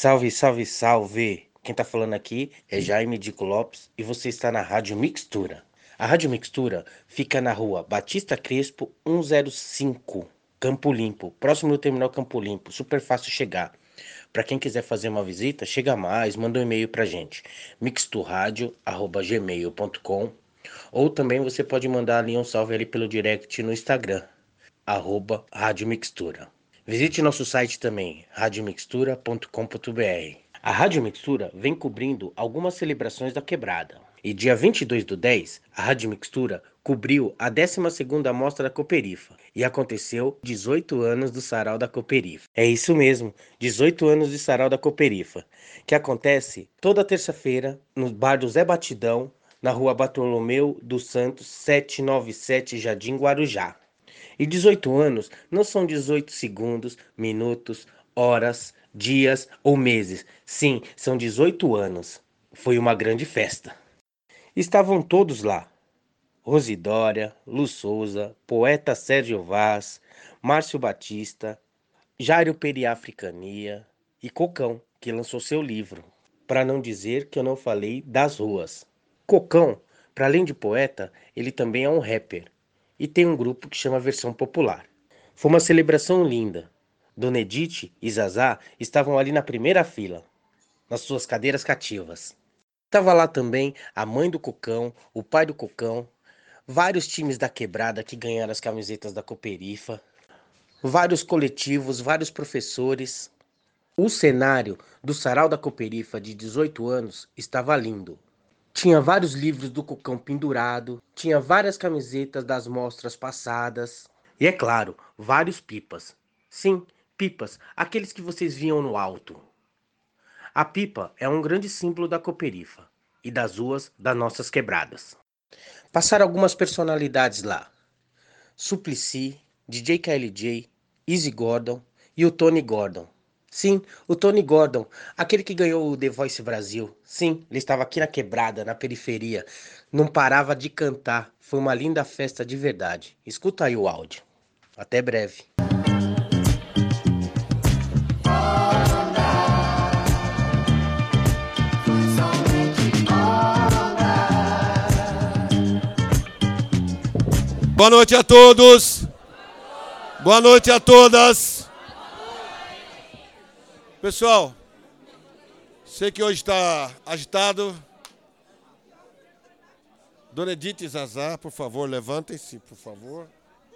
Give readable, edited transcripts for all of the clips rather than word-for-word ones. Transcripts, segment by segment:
Salve, salve, salve! Quem tá falando aqui é Jaime Dico Lopes e você está na Rádio Mixtura. A Rádio Mixtura fica na rua Batista Crespo 105, Campo Limpo, próximo do terminal Campo Limpo, super fácil chegar. Para quem quiser fazer uma visita, chega mais, manda um e-mail pra gente, mixturradio@gmail.com, ou também você pode mandar ali um salve ali pelo direct no Instagram, Rádio Mixtura. Visite nosso site também, radiomixtura.com.br. A Rádio Mixtura vem cobrindo algumas celebrações da Quebrada. E dia 22/10, a Rádio Mixtura cobriu a 12ª Mostra da Cooperifa. E aconteceu 18 anos do Sarau da Cooperifa. É isso mesmo, 18 anos de Sarau da Cooperifa, que acontece toda terça-feira no bar do Zé Batidão, na rua Bartolomeu dos Santos, 797, Jardim Guarujá. E 18 anos não são 18 segundos, minutos, horas, dias ou meses. Sim, são 18 anos. Foi uma grande festa. Estavam todos lá. Rosidória, Lu Souza, poeta Sérgio Vaz, Márcio Batista, Jairo Periafricania e Cocão, que lançou seu livro. Para não dizer que eu não falei das ruas. Cocão, para além de poeta, ele também é um rapper. E tem um grupo que chama Versão Popular. Foi uma celebração linda. Dona Edith e Zazá estavam ali na primeira fila, nas suas cadeiras cativas. Estava lá também a mãe do Cocão, o pai do Cocão, vários times da Quebrada que ganharam as camisetas da Cooperifa, vários coletivos, vários professores. O cenário do Sarau da Cooperifa de 18 anos estava lindo. Tinha vários livros do Cocão pendurado, tinha várias camisetas das mostras passadas e, é claro, vários pipas. Sim, pipas, aqueles que vocês viam no alto. A pipa é um grande símbolo da Cooperifa e das ruas das nossas quebradas. Passaram algumas personalidades lá. Suplicy, DJ KLJ, Easy Gordon e o Tony Gordon. Sim, o Tony Gordon, aquele que ganhou o The Voice Brasil. Sim, ele estava aqui na quebrada, na periferia. Não parava de cantar. Foi uma linda festa de verdade. Escuta aí o áudio. Até breve. Boa noite a todos. Boa noite a todas. Pessoal, sei que hoje está agitado. Dona Edith e Zazá, por favor, levantem-se, por favor.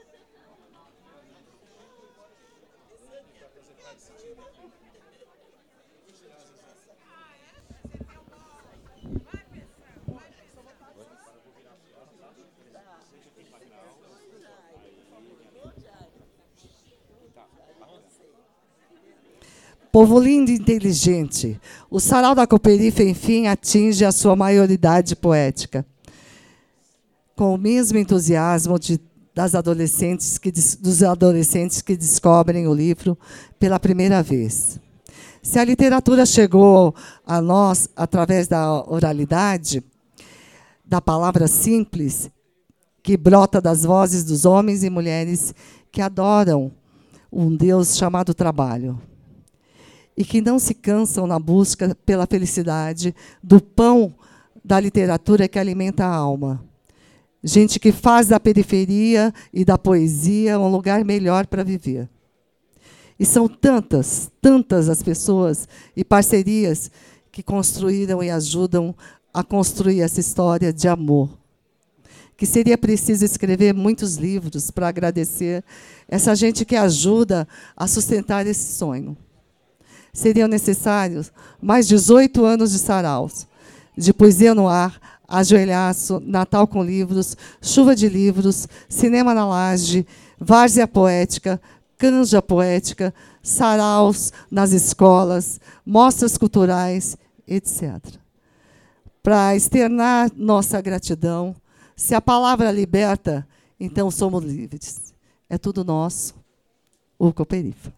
Povo lindo e inteligente, o Sarau da Cooperifa, enfim, atinge a sua maioridade poética. Com o mesmo entusiasmo dos adolescentes que descobrem o livro pela primeira vez. Se a literatura chegou a nós através da oralidade, da palavra simples, que brota das vozes dos homens e mulheres que adoram um Deus chamado trabalho, e que não se cansam na busca pela felicidade do pão da literatura que alimenta a alma. Gente que faz da periferia e da poesia um lugar melhor para viver. E são tantas as pessoas e parcerias que construíram e ajudam a construir essa história de amor, que seria preciso escrever muitos livros para agradecer essa gente que ajuda a sustentar esse sonho. Seriam necessários mais 18 anos de saraus, de poesia no ar, ajoelhaço, Natal com livros, chuva de livros, cinema na laje, várzea poética, canja poética, saraus nas escolas, mostras culturais, etc. Para externar nossa gratidão, se a palavra liberta, então somos livres. É tudo nosso, o Cooperifa.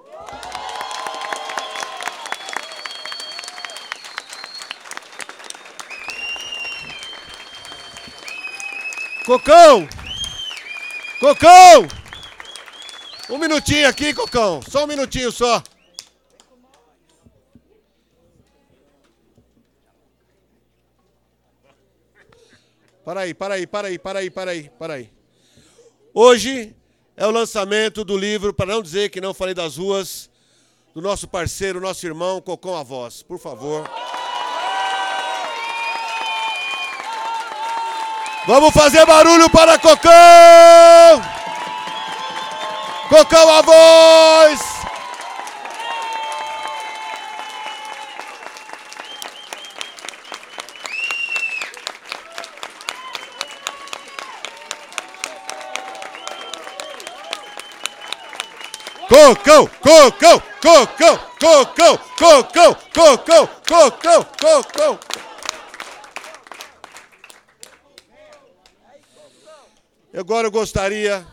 Cocão! Cocão! Um minutinho aqui, Cocão. Só um minutinho só. Para aí. Hoje é o lançamento do livro, para não dizer que não falei das ruas, do nosso parceiro, nosso irmão, Cocão A Voz. Por favor. Vamos fazer barulho para Cocão! Cocão A Voz! Cocão! Agora eu gostaria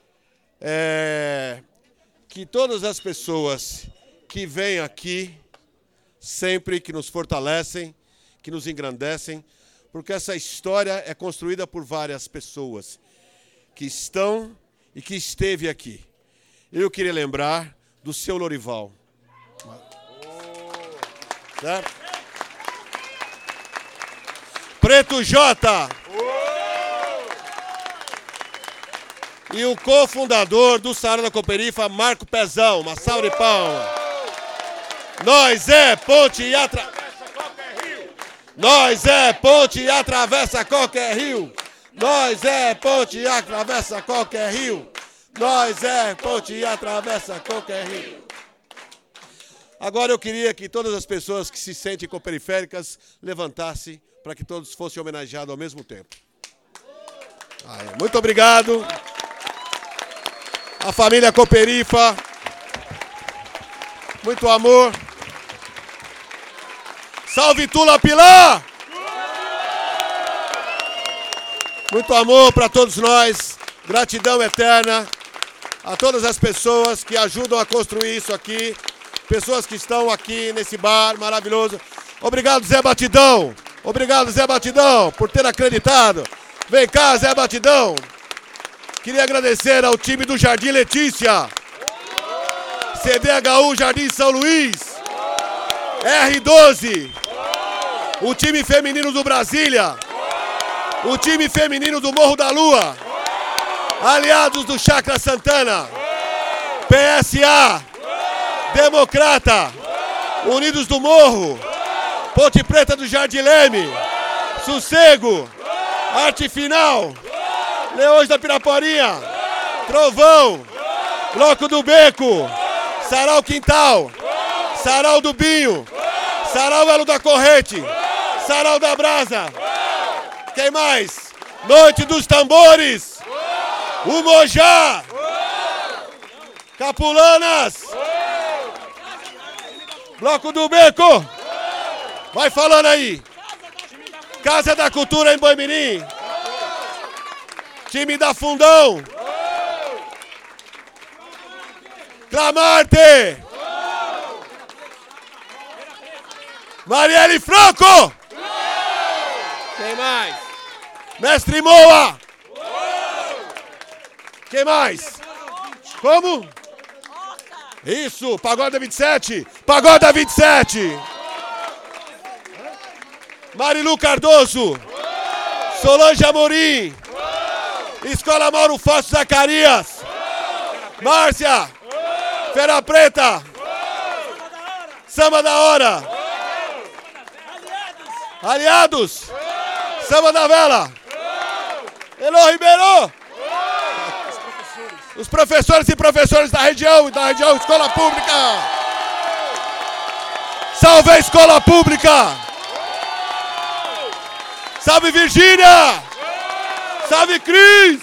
que todas as pessoas que vêm aqui, sempre que nos fortalecem, que nos engrandecem, porque essa história é construída por várias pessoas que estão e que esteve aqui. Eu queria lembrar do seu Lorival. Certo? Preto J. E o cofundador do Sarau da Cooperifa, Marco Pezão. Uma salva de palmas. Nós é ponte e atravessa qualquer rio. Nós é ponte e atravessa qualquer rio. Nós é ponte e atravessa qualquer rio. Nós é ponte e atravessa qualquer rio. Agora eu queria que todas as pessoas que se sentem coperiféricas levantassem para que todos fossem homenageados ao mesmo tempo. Muito obrigado. A família Cooperifa. Muito amor. Salve Tula Pilar! Muito amor para todos nós. Gratidão eterna a todas as pessoas que ajudam a construir isso aqui. Pessoas que estão aqui nesse bar maravilhoso. Obrigado, Zé Batidão. Obrigado, Zé Batidão, por ter acreditado. Vem cá, Zé Batidão. Queria agradecer ao time do Jardim Letícia. CDHU Jardim São Luís. R12. O time feminino do Brasília. O time feminino do Morro da Lua. Aliados do Chacra Santana. PSA. Democrata. Unidos do Morro. Ponte Preta do Jardim Leme. Sossego. Arte Final. Leões da Piraporinha. Trovão. Bloco do Beco. Sarau Quintal. Sarau do Binho. Sarau Elo da Corrente. Sarau da Brasa. Quem mais? Noite dos Tambores. O Mojá. Capulanas. Bloco do Beco. Vai falando aí. Casa da Cultura em Boimirim. Time da Fundão. Clamarte. Marielle Franco. Quem mais? Mestre Moa. Quem mais? Como? Isso, Pagoda 27. Pagoda 27. Marilu Cardoso. Solange Amorim. Escola Mauro Fácil Zacarias. Márcia. Feira Preta. Samba da Hora. Aliados. Samba da Vela. Elô Ribeiro. Os professores e professores da região Escola Pública. Salve a Escola Pública. Salve Virgínia. Salve Cris.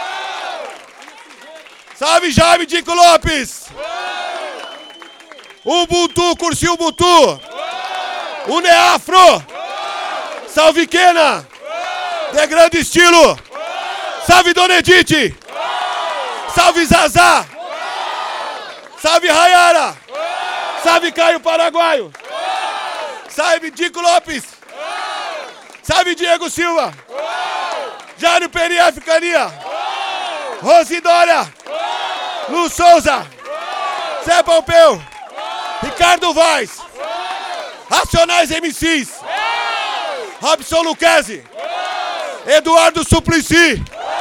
Salve Jaime Dico Lopes. Ubuntu, Cursinho Ubuntu. Uneafro. Salve Quena. De grande estilo. Salve Dona Edith. Salve Zazá. Salve Rayara. Salve Caio Paraguaio. Salve Dico Lopes. Salve Diego Silva. Jário Peri Africania. Rosidória. Lu Souza. Zé Pompeu. Ricardo Vaz. Racionais MCs. Robson Lucchesi. Eduardo Suplicy.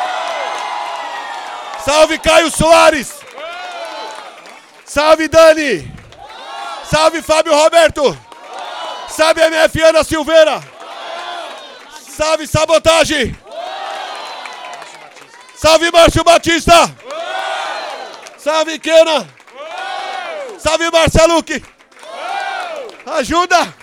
Salve Caio Soares. Salve Dani. Salve Fábio Roberto. Salve MF Ana Silveira. Salve Sabotagem. Salve Márcio Batista. Salve Kena. Salve Marceluque. Ajuda.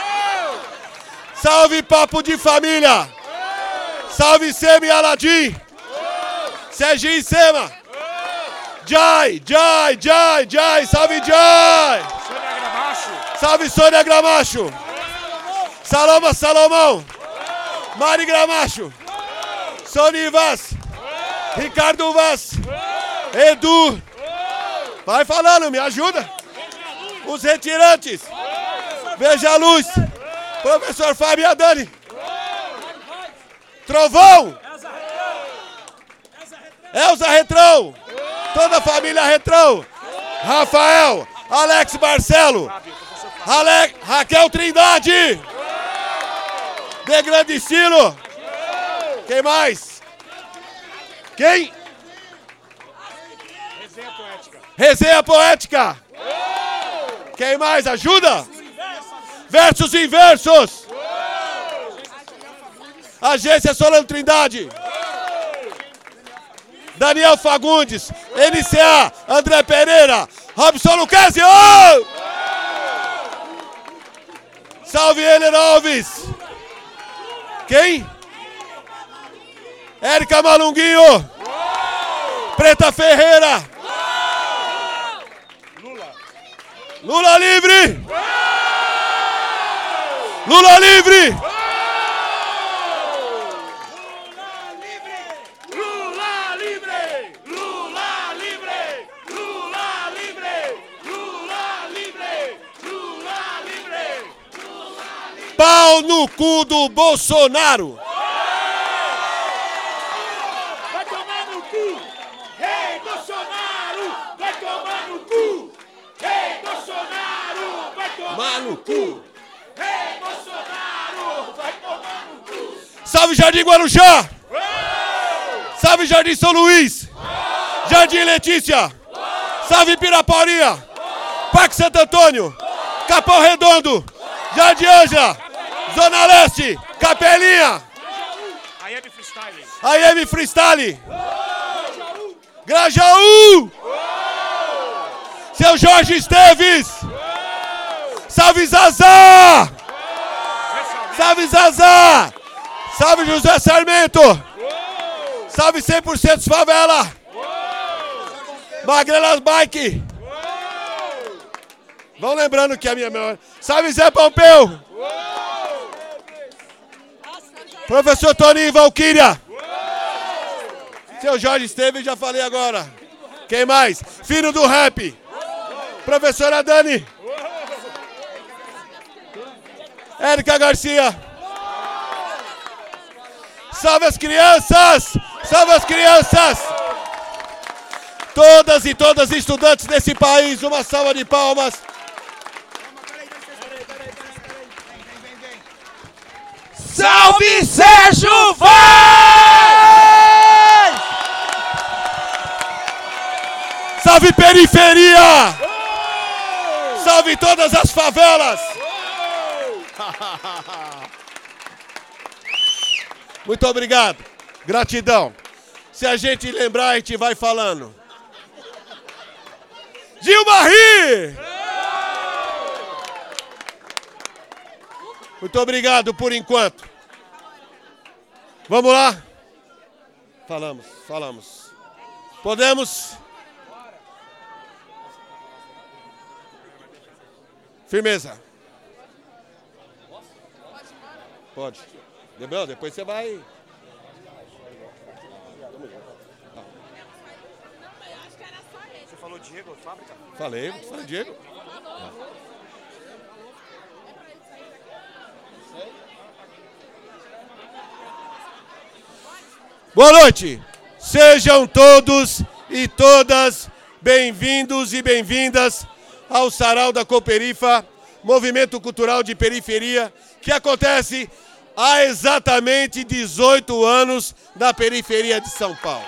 Salve Papo de Família. Salve Semi Aladim. Serginho Sema. Jai. Salve Jai. Salve Sônia Gramacho. Salomão. Mari Gramacho. Sony Vaz. Ricardo Vaz. Edu. Vai falando, me ajuda. Os retirantes. Veja a luz. Professor Fábio e a Dani. Trovão. Elza Retrão. Toda a família Retrão. Rafael. Alex Marcelo. Raquel Trindade. De Grande Estilo. Quem mais? Quem? Resenha Poética. Quem mais? Ajuda? Versos Inversos. Agência Solano Trindade. Daniel Fagundes. NCA. André Pereira. Robson Lucchesi. Oh! Salve Heller Alves. Quem? Érica Malunguinho. Preta Ferreira. Lula livre. Lula livre. Lula livre. Lula livre. Lula livre. Lula livre. Lula livre. Pau no cu do Bolsonaro. Vai tomar no cu. Ei, Bolsonaro, vai tomar no cu. Ei, Bolsonaro, vai tomar no cu. Ei, Bolsonaro, vai tomar no cu. Salve Jardim Guarujá. Salve Jardim São Luís. Jardim Letícia. Salve Pirapauria. Parque Santo Antônio. Capão Redondo. Jardim Ângela. Zona Leste. Capelinha. AM Freestyle. Grajaú. Seu Jorge Esteves. Salve Zazá. Salve Zazá. Salve José Sarmento. Salve 100% Favela. Magrelas Bike. Vão lembrando que a minha memória. Salve Zé Pompeu. Professor Toninho Valquíria. Seu Jorge Esteves, já falei agora. Quem mais? Filho do rap. Professora Dani. Érica Garcia. Salve as crianças! Salve as crianças! Todas e todas estudantes desse país, uma salva de palmas. Salve Sérgio Vaz! Salve periferia! Salve todas as favelas! Muito obrigado. Gratidão. Se a gente lembrar, a gente vai falando. Gilmar! Muito obrigado por enquanto. Vamos lá? Falamos. Podemos? Firmeza. Pode. Não, depois você vai... Você falou Diego, fábrica? Falei Diego. Boa noite. Sejam todos e todas bem-vindos e bem-vindas ao Sarau da Cooperifa, movimento cultural de periferia, que acontece há exatamente 18 anos na periferia de São Paulo.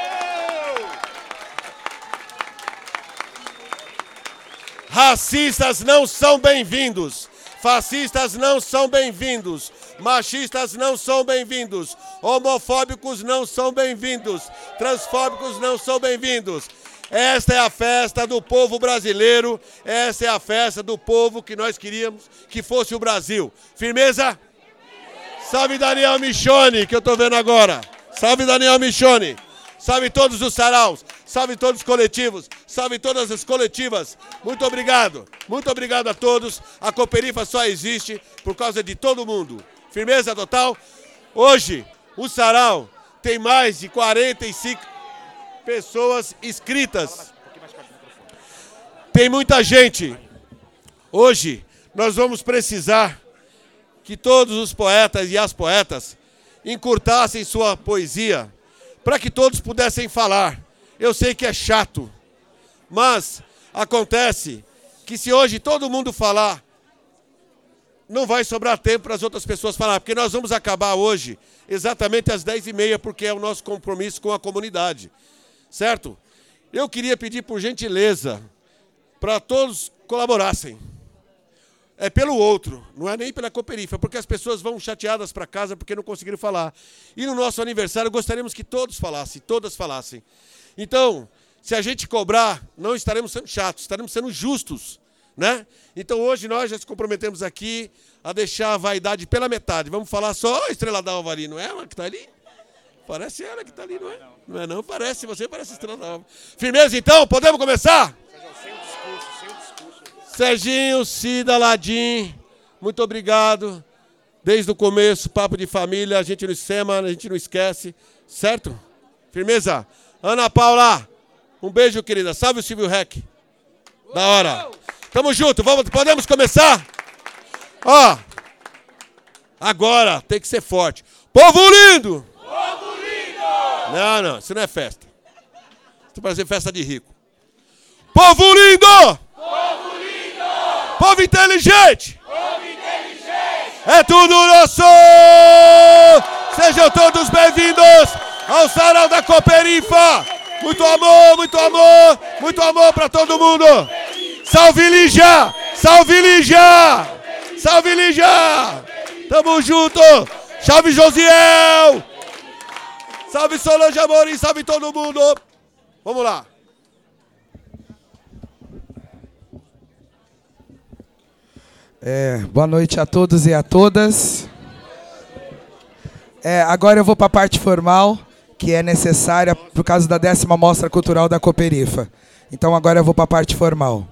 Racistas não são bem-vindos. Fascistas não são bem-vindos. Machistas não são bem-vindos. Homofóbicos não são bem-vindos. Transfóbicos não são bem-vindos. Esta é a festa do povo brasileiro. Essa é a festa do povo que nós queríamos que fosse o Brasil. Firmeza? Salve Daniel Michoni, que eu estou vendo agora. Salve Daniel Michoni. Salve todos os saraus. Salve todos os coletivos. Salve todas as coletivas. Muito obrigado. Muito obrigado a todos. A Cooperifa só existe por causa de todo mundo. Firmeza total? Hoje, o sarau tem mais de 45 pessoas inscritas. Tem muita gente. Hoje, nós vamos precisar que todos os poetas e as poetas encurtassem sua poesia para que todos pudessem falar. Eu sei que é chato, mas acontece que se hoje todo mundo falar, não vai sobrar tempo para as outras pessoas falar, porque nós vamos acabar hoje exatamente às 10h30, porque é o nosso compromisso com a comunidade, certo? Eu queria pedir por gentileza para todos colaborassem. É pelo outro, não é nem pela Cooperifa, porque as pessoas vão chateadas para casa porque não conseguiram falar. E no nosso aniversário gostaríamos que todos falassem, todas falassem. Então, se a gente cobrar, não estaremos sendo chatos, estaremos sendo justos, né? Então hoje nós já se comprometemos aqui a deixar a vaidade pela metade. Vamos falar só a Estrela d'Alva ali, não é ela que está ali? Parece ela que está ali, não é? Não é não, parece, você parece a Estrela d'Alva. Firmeza então, podemos começar? Serginho, Cida, Ladim, muito obrigado. Desde o começo, papo de família, a gente não esquema, a gente não esquece, certo? Firmeza? Ana Paula, um beijo, querida. Salve o Silvio Rec. Da hora. Tamo junto, podemos começar? Ó, agora tem que ser forte. Povo lindo! Povo lindo! Não, isso não é festa. Isso vai ser festa de rico. Povo lindo! Povo lindo! Povo inteligente! Povo inteligente! É tudo nosso! Sejam todos bem-vindos ao Sarau da Cooperifa! Muito amor, muito amor, muito amor pra todo mundo! Salve Lígia! Salve Lígia! Salve Lígia! Tamo junto! Salve Josiel! Salve Solange Amorim, salve todo mundo! Vamos lá! Boa noite a todos e a todas. Agora eu vou para a parte formal, que é necessária por causa da 10ª Mostra Cultural da Cooperifa. Então agora eu vou para a parte formal.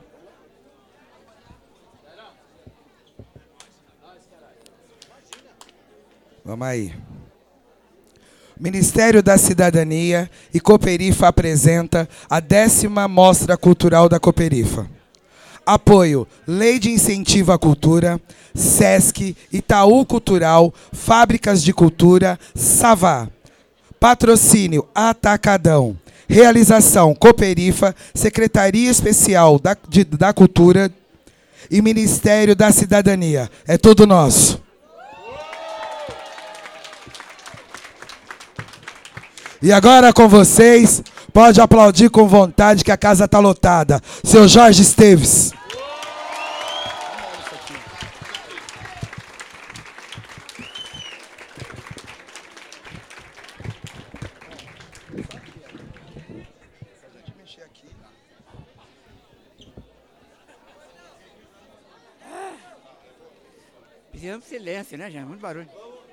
Vamos aí. Ministério da Cidadania e Cooperifa apresenta a 10ª Mostra Cultural da Cooperifa. Apoio: Lei de Incentivo à Cultura, Sesc, Itaú Cultural, Fábricas de Cultura, Savá. Patrocínio: Atacadão. Realização: Cooperifa, Secretaria Especial da Cultura e Ministério da Cidadania. É tudo nosso. E agora com vocês, pode aplaudir com vontade que a casa está lotada. Seu Jorge Esteves. Precisamos de silêncio, né, gente? Muito barulho.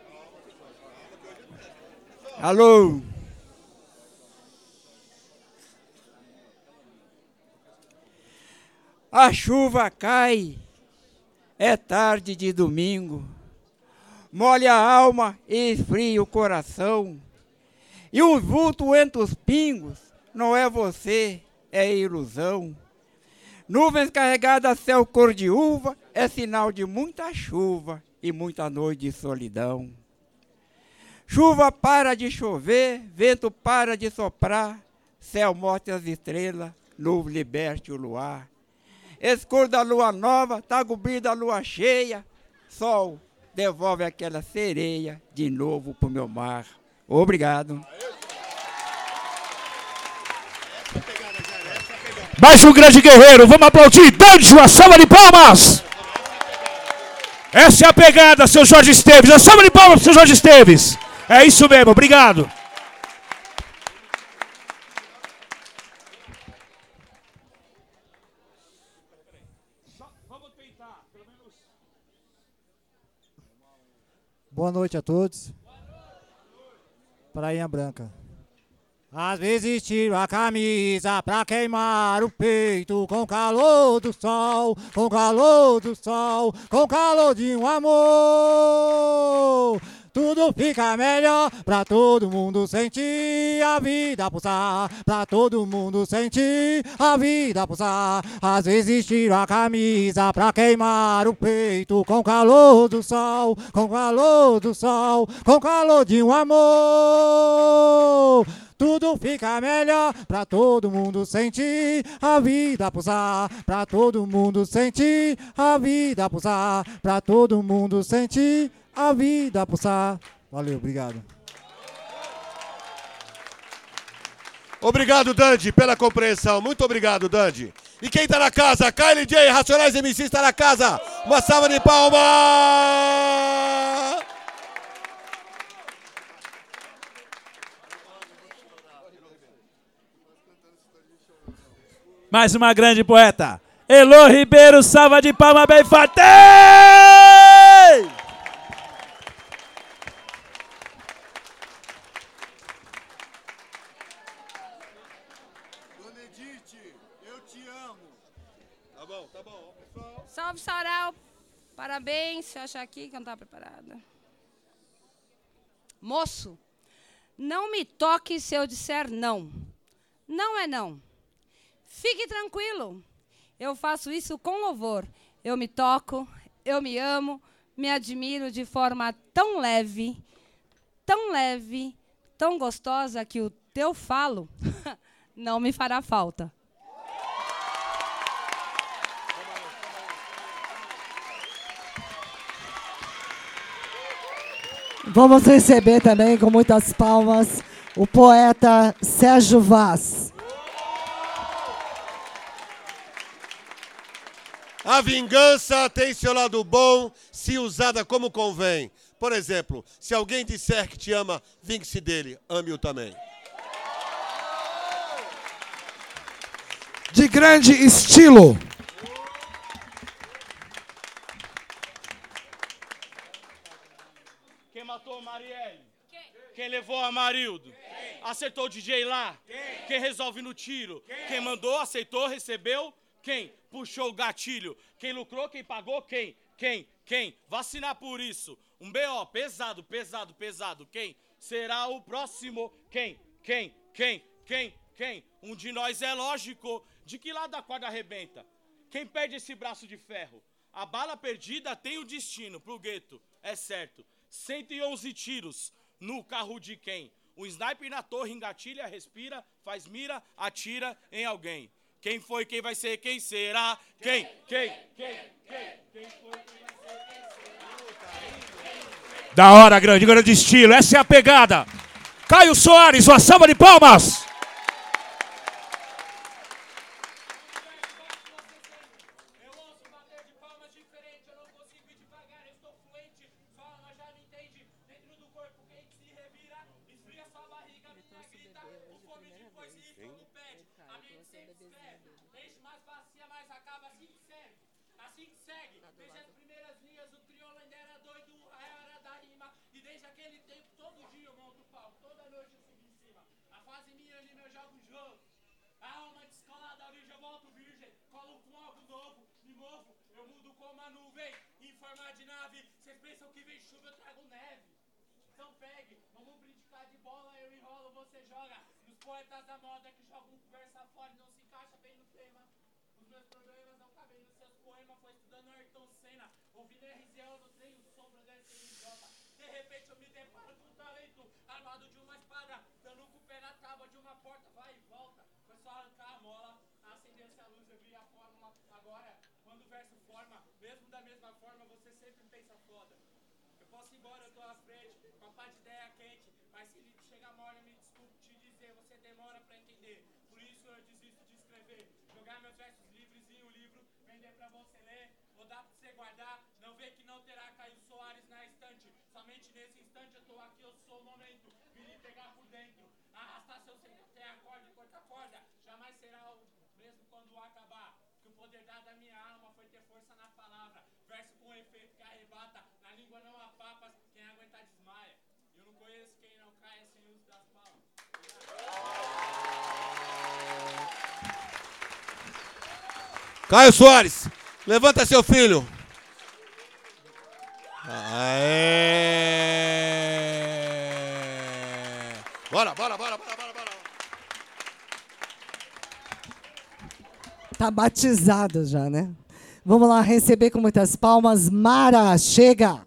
Alô? A chuva cai, é tarde de domingo, molha a alma e esfria o coração. E um vulto entre os pingos, não é você, é ilusão. Nuvens carregadas, céu cor de uva, é sinal de muita chuva e muita noite de solidão. Chuva para de chover, vento para de soprar, céu morte as estrelas, nuvem liberte o luar. Escuro da lua nova, tá cobrindo a lua cheia, sol devolve aquela sereia de novo pro meu mar. Obrigado. Mais um grande guerreiro, vamos aplaudir, Dandy, uma salva de palmas! Essa é a pegada, seu Jorge Esteves, uma salva de palmas, seu Jorge Esteves! É isso mesmo, obrigado! Boa noite a todos. Prainha Branca. Às vezes tiro a camisa pra queimar o peito com calor do sol, com calor do sol, com calor de um amor. Tudo fica melhor pra todo mundo sentir a vida pulsar, pra todo mundo sentir a vida pulsar. Às vezes tiro a camisa pra queimar o peito com calor do sol, com calor do sol, com calor de um amor. Tudo fica melhor pra todo mundo sentir a vida pulsar, pra todo mundo sentir a vida pulsar, pra todo mundo sentir a vida pulsar. Valeu, obrigado. Obrigado, Dandy, pela compreensão. Muito obrigado, Dandy. E quem tá na casa? Kylie J, Racionais MC está na casa. Uma salva de palmas! Mais uma grande poeta. Elô Ribeiro, salva de palmas bem forte! Dona Edith, eu te amo. Tá bom, pessoal. Salve, Sarau. Parabéns. Se eu achar aqui que eu não estava preparada. Moço, não me toque se eu disser não. Não é não. Fique tranquilo, eu faço isso com louvor. Eu me toco, eu me amo, me admiro de forma tão leve, tão gostosa que o teu falo não me fará falta. Vamos receber também, com muitas palmas, o poeta Sérgio Vaz. A vingança tem seu lado bom se usada como convém. Por exemplo, se alguém disser que te ama, vingue-se dele, ame-o também. De grande estilo. Quem matou a Marielle? Quem levou a Marildo? Acertou o DJ lá? Quem resolve no tiro? Quem mandou, aceitou, recebeu? Quem puxou o gatilho? Quem lucrou, quem pagou? Quem? Vacinar por isso. Um BO pesado. Quem será o próximo? Quem? Um de nós é lógico. De que lado da corda arrebenta? Quem perde esse braço de ferro? A bala perdida tem o destino pro gueto, é certo. 111 tiros no carro de quem? Um sniper na torre engatilha, respira, faz mira, atira em alguém. Quem foi, quem vai ser, quem será? Quem foi, quem vai ser, quem será? Da hora, grande estilo, essa é a pegada. Caio Soares, uma salva de palmas. Eu ouço bater de palmas diferente, eu não consigo ir devagar, eu estou fluente. Sua alma já me entende, dentro do corpo quente se revira, esfria sua barriga, minha grita, o fome depois e como pede. A mente sempre escreve, enche mais bacia, mais acaba, assim que segue. Desde as primeiras linhas, o crioulo ainda era doido, a era da rima. E desde aquele tempo, todo dia eu monto o palco, toda noite eu subo em cima. A fase minha ali, eu jogo o jogo. A alma descolada, a origem, eu volto virgem. Colo com algo novo, me movo, eu mudo como a nuvem. Em forma de nave, vocês pensam que vem chuva, eu trago neve. Então pegue, vamos brincar de bola, eu enrolo, você joga. Nos poetas da moda que jogam conversa fora e não se encaixa bem no tema. Os meus problemas não cabem nos seus poemas, foi estudando Ayrton Senna. Ouvindo RZO no trem, o sombra desse idiota. De repente eu me deparo com um talento armado de uma espada, dando com o pé na tábua de uma porta, vai e volta. Foi só arrancar a mola, acender-se a luz, eu vi a fórmula. Agora, quando o verso forma, mesmo da mesma forma, você sempre pensa foda. posso ir embora, eu tô à frente, com a pá de ideia quente. Mas se chegar uma hora, me desculpe te dizer, você demora pra entender. Por isso eu desisto de escrever. Jogar meus versos livres em um livro, vender pra você ler, ou dar pra você guardar. Não vê que não terá Caio Soares na estante. Somente nesse instante eu tô aqui, eu sou o momento. Vim lhe pegar por dentro, arrastar seu centro até a corda e corta a corda. Jamais será o mesmo quando acabar. Que o poder dado à minha alma foi ter força na palavra. Verso com efeito que arrebata. Na língua não há papas, quem aguentar desmaia. Eu não conheço quem não caia sem uso das palmas. Caio Soares, levanta seu filho. Aê! Bora. Tá batizado já, né? Vamos lá receber com muitas palmas. Mara, chega!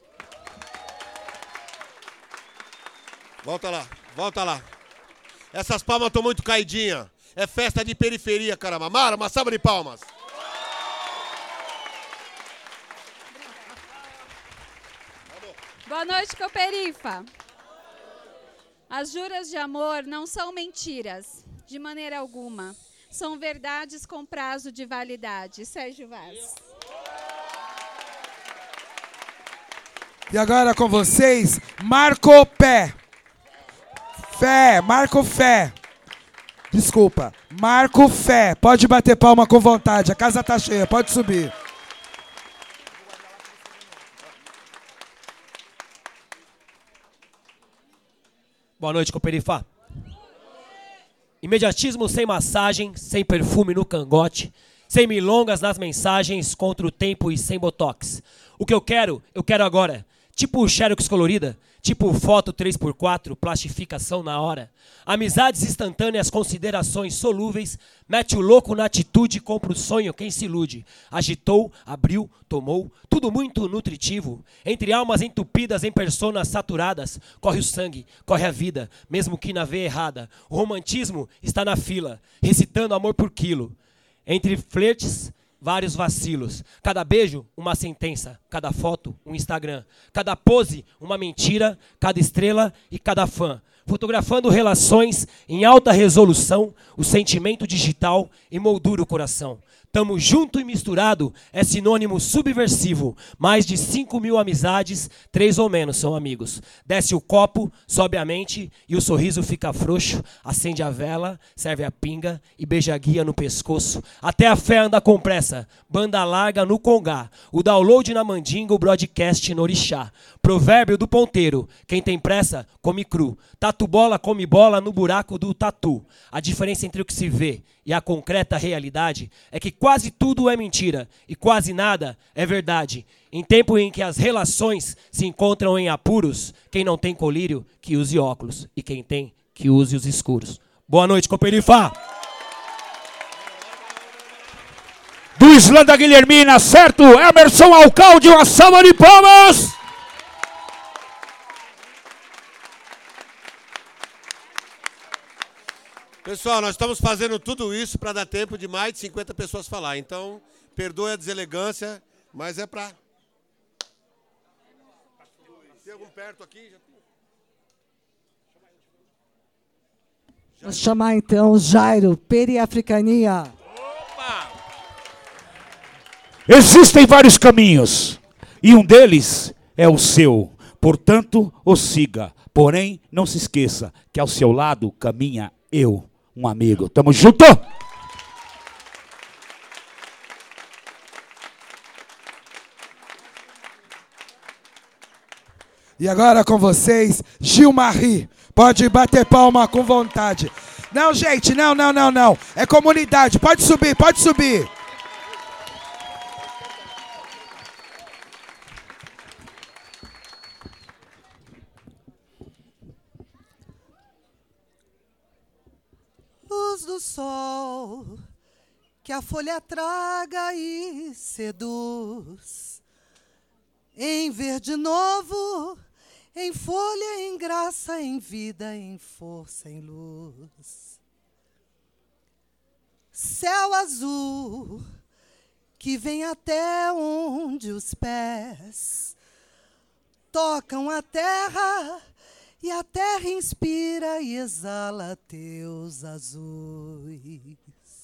Volta lá. Essas palmas estão muito caidinhas. É festa de periferia, caramba. Mara, uma salva de palmas. Boa noite, Cooperifa. As juras de amor não são mentiras, de maneira alguma. São verdades com prazo de validade. Sérgio Vaz. E agora com vocês, Marco Pé. Marco Fé. Desculpa, Marco Fé. Pode bater palma com vontade, a casa tá cheia, pode subir. Boa noite, Cooperifa. Imediatismo sem massagem, sem perfume no cangote, sem milongas nas mensagens, contra o tempo e sem botox. O que eu quero agora. Tipo xerox colorida, tipo foto 3x4, plastificação na hora. Amizades instantâneas, considerações solúveis, mete o louco na atitude, compra o sonho quem se ilude. Agitou, abriu, tomou, tudo muito nutritivo. Entre almas entupidas em personas saturadas, corre o sangue, corre a vida, mesmo que na veia errada. O romantismo está na fila, recitando amor por quilo. Entre flertes, vários vacilos. Cada beijo, uma sentença. Cada foto, um Instagram. Cada pose, uma mentira. Cada estrela e cada fã. Fotografando relações em alta resolução. O sentimento digital emoldura o coração. Tamo junto e misturado é sinônimo subversivo. Mais de 5.000 amizades, 3 ou menos são amigos. Desce o copo, sobe a mente e o sorriso fica frouxo. Acende a vela, serve a pinga e beija a guia no pescoço. Até a fé anda com pressa, banda larga no congá. O download na mandinga, o broadcast no orixá. Provérbio do ponteiro, quem tem pressa come cru. Tatu bola come bola no buraco do tatu. A diferença entre o que se vê e a concreta realidade é que quase tudo é mentira e quase nada é verdade. Em tempo em que as relações se encontram em apuros, quem não tem colírio, que use óculos. E quem tem, que use os escuros. Boa noite, Cooperifa! Do Islã da Guilhermina, certo? Emerson Alcalde, uma salva de palmas! Pessoal, nós estamos fazendo tudo isso para dar tempo de mais de 50 pessoas falar. Então, perdoe a deselegância, mas é para... Tem algum perto aqui? Vou chamar então Jairo, Periafricania. Opa! Existem vários caminhos e um deles é o seu. Portanto, o siga. Porém, não se esqueça que ao seu lado caminha eu, um amigo. Tamo junto! E agora com vocês, Gilmari. Pode bater palma com vontade. Não, gente, não. É comunidade. Pode subir, pode subir. Luz do sol, que a folha traga e seduz. Em verde novo, em folha, em graça, em vida, em força, em luz. Céu azul, que vem até onde os pés tocam a terra, e a terra inspira e exala teus azuis.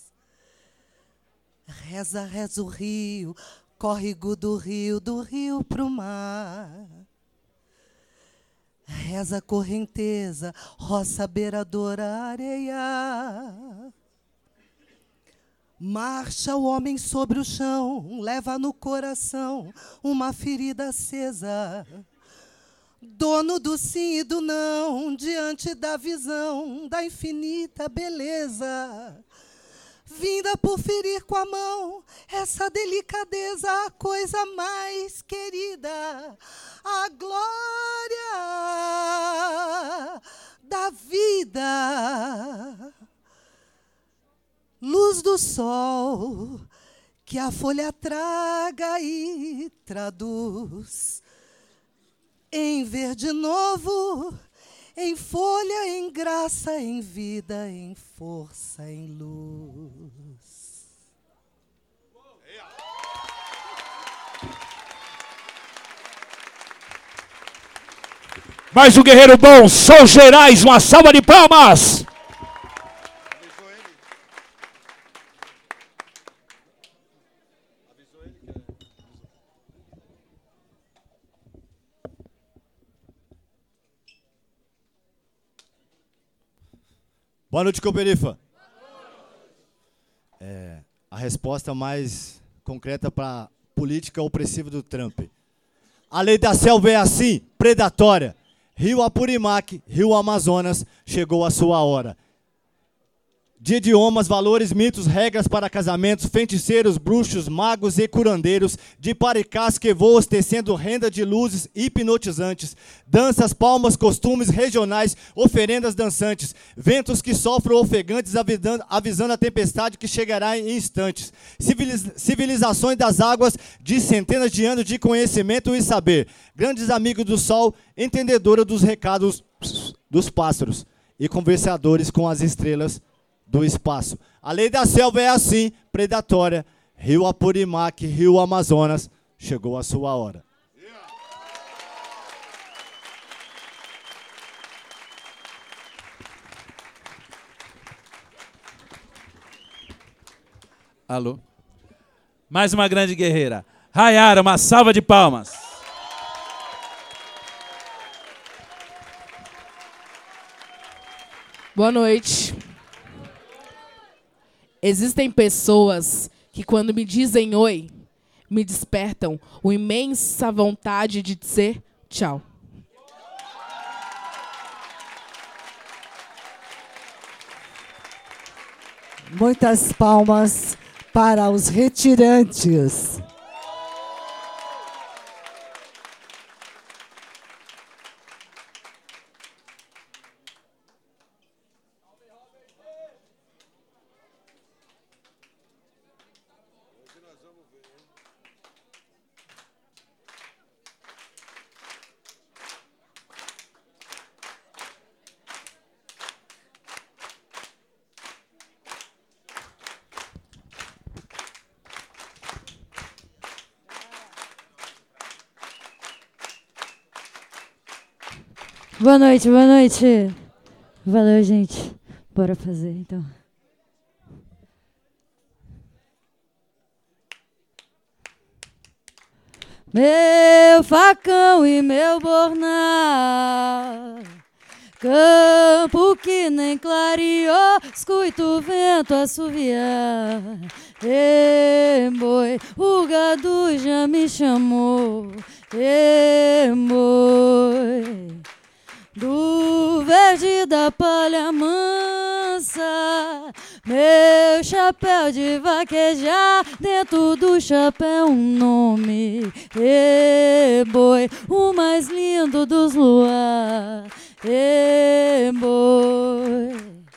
Reza, reza o rio, córrego do rio pro mar. Reza a correnteza, roça beiradora, areia. Marcha o homem sobre o chão, leva no coração uma ferida acesa. Dono do sim e do não, diante da visão da infinita beleza. Vinda por ferir com a mão essa delicadeza, a coisa mais querida, a glória da vida. Luz do sol que a folha traga e traduz em verde novo, em folha, em graça, em vida, em força, em luz. Mais um guerreiro bom, Sou Gerais, uma salva de palmas. Boa noite, Cooperifa. A resposta mais concreta para a política opressiva do Trump. A lei da selva é assim, predatória. Rio Apurimac, Rio Amazonas, chegou a sua hora. De idiomas, valores, mitos, regras para casamentos, feiticeiros, bruxos, magos e curandeiros, de paricás que voam tecendo renda de luzes hipnotizantes, danças, palmas, costumes regionais, oferendas dançantes, ventos que sofrem ofegantes, avisando a tempestade que chegará em instantes, civilizações das águas de centenas de anos de conhecimento e saber, grandes amigos do sol, entendedora dos recados dos pássaros e conversadores com as estrelas do espaço. A lei da selva é assim, predatória. Rio Apurimac, Rio Amazonas, chegou a sua hora. Alô? Mais uma grande guerreira. Rayara, uma salva de palmas. Boa noite. Existem pessoas que, quando me dizem oi, me despertam uma imensa vontade de dizer tchau. Muitas palmas para os retirantes. Boa noite, boa noite. Valeu, gente. Bora fazer, então. Meu facão e meu bornal, campo que nem clareou, escuto o vento assoviar. Ei, boi, o gado já me chamou. Ei, boi, do verde da palha mansa, meu chapéu de vaquejar, dentro do chapéu um nome. Ê, boi, o mais lindo dos luar. Ê, boi,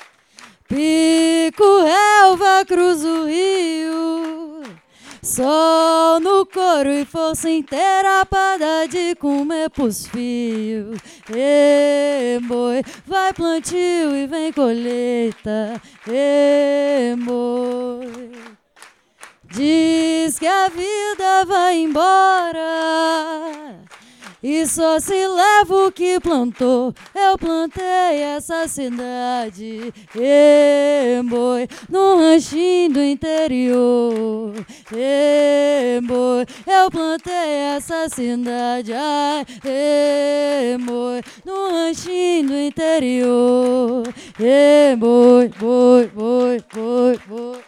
pico, relva, cruzo o rio, sol no couro e força inteira pra dar de comer pros fios. Ê, boi, vai plantio e vem colheita. Ê, boi, diz que a vida vai embora e só se leva o que plantou. Eu plantei essa cidade, boi, num ranchinho do interior. Boi, eu plantei essa cidade, ai, boi, num ranchinho do interior. Boi, boi, boi, boi, boi.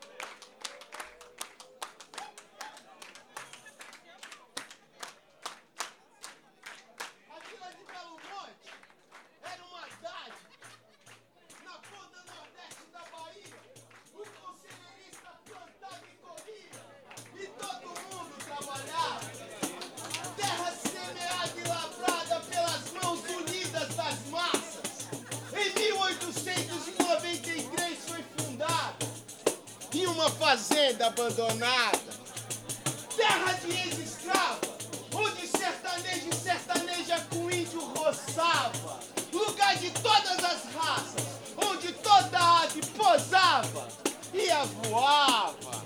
Em uma fazenda abandonada, terra de ex-escrava, onde sertanejo e sertaneja com índio roçava, lugar de todas as raças, onde toda ave posava e voava.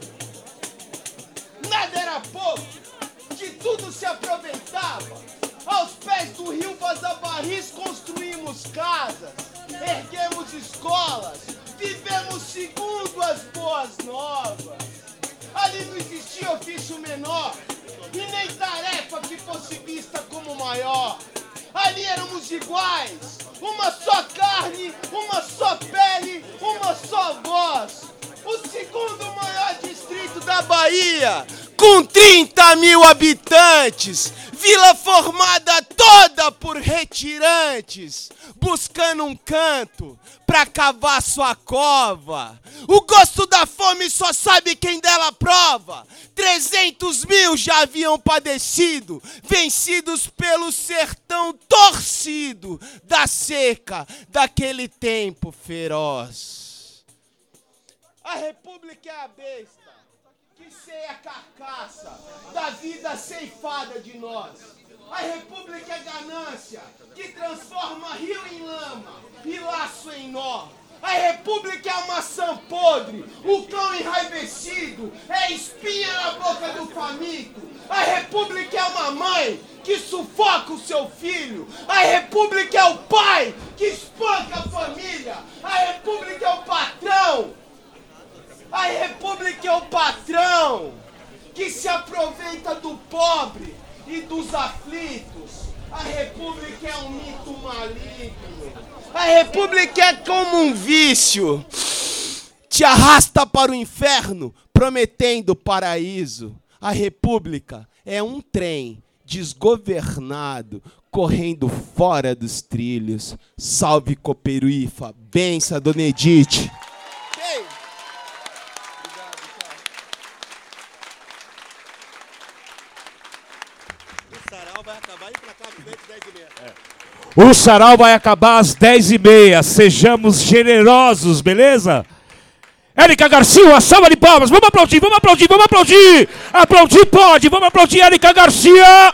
Nada era pouco, de tudo se aproveitava. Aos pés do rio Vazabarris construímos casas, erguemos escolas, vivemos segundo as boas novas. Ali não existia ofício menor e nem tarefa que fosse vista como maior. Ali éramos iguais, uma só carne, uma só pele, uma só voz. O segundo maior distrito da Bahia, com 30 mil habitantes, vila formada toda por retirantes, buscando um canto pra cavar sua cova. O gosto da fome só sabe quem dela prova. 300 mil já haviam padecido, vencidos pelo sertão torcido da seca daquele tempo feroz. A república é a besta que ceia a carcaça da vida ceifada de nós. A república é ganância que transforma rio em lama e laço em nó. A república é a maçã podre, o cão enraivecido, é espinha na boca do faminto. A república é uma mãe que sufoca o seu filho. A república é o pai que espanca a família. A república é o patrão. A república é o patrão que se aproveita do pobre e dos aflitos. A república é um mito maligno. A república é como um vício. Te arrasta para o inferno, prometendo paraíso. A república é um trem desgovernado, correndo fora dos trilhos. Salve Coperuífa, benção Dona Edith. O sarau vai acabar às 10h30. Sejamos generosos, beleza? Érica Garcia, uma salva de palmas. Vamos aplaudir, vamos aplaudir, vamos aplaudir. Aplaudir pode, vamos aplaudir Érica Garcia.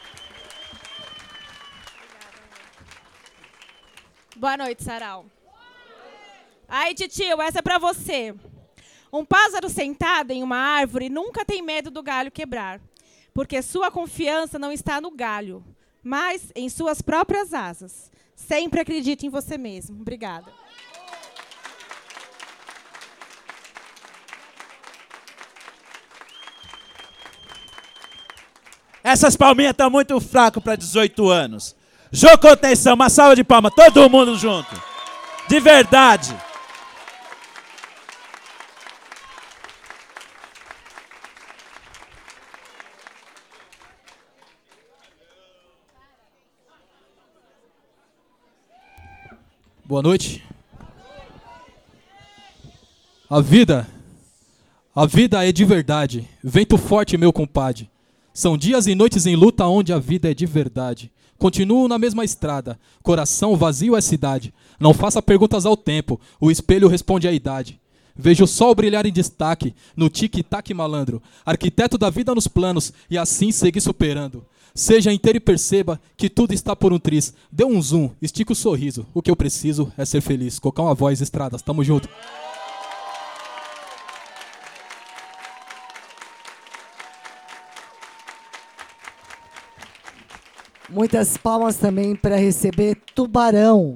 Boa noite, sarau. Aí, titio, essa é pra você. Um pássaro sentado em uma árvore nunca tem medo do galho quebrar, porque sua confiança não está no galho, mas em suas próprias asas. Sempre acredite em você mesmo. Obrigada. Essas palminhas estão muito fracas para 18 anos. Jô Contenção, uma salva de palmas, todo mundo junto. De verdade. Boa noite. A vida é de verdade. Vento forte, meu compadre. São dias e noites em luta onde a vida é de verdade. Continuo na mesma estrada, coração vazio é cidade. Não faça perguntas ao tempo, o espelho responde à idade. Vejo o sol brilhar em destaque, no tic-tac malandro. Arquiteto da vida nos planos, e assim seguir superando. Seja inteiro e perceba que tudo está por um triz. Dê um zoom, estica o sorriso. O que eu preciso é ser feliz. Cocão a voz, estradas, tamo junto. Muitas palmas também para receber Tubarão.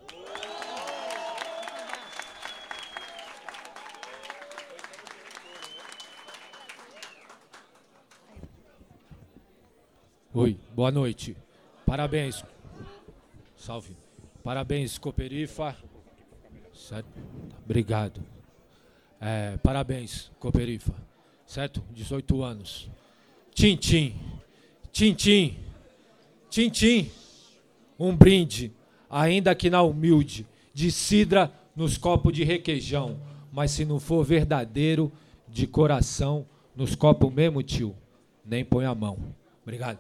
Oi, boa noite. Parabéns. Salve. Parabéns, Cooperifa. Certo? Obrigado. Parabéns, Cooperifa. Certo? 18 anos. Tintim. Tintim. Tintim. Um brinde, ainda que na humilde, de cidra nos copos de requeijão. Mas se não for verdadeiro, de coração, nos copos mesmo, tio, nem põe a mão. Obrigado.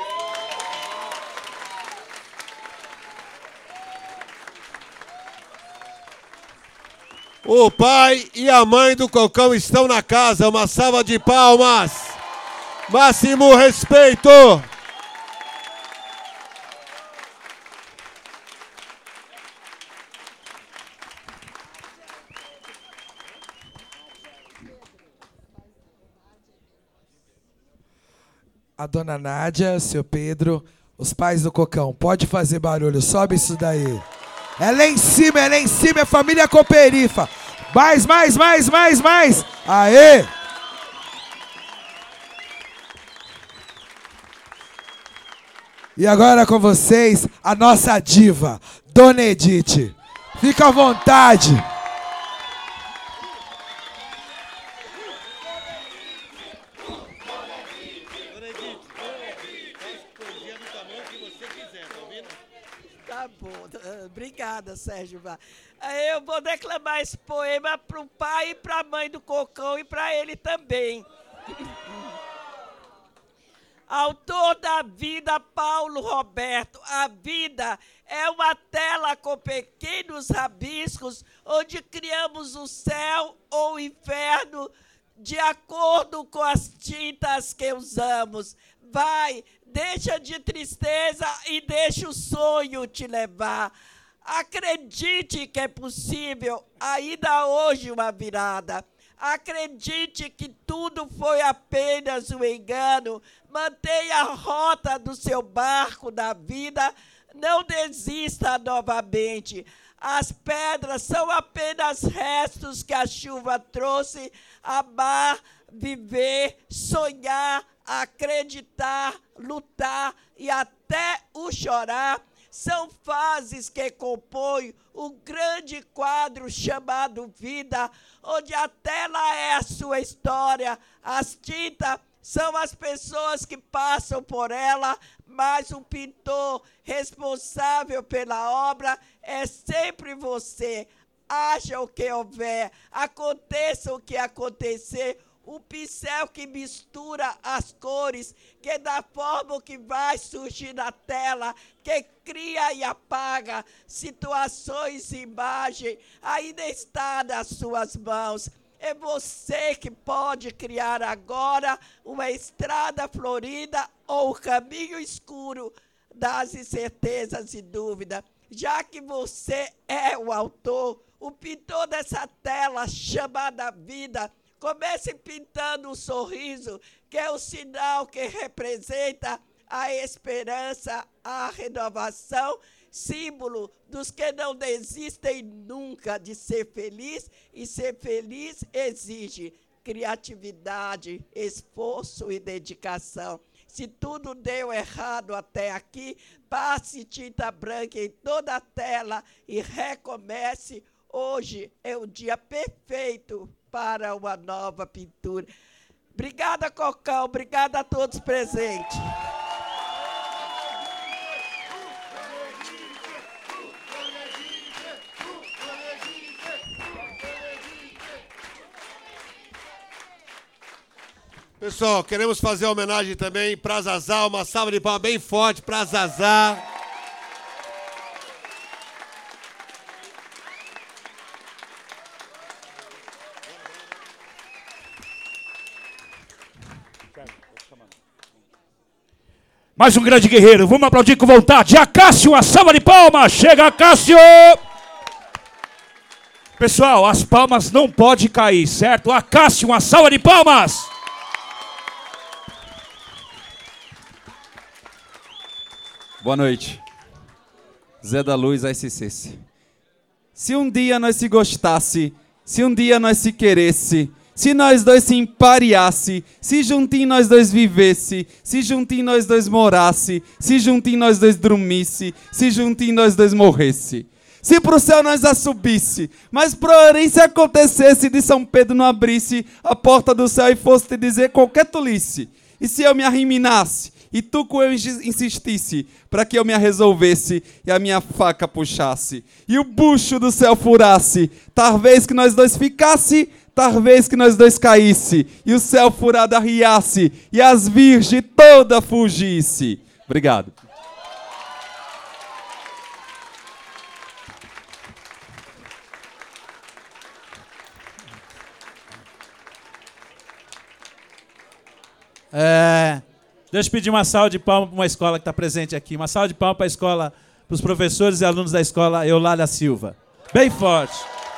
O pai e a mãe do Cocão estão na casa. Uma salva de palmas. Máximo respeito. A dona Nádia, seu Pedro, os pais do Cocão, pode fazer barulho, sobe isso daí. É lá em cima, é família Cooperifa. Mais. Aê! E agora com vocês, a nossa diva, Dona Edith. Fica à vontade. Tá bom. Obrigada, Sérgio. Eu vou declamar esse poema para o pai e para a mãe do Cocão e para ele também. Autor da vida, Paulo Roberto. A vida é uma tela com pequenos rabiscos onde criamos o céu ou o inferno de acordo com as tintas que usamos. Vai, deixa de tristeza e deixa o sonho te levar. Acredite que é possível, ainda hoje, uma virada. Acredite que tudo foi apenas um engano. Mantenha a rota do seu barco da vida. Não desista novamente. As pedras são apenas restos que a chuva trouxe. Amar, viver, sonhar, acreditar, lutar e até o chorar são fases que compõem um grande quadro chamado vida, onde a tela é a sua história, as tintas são as pessoas que passam por ela, mas o pintor responsável pela obra é sempre você. Haja o que houver, aconteça o que acontecer, o pincel que mistura as cores, que dá forma o que vai surgir na tela, que cria e apaga situações e imagens, ainda está nas suas mãos. É você que pode criar agora uma estrada florida ou o caminho escuro das incertezas e dúvidas. Já que você é o autor, o pintor dessa tela chamada vida, comece pintando um sorriso, que é o sinal que representa a esperança, a renovação, símbolo dos que não desistem nunca de ser feliz, e ser feliz exige criatividade, esforço e dedicação. Se tudo deu errado até aqui, passe tinta branca em toda a tela e recomece. Hoje é o dia perfeito para uma nova pintura. Obrigada, Cocão. Obrigada a todos presentes. Pessoal, queremos fazer uma homenagem também para Zazá, uma salva de palmas bem forte para Zazá. Mais um grande guerreiro, vamos aplaudir com vontade. Acácio, uma salva de palmas. Chega, Acácio! Pessoal, as palmas não podem cair, certo? Acácio, uma salva de palmas. Boa noite. Zé da Luz, SCC. Se um dia nós se gostasse, se um dia nós se queresse, se nós dois se empareasse, se juntinho nós dois vivesse, se juntinho nós dois morasse, se juntinho nós dois dormisse, se juntinho nós dois morresse. Se pro céu nós a subisse, mas porém se acontecesse de São Pedro não abrisse a porta do céu e fosse te dizer qualquer tolice, e se eu me arriminasse, e tu com eu insistisse, para que eu me resolvesse e a minha faca puxasse, e o bucho do céu furasse, talvez que nós dois ficasse, talvez que nós dois caísse, e o céu furado arriasse, e as virgens toda fugisse. Obrigado. Deixa eu pedir uma salva de palmas para uma escola que está presente aqui. Uma salva de palmas para a escola, para os professores e alunos da escola Eulália Silva. Bem forte.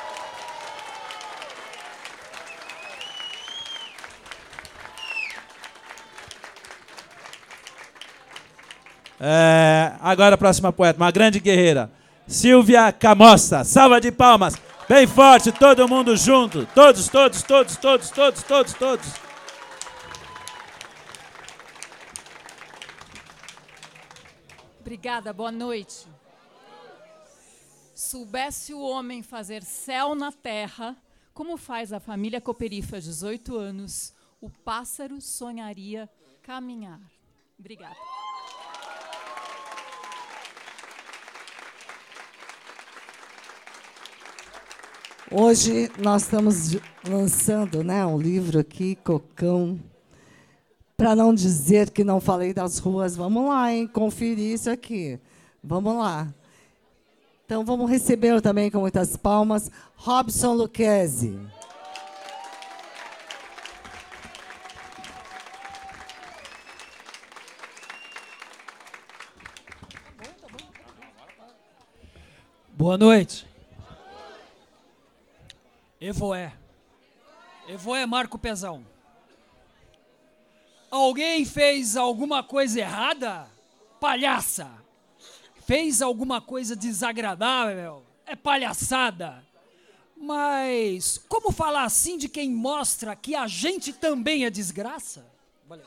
Agora a próxima poeta, uma grande guerreira, Silvia Camossa. Salva de palmas. Bem forte, todo mundo junto. Todos. Obrigada, boa noite. Soubesse o homem fazer céu na terra, como faz a família Cooperifa, 18 anos, o pássaro sonharia caminhar. Obrigada. Hoje nós estamos lançando, né, um livro aqui, Cocão. Para não dizer que não falei das ruas, vamos lá, hein? Conferir isso aqui. Vamos lá. Então, vamos receber também com muitas palmas Robson Lucchesi. Boa noite. Evoé. Evoé Marco Pezão. Alguém fez alguma coisa errada? Palhaça. Fez alguma coisa desagradável? É palhaçada. Mas como falar assim de quem mostra que a gente também é desgraça? Valeu.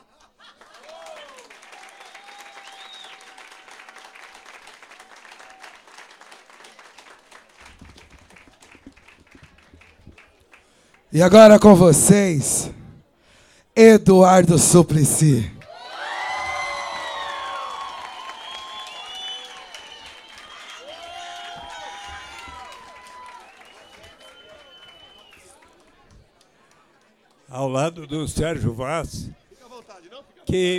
E agora com vocês, Eduardo Suplicy. Ao lado do Sérgio Vaz, que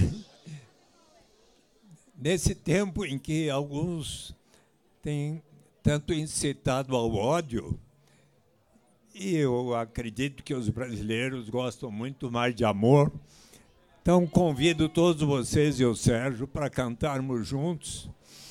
nesse tempo em que alguns têm tanto incitado ao ódio, e eu acredito que os brasileiros gostam muito mais de amor. Então, convido todos vocês e o Sérgio para cantarmos juntos.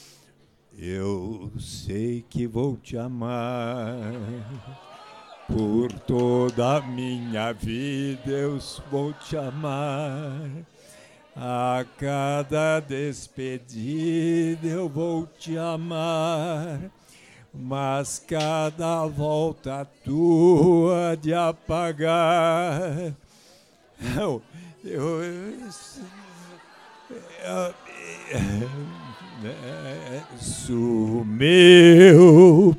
Eu sei que vou te amar por toda a minha vida, eu vou te amar. A cada despedida eu vou te amar. Mas cada volta tua de apagar, sumiu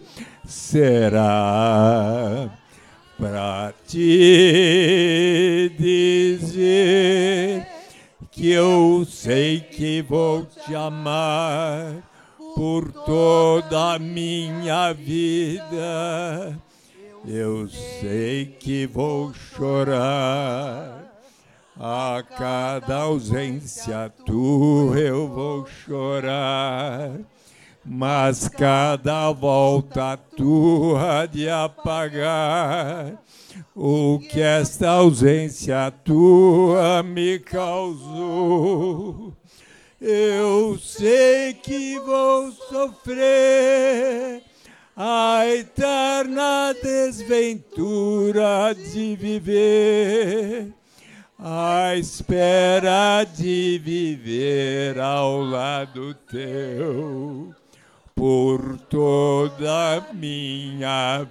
será pra te dizer que eu sei que vou te amar por toda a minha vida. Eu sei que vou chorar a cada ausência tua, eu vou chorar, mas cada volta tua de apagar o que esta ausência tua me causou. Eu sei que vou sofrer a eterna desventura de viver à espera de viver ao lado teu por toda a minha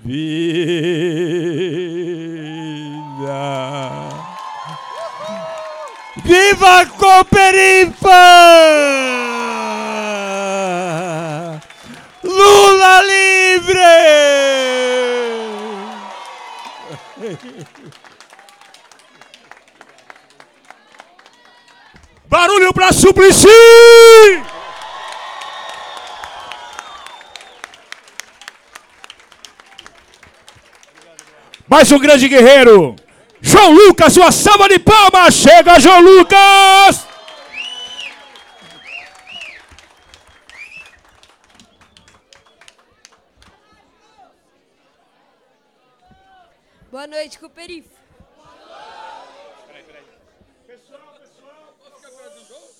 vida. Viva Cooperifa! Lula livre! Barulho pra Suplicy! Mais um grande guerreiro, João Lucas, uma salva de palmas. Chega, João Lucas! Boa noite, Cooperifa. Peraí. Pessoal, posso ficar agora do jogo?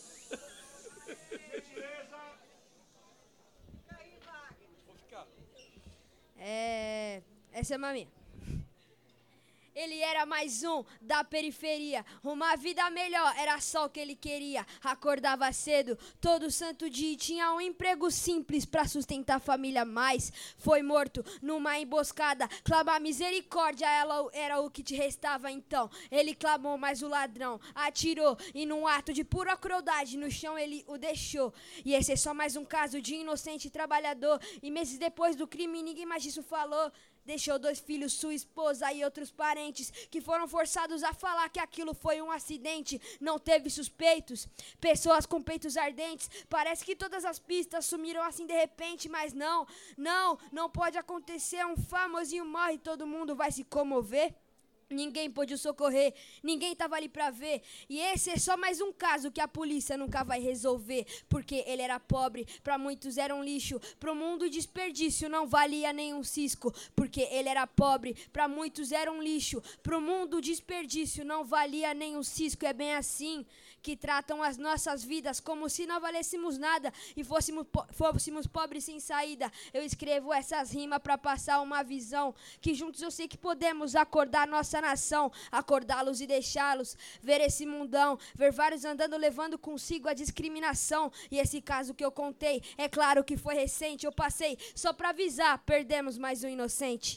Vou ficar. Essa é uma minha. Ele era mais um da periferia, uma vida melhor, era só o que ele queria. Acordava cedo, todo santo dia, tinha um emprego simples pra sustentar a família, mas foi morto numa emboscada. Clamar misericórdia, ela era o que te restava então. Ele clamou, mas o ladrão atirou e num ato de pura crueldade no chão ele o deixou. E esse é só mais um caso de inocente trabalhador. E meses depois do crime ninguém mais disso falou. Deixou 2 filhos, sua esposa e outros parentes que foram forçados a falar que aquilo foi um acidente. Não teve suspeitos, pessoas com peitos ardentes. Parece que todas as pistas sumiram assim de repente, mas não pode acontecer. Um famosinho morre e todo mundo vai se comover. Ninguém pôde o socorrer, ninguém estava ali para ver. E esse é só mais um caso que a polícia nunca vai resolver. Porque ele era pobre, para muitos era um lixo. Pro mundo desperdício não valia nenhum cisco. Porque ele era pobre, para muitos era um lixo. Pro mundo desperdício não valia nenhum cisco. É bem assim que tratam as nossas vidas, como se não valêssemos nada e fôssemos pobres sem saída. Eu escrevo essas rimas para passar uma visão, que juntos eu sei que podemos acordar nossa nação, acordá-los e deixá-los ver esse mundão, ver vários andando levando consigo a discriminação. E esse caso que eu contei, é claro que foi recente, eu passei só para avisar, perdemos mais um inocente.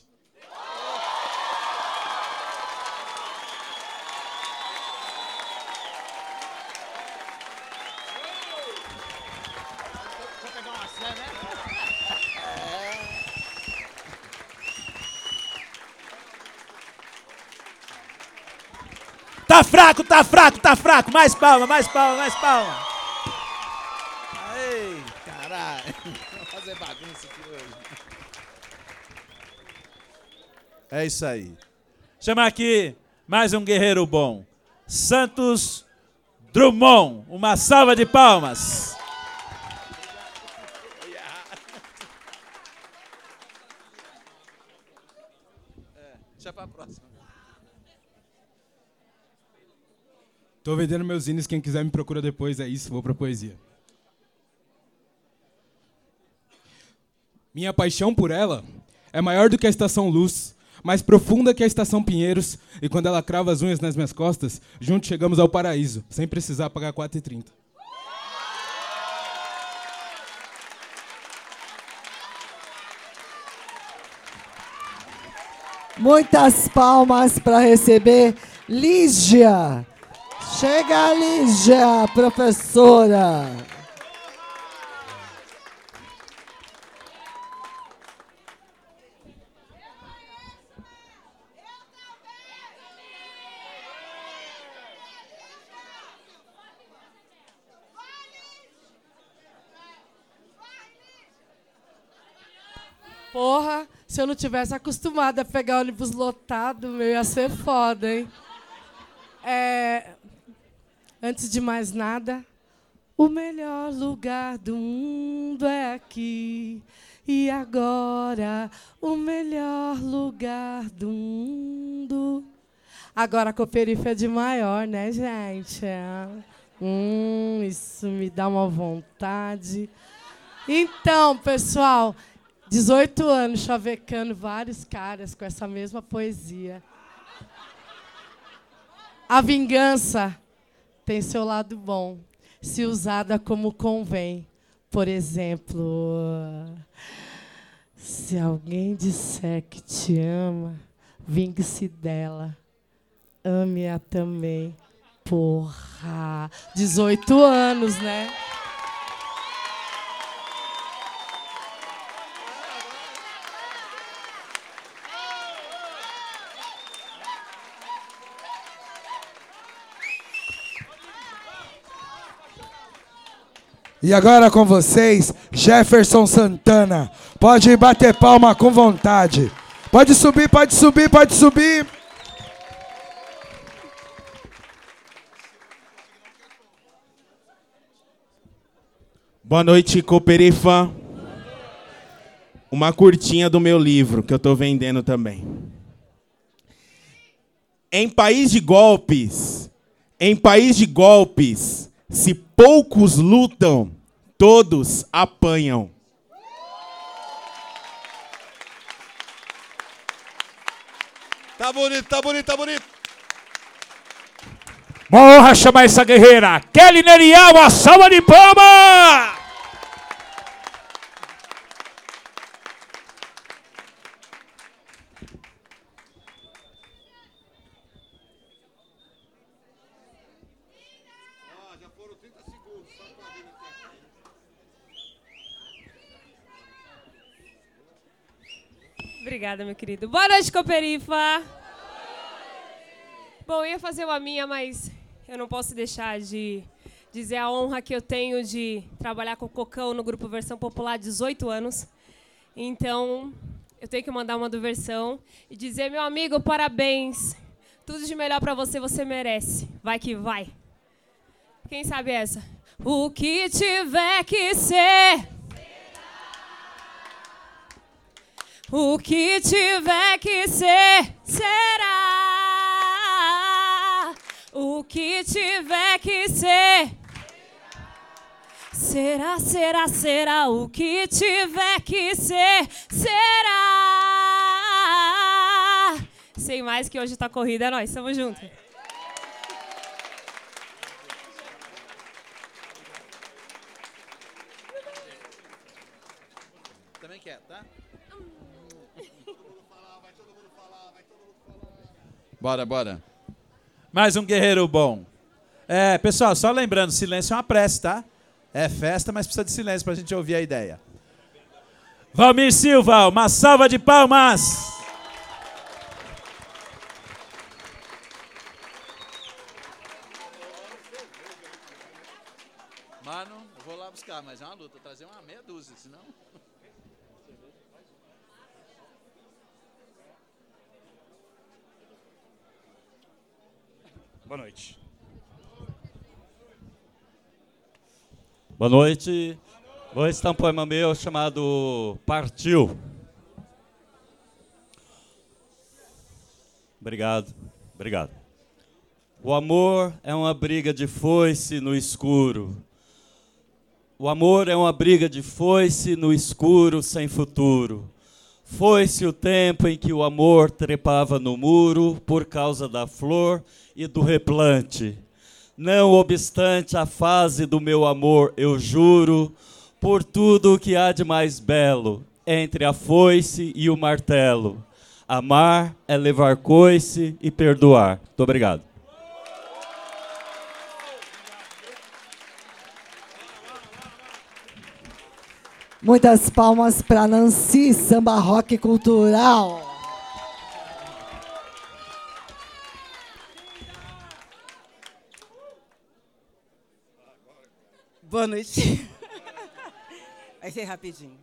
Tá fraco. Mais palma. Ei, caralho. Vamos fazer bagunça aqui hoje. É isso aí. Chamar aqui mais um guerreiro bom. Santos Drummond. Uma salva de palmas. Deixa pra próxima. Tô vendendo meus zines, quem quiser me procura depois, é isso, vou pra poesia. Minha paixão por ela é maior do que a Estação Luz, mais profunda que a Estação Pinheiros, e quando ela crava as unhas nas minhas costas, juntos chegamos ao paraíso, sem precisar pagar 4,30. Muitas palmas para receber Lígia. Chega, Lígia, professora. Porra, se eu não tivesse acostumada a pegar ônibus lotado, meu, ia ser foda, hein? Antes de mais nada, o melhor lugar do mundo é aqui. E agora, o melhor lugar do mundo. Agora a Cooperifa é de maior, né, gente? Isso me dá uma vontade. Então, pessoal, 18 anos chavecando vários caras com essa mesma poesia. A vingança tem seu lado bom, se usada como convém. Por exemplo, se alguém disser que te ama, vingue-se dela. Ame-a também. Porra! 18 anos, né? E agora com vocês, Jefferson Santana. Pode bater palma com vontade. Pode subir, pode subir, pode subir. Boa noite, Cooperifa. Uma curtinha do meu livro, que eu estou vendendo também. Em país de golpes, se poucos lutam, todos apanham. Tá bonito, tá bonito, tá bonito. Uma honra chamar essa guerreira. Kelly Nerial, uma salva de palmas! Obrigada, meu querido. Boa noite, Cooperifa. Bom, eu ia fazer uma minha, mas eu não posso deixar de dizer a honra que eu tenho de trabalhar com o Cocão no Grupo Versão Popular há 18 anos. Então, eu tenho que mandar uma do Versão e dizer, meu amigo, parabéns. Tudo de melhor pra você, você merece. Vai que vai. Quem sabe essa? O que tiver que ser... O que tiver que ser, será. O que tiver que ser, será, será, será. O que tiver que ser, será. Sem mais que hoje tá corrida, é nóis, tamo junto. Também quer, tá? Bora, bora. Mais um guerreiro bom. Pessoal, só lembrando, silêncio é uma prece, tá? É festa, mas precisa de silêncio pra gente ouvir a ideia. Valmir Silva, uma salva de palmas. Mano, eu vou lá buscar, mas é uma luta. Trazer uma meia dúzia, senão... Boa noite. Boa noite. Vou recitar um poema meu chamado Partiu. Obrigado, obrigado. O amor é uma briga de foice no escuro. O amor é uma briga de foice no escuro sem futuro. Foi-se o tempo em que o amor trepava no muro por causa da flor e do replante. Não obstante a fase do meu amor, eu juro, por tudo o que há de mais belo, entre a foice e o martelo. Amar é levar coice e perdoar. Muito obrigado. Muitas palmas para Nancy, samba rock cultural. Boa noite. Vai ser rapidinho.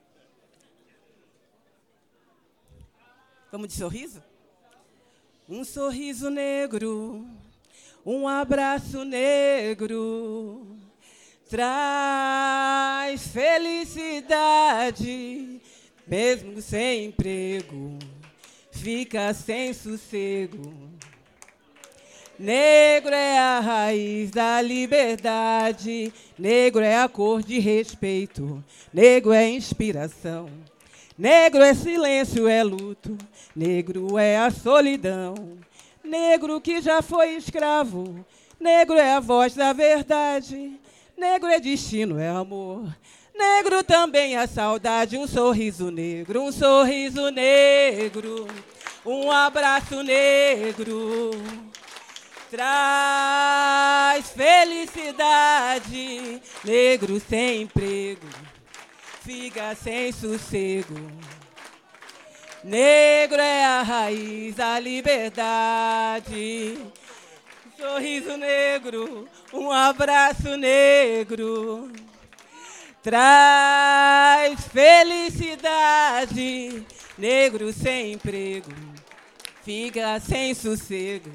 Vamos de sorriso? Um sorriso negro, um abraço negro, traz felicidade, mesmo sem emprego, fica sem sossego. Negro é a raiz da liberdade, negro é a cor de respeito, negro é inspiração. Negro é silêncio, é luto, negro é a solidão. negro que já foi escravo. Negro é a voz da verdade, negro é destino, é amor. Negro também é saudade, um sorriso negro, um abraço negro. Traz felicidade, negro sem emprego, fica sem sossego. Negro é a raiz, a liberdade. Sorriso negro, um abraço negro. Traz felicidade, negro sem emprego, fica sem sossego.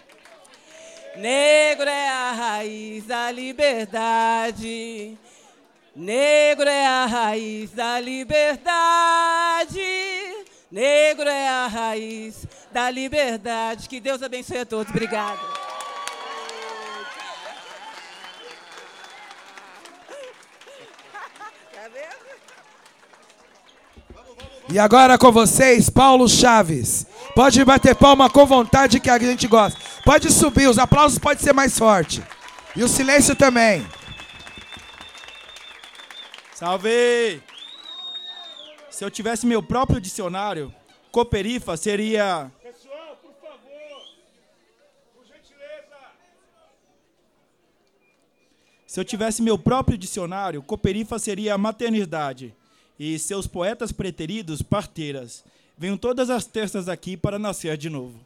Negro é a raiz da liberdade. Negro é a raiz da liberdade. Negro é a raiz da liberdade. Que Deus abençoe a todos. Obrigada. E agora com vocês, Paulo Chaves. Pode bater palma com vontade que a gente gosta. Pode subir, os aplausos podem ser mais fortes. E o silêncio também. Salve! Se eu tivesse meu próprio dicionário, Cooperifa seria... Pessoal, por favor, por gentileza. Se eu tivesse meu próprio dicionário, Cooperifa seria maternidade. E seus poetas preteridos, parteiras. Venham todas as terças aqui para nascer de novo.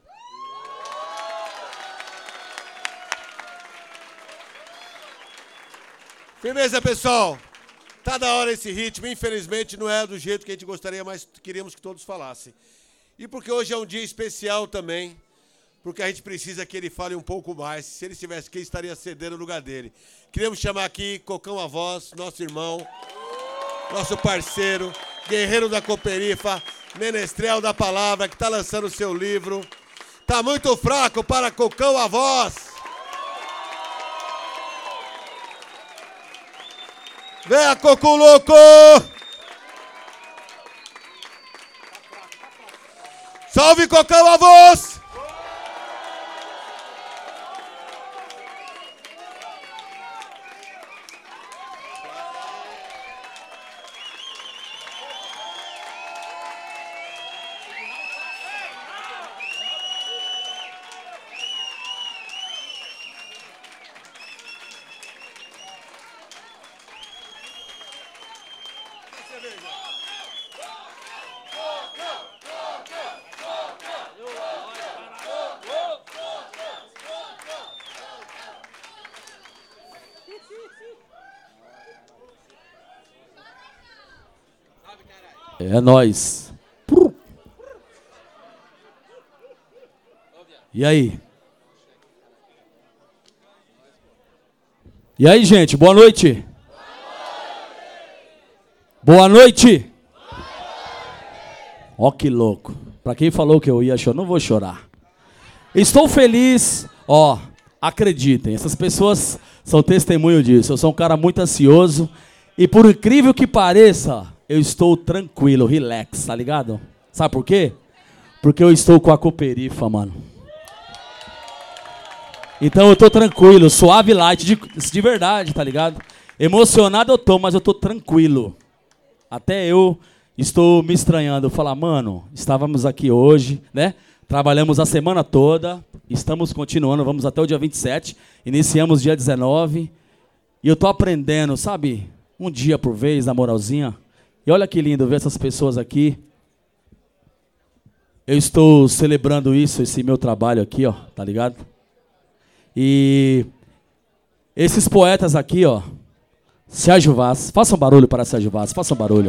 Firmeza, pessoal. Tá da hora esse ritmo. Infelizmente não é do jeito que a gente gostaria, mas queríamos que todos falassem. E porque hoje é um dia especial também, porque a gente precisa que ele fale um pouco mais. Se ele estivesse aqui, estaria cedendo o lugar dele. Queríamos chamar aqui Cocão a Voz, nosso irmão, nosso parceiro, guerreiro da Cooperifa, menestrel da palavra, que está lançando o seu livro. Tá muito fraco para Cocão a Voz. Venha, Coco Louco! Salve, Cocão a Voz! É nóis. E aí? E aí, gente? Boa noite. Boa noite. Ó que louco. Pra quem falou que eu ia chorar, não vou chorar. Estou feliz. Ó, acreditem, essas pessoas são testemunho disso. Eu sou um cara muito ansioso e por incrível que pareça, eu estou tranquilo, relax, tá ligado? Sabe por quê? Porque eu estou com a Cooperifa, mano. Então eu tô tranquilo, suave light, de verdade, tá ligado? Emocionado eu tô, mas eu tô tranquilo. Até eu estou me estranhando. Falar, mano, estávamos aqui hoje, né? Trabalhamos a semana toda, estamos continuando, vamos até o dia 27, iniciamos dia 19. E eu tô aprendendo, sabe? Um dia por vez, na moralzinha. E olha que lindo ver essas pessoas aqui. Eu estou celebrando isso, esse meu trabalho aqui, ó, tá ligado? E esses poetas aqui, ó, Sérgio Vaz, façam barulho para Sérgio Vaz, façam barulho.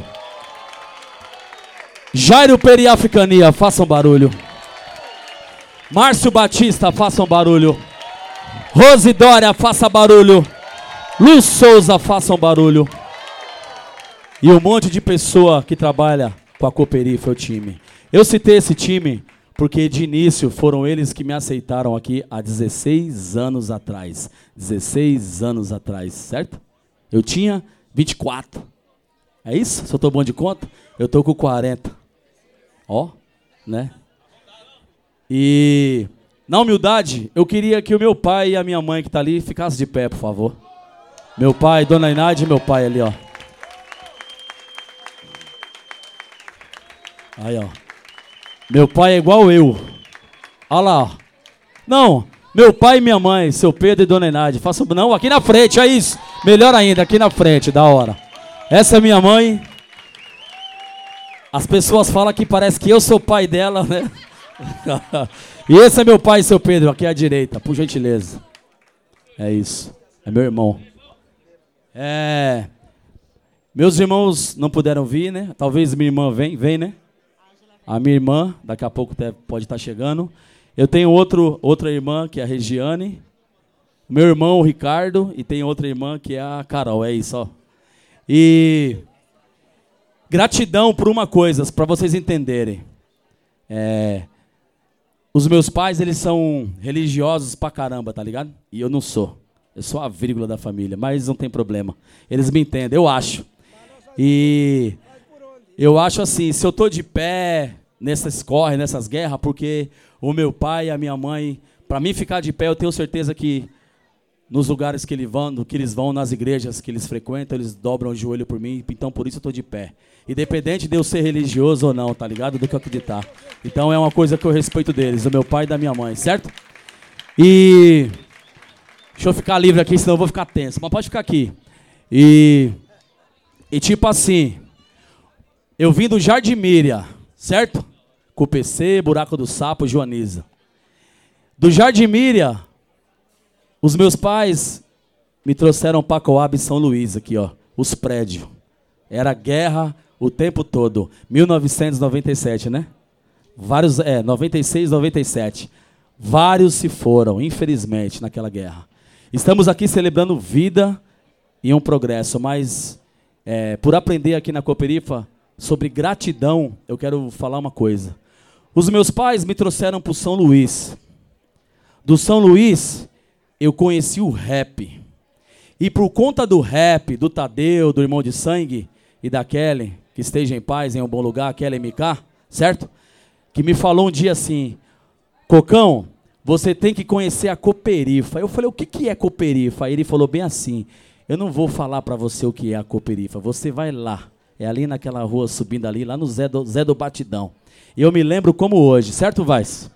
Jairo Periafricania, façam barulho. Márcio Batista, façam barulho. Rose Dória, faça barulho. Luz Souza, façam barulho. E um monte de pessoa que trabalha com a Cooperifa, o time. Eu citei esse time porque de início foram eles que me aceitaram aqui há 16 anos atrás. 16 anos atrás, certo? Eu tinha 24. É isso? Se eu tô bom de conta? Eu tô com 40. Ó, né? E Na humildade, eu queria que o meu pai e a minha mãe que tá ali ficassem de pé, por favor. Meu pai, Dona Inádia e meu pai ali, ó. Aí, ó. Meu pai é igual eu. Olha lá, ó. Não, meu pai e minha mãe, seu Pedro e Dona Inádia. Façam... Não, aqui na frente, é isso. Melhor ainda, aqui na frente, da hora. Essa é minha mãe. As pessoas falam que parece que eu sou pai dela, né? E esse é meu pai, seu Pedro, aqui à direita, por gentileza. É isso, é meu irmão. Meus irmãos não puderam vir, né? Talvez minha irmã vem, né? A minha irmã, daqui a pouco pode estar chegando. Eu tenho outra irmã, que é a Regiane. Meu irmão, o Ricardo. E tem outra irmã, que é a Carol. É isso, ó. E gratidão por uma coisa, para vocês entenderem. Os meus pais, eles são religiosos pra caramba, tá ligado? E eu não sou. Eu sou a vírgula da família, mas não tem problema. Eles me entendem, eu acho. E eu acho assim, se eu tô de pé nessas guerras, porque o meu pai e a minha mãe, para mim ficar de pé, eu tenho certeza que nos lugares que eles vão, nas igrejas que eles frequentam, eles dobram o joelho por mim, então por isso eu tô de pé. Independente de eu ser religioso ou não, tá ligado? Do que eu acreditar. Então é uma coisa que eu respeito deles, do meu pai e da minha mãe, certo? E deixa eu ficar livre aqui, senão eu vou ficar tenso. Mas pode ficar aqui. E tipo assim, eu vim do Jardim Miriam, certo? Com o PC, Buraco do Sapo, Joaniza. Do Jardim Miriam, os meus pais me trouxeram para Coab São Luís, aqui, ó, os prédios. Era guerra o tempo todo. 1997, né? 96, 97. Vários se foram, infelizmente, naquela guerra. Estamos aqui celebrando vida e um progresso, mas por aprender aqui na Cooperifa sobre gratidão, eu quero falar uma coisa. Os meus pais me trouxeram para o São Luís. Do São Luís, eu conheci o rap. E por conta do rap, do Tadeu, do Irmão de Sangue e da Kelly, que esteja em paz, em um bom lugar, Kelly MK, certo? Que me falou um dia assim, Cocão, você tem que conhecer a Cooperifa. Eu falei, o que é Cooperifa? Aí ele falou bem assim, eu não vou falar para você o que é a Cooperifa, você vai lá. É ali naquela rua subindo ali, lá no Zé do Batidão. E eu me lembro como hoje, certo, Vaz?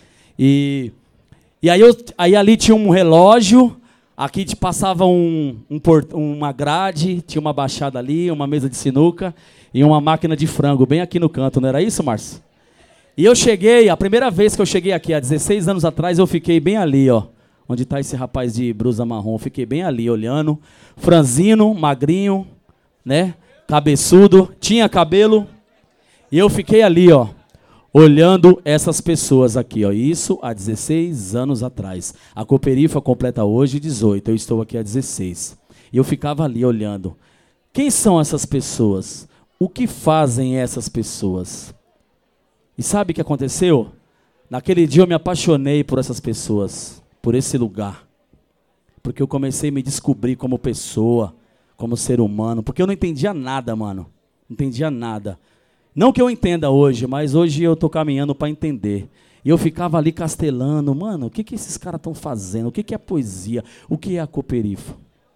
E aí ali tinha um relógio, aqui te passava uma grade, tinha uma baixada ali, uma mesa de sinuca e uma máquina de frango, bem aqui no canto, não era isso, Márcio? E eu cheguei, a primeira vez que eu cheguei aqui, há 16 anos atrás, eu fiquei bem ali, ó. Onde está esse rapaz de blusa marrom, fiquei bem ali, olhando. Franzino, magrinho, né? Cabeçudo, tinha cabelo. E eu fiquei ali, ó, olhando essas pessoas aqui, ó. Isso há 16 anos atrás. A Cooperifa completa hoje 18, eu estou aqui há 16. E eu ficava ali olhando. Quem são essas pessoas? O que fazem essas pessoas? E sabe o que aconteceu? Naquele dia eu me apaixonei por essas pessoas, por esse lugar. Porque eu comecei a me descobrir como pessoa, como ser humano. Porque eu não entendia nada, mano. Não entendia nada. Não que eu entenda hoje, mas hoje eu estou caminhando para entender. E eu ficava ali castelando, mano, o que esses caras estão fazendo? O que é poesia? O que é a Cooperifa?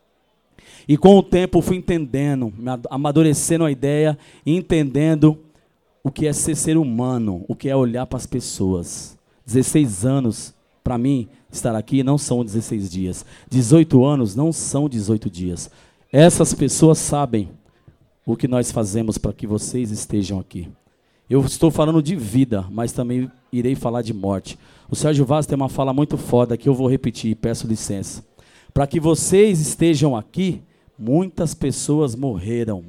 E com o tempo eu fui entendendo, amadurecendo a ideia e entendendo o que é ser humano, o que é olhar para as pessoas. 16 anos, para mim, estar aqui não são 16 dias. 18 anos não são 18 dias. Essas pessoas sabem o que nós fazemos para que vocês estejam aqui. Eu estou falando de vida, mas também irei falar de morte. O Sérgio Vaz tem uma fala muito foda que eu vou repetir, peço licença. Para que vocês estejam aqui, muitas pessoas morreram,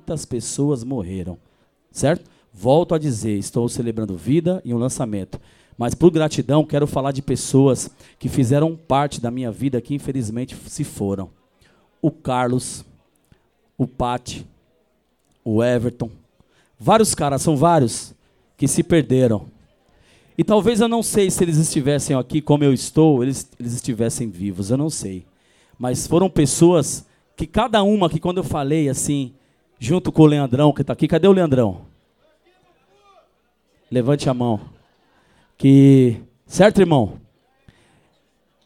certo? Volto a dizer, estou celebrando vida e um lançamento. Mas por gratidão, quero falar de pessoas que fizeram parte da minha vida que infelizmente se foram. O Carlos, o Pati, o Everton. Vários caras, são vários, que se perderam. E talvez eu não sei se eles estivessem aqui como eu estou, eles estivessem vivos, eu não sei. Mas foram pessoas que cada uma, que quando eu falei assim, junto com o Leandrão, que está aqui, cadê o Leandrão? Levante a mão. Certo, irmão?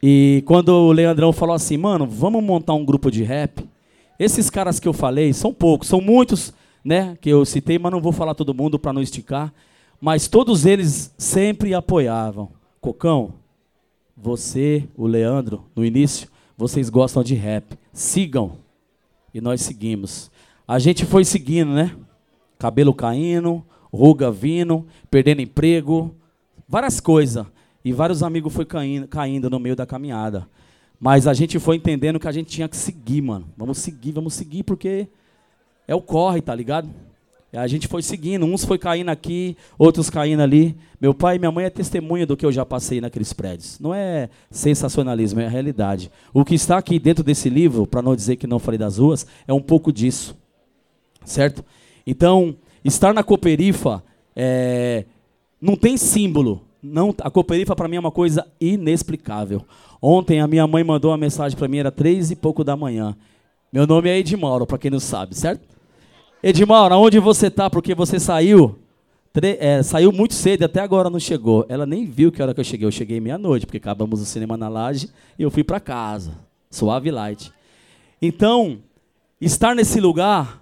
E quando o Leandrão falou assim, mano, vamos montar um grupo de rap. Esses caras que eu falei, são poucos, são muitos, né, que eu citei, mas não vou falar todo mundo para não esticar. Mas todos eles sempre apoiavam. Cocão, você, o Leandro, no início, vocês gostam de rap. Sigam. E nós seguimos. A gente foi seguindo, né? Cabelo caindo, ruga vindo, perdendo emprego, várias coisas. E vários amigos foram caindo no meio da caminhada. Mas a gente foi entendendo que a gente tinha que seguir, mano. Vamos seguir, porque é o corre, tá ligado? E a gente foi seguindo, uns foi caindo aqui, outros caindo ali. Meu pai e minha mãe é testemunha do que eu já passei naqueles prédios. Não é sensacionalismo, é a realidade. O que está aqui dentro desse livro, para não dizer que não falei das ruas, é um pouco disso. Certo? Então, estar na Cooperifa não tem símbolo. Não, a Cooperifa para mim é uma coisa inexplicável. Ontem a minha mãe mandou uma mensagem para mim, era 3 e pouco da manhã. Meu nome é Edmauro, para quem não sabe, certo? Edmauro, aonde você tá? Porque você saiu muito cedo e até agora não chegou. Ela nem viu que hora que eu cheguei. Eu cheguei meia-noite, porque acabamos o cinema na Laje e eu fui para casa. Suave light. Então, estar nesse lugar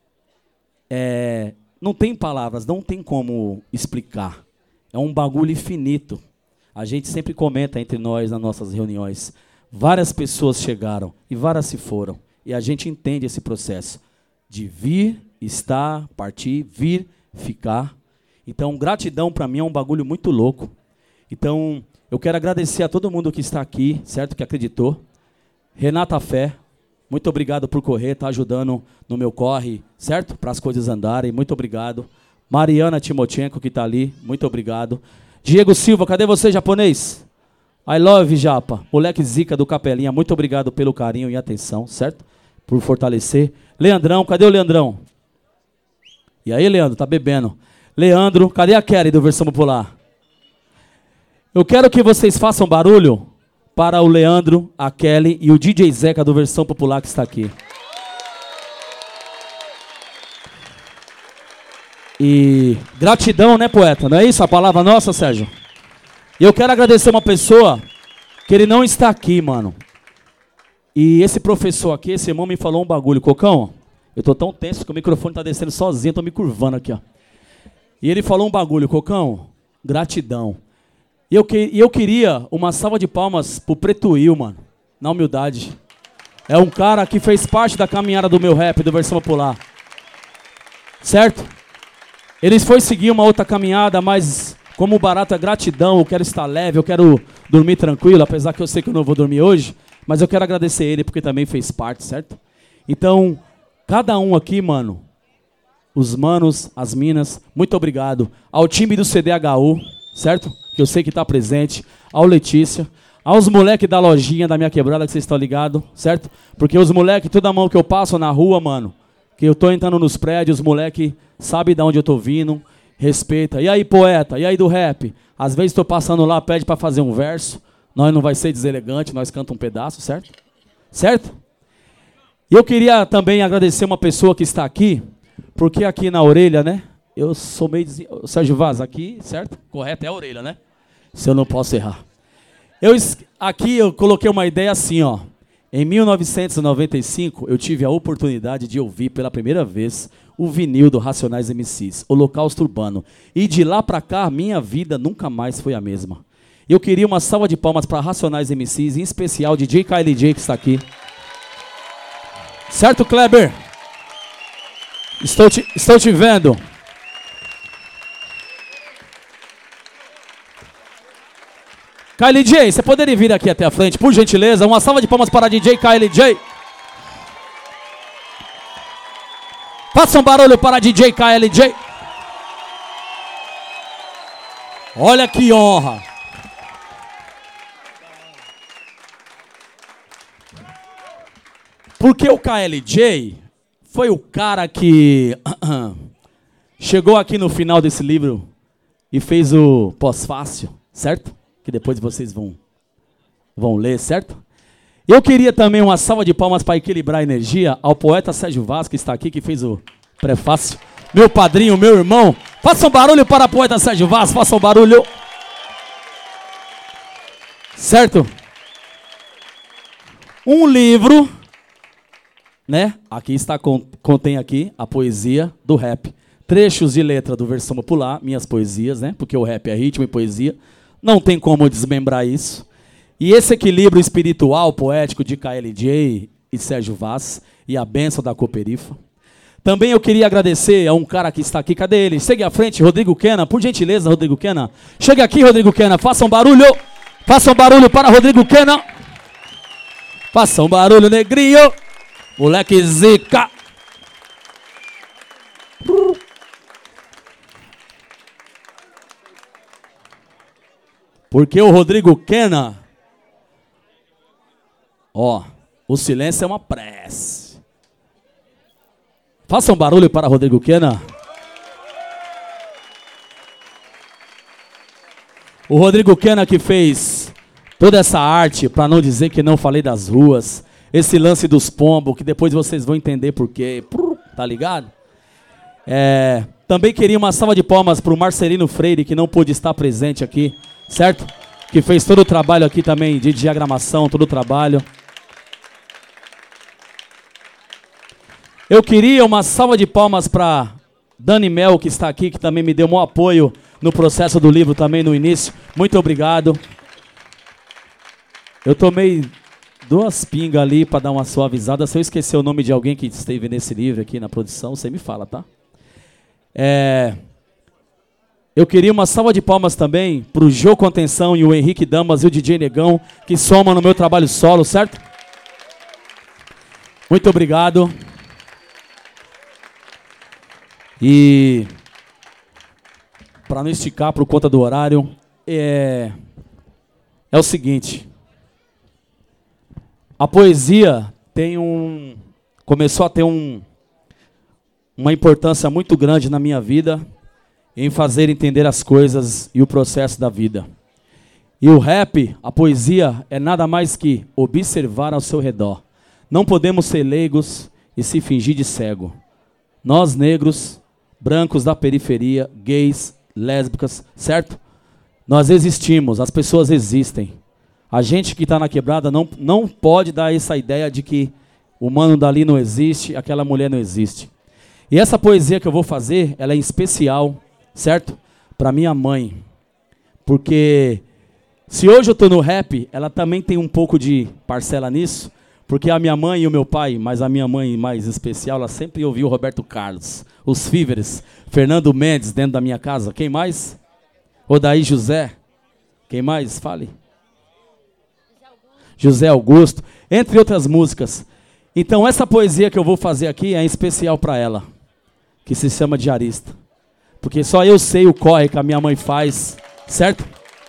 não tem palavras, não tem como explicar. É um bagulho infinito. A gente sempre comenta entre nós nas nossas reuniões. Várias pessoas chegaram e várias se foram. E a gente entende esse processo de vir, estar, partir, vir, ficar. Então, gratidão para mim é um bagulho muito louco. Então, eu quero agradecer a todo mundo que está aqui, certo? Que acreditou. Renata Fé, muito obrigado por correr, tá ajudando no meu corre, certo? Para as coisas andarem, muito obrigado. Mariana Timochenko, que está ali, muito obrigado. Diego Silva, cadê você, japonês? I love, Japa. Moleque Zica do Capelinha, muito obrigado pelo carinho e atenção, certo? Por fortalecer. Leandrão, cadê o Leandrão? E aí, Leandro, tá bebendo. Leandro, cadê a Kelly do Versão Popular? Eu quero que vocês façam barulho para o Leandro, a Kelly e o DJ Zeca do Versão Popular que está aqui. E gratidão, né, poeta? Não é isso a palavra nossa, Sérgio? E eu quero agradecer uma pessoa que ele não está aqui, mano. E esse professor aqui, esse irmão me falou um bagulho. Cocão, eu tô tão tenso que o microfone tá descendo sozinho, tô me curvando aqui, ó. E ele falou um bagulho, Cocão, gratidão. E eu queria uma salva de palmas pro Preto Will, mano, na humildade. É um cara que fez parte da caminhada do meu rap, do Versão Popular. Certo? Eles foi seguir uma outra caminhada, mas como o barato é gratidão, eu quero estar leve, eu quero dormir tranquilo, apesar que eu sei que eu não vou dormir hoje, mas eu quero agradecer ele porque também fez parte, certo? Então, cada um aqui, mano, os manos, as minas, muito obrigado. Ao time do CDHU, certo? Que eu sei que está presente. Ao Letícia. Aos moleques da lojinha da minha quebrada, que vocês estão ligados, certo? Porque os moleques, toda mão que eu passo na rua, mano, que eu tô entrando nos prédios, os moleques sabem de onde eu tô vindo, respeita. E aí, poeta? E aí do rap? Às vezes tô passando lá, pede para fazer um verso. Nós não vai ser deselegante, nós canta um pedaço, certo? Certo? E eu queria também agradecer uma pessoa que está aqui, porque aqui na orelha, né? Eu sou meio... Sérgio Vaz, aqui, certo? Correto, é a orelha, né? Se eu não posso errar. Aqui eu coloquei uma ideia assim, ó. Em 1995, eu tive a oportunidade de ouvir pela primeira vez o vinil do Racionais MCs, Holocausto Urbano. E de lá pra cá, minha vida nunca mais foi a mesma. Eu queria uma salva de palmas para Racionais MCs, em especial DJ KLJ, que está aqui. Certo, Kleber? Estou te vendo. KLJ, você poderia vir aqui até a frente, por gentileza? Uma salva de palmas para DJ KLJ. Faça um barulho para DJ KLJ. Olha que honra. Porque o KLJ foi o cara que chegou aqui no final desse livro e fez o pós-fácil, certo? Que depois vocês vão ler, certo? Eu queria também uma salva de palmas para equilibrar a energia ao poeta Sérgio Vaz, que está aqui, que fez o prefácio. Meu padrinho, meu irmão. Faça um barulho para o poeta Sérgio Vaz, faça um barulho. Certo? um livro, né? Aqui está, contém aqui a poesia do rap. Trechos de letra do Versão Popular, minhas poesias, né? Porque o rap é ritmo e poesia. Não tem como desmembrar isso. E esse equilíbrio espiritual, poético de KLJ e Sérgio Vaz e a bênção da Cooperifa. Também eu queria agradecer a um cara que está aqui. Cadê ele? Chegue à frente, Rodrigo Quena. Por gentileza, Rodrigo Quena. Chegue aqui, Rodrigo Quena. Façam barulho. Façam barulho para Rodrigo Quena. Façam barulho, negrinho. Moleque zica. Porque o Rodrigo Quena, ó, o silêncio é uma prece. Faça um barulho para Rodrigo Quena. O Rodrigo Quena que fez toda essa arte, para não dizer que não falei das ruas, esse lance dos pombos, que depois vocês vão entender por quê, tá ligado? Também queria uma salva de palmas para o Marcelino Freire, que não pôde estar presente aqui, certo? Que fez todo o trabalho aqui também de diagramação, todo o trabalho. Eu queria uma salva de palmas para Dani Mel, que está aqui, que também me deu um apoio no processo do livro também no início. Muito obrigado. Eu tomei 2 pingas ali para dar uma suavizada. Se eu esquecer o nome de alguém que esteve nesse livro aqui na produção, você me fala, tá? Eu queria uma salva de palmas também para o Jô Contenção e o Henrique Damas e o DJ Negão, que somam no meu trabalho solo, certo? Muito obrigado. E para não esticar por conta do horário, é o seguinte. A poesia começou a ter uma importância muito grande na minha vida em fazer entender as coisas e o processo da vida. E o rap, a poesia, é nada mais que observar ao seu redor. Não podemos ser leigos e se fingir de cego. Nós, negros, brancos da periferia, gays, lésbicas, certo? Nós existimos, as pessoas existem. A gente que está na quebrada não pode dar essa ideia de que o mano dali não existe, aquela mulher não existe. E essa poesia que eu vou fazer, ela é em especial, certo? Para minha mãe. Porque se hoje eu estou no rap, ela também tem um pouco de parcela nisso, porque a minha mãe e o meu pai, mas a minha mãe mais especial, ela sempre ouviu o Roberto Carlos, os Fíveres, Fernando Mendes dentro da minha casa. Quem mais? Odaí José. Quem mais? Fale. José Augusto, entre outras músicas. Então essa poesia que eu vou fazer aqui é em especial para ela, que se chama Diarista. Porque só eu sei o corre que a minha mãe faz, certo?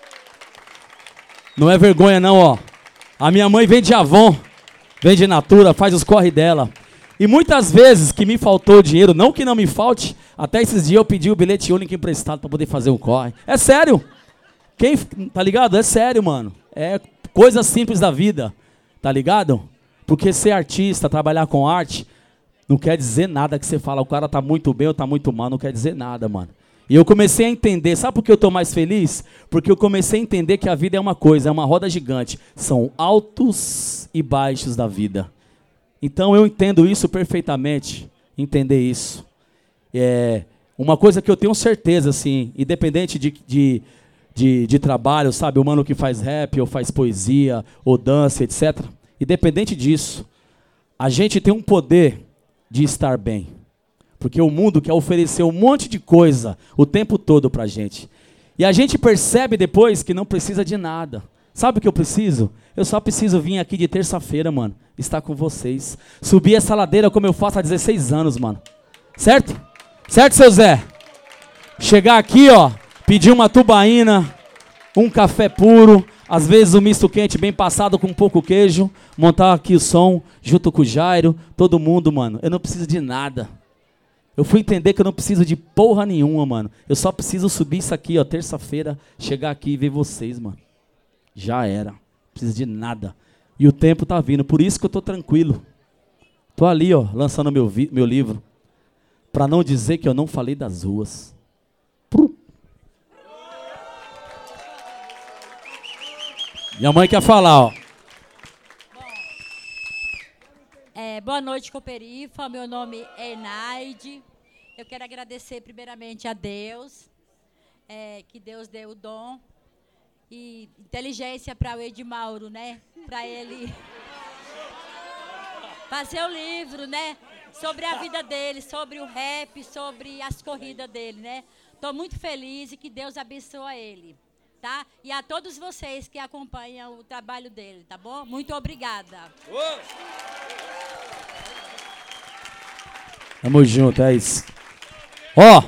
Não é vergonha não, ó. A minha mãe vem de Avon, vem de Natura, faz os corre dela. E muitas vezes que me faltou dinheiro, não que não me falte, até esses dias eu pedi o bilhete único emprestado para poder fazer um corre. É sério. Quem, tá ligado? É sério, mano. É coisa simples da vida, tá ligado? Porque ser artista, trabalhar com arte, não quer dizer nada que você fala, o cara tá muito bem ou tá muito mal, não quer dizer nada, mano. E eu comecei a entender, sabe por que eu tô mais feliz? Porque eu comecei a entender que a vida é uma coisa, é uma roda gigante. São altos e baixos da vida. Então eu entendo isso perfeitamente, entender isso. É uma coisa que eu tenho certeza, assim, independente de trabalho, sabe? O mano que faz rap, ou faz poesia, ou dança, etc. Independente disso, a gente tem um poder de estar bem. Porque o mundo quer oferecer um monte de coisa o tempo todo pra gente. E a gente percebe depois que não precisa de nada. Sabe o que eu preciso? Eu só preciso vir aqui de terça-feira, mano, estar com vocês. Subir essa ladeira como eu faço há 16 anos, mano. Certo? Certo, seu Zé? Chegar aqui, ó, pedir uma tubaína, um café puro, às vezes um misto quente bem passado com pouco queijo, montar aqui o som junto com o Jairo, todo mundo, mano. Eu não preciso de nada. Eu fui entender que eu não preciso de porra nenhuma, mano. Eu só preciso subir isso aqui, ó, terça-feira, chegar aqui e ver vocês, mano. Já era. Não preciso de nada. E o tempo tá vindo, por isso que eu tô tranquilo. Tô ali, ó, lançando meu livro. Pra não dizer que eu não falei das ruas. Minha mãe quer falar, ó. Boa noite, Cooperifa. Meu nome é Enaide. Eu quero agradecer primeiramente a Deus, que Deus deu o dom e inteligência para o Edmauro, né? Para ele fazer o livro, né? Sobre a vida dele, sobre o rap, sobre as corridas dele, né? Estou muito feliz e que Deus abençoe ele, tá? E a todos vocês que acompanham o trabalho dele, tá bom? Muito obrigada. Tamo junto, é isso. Ó!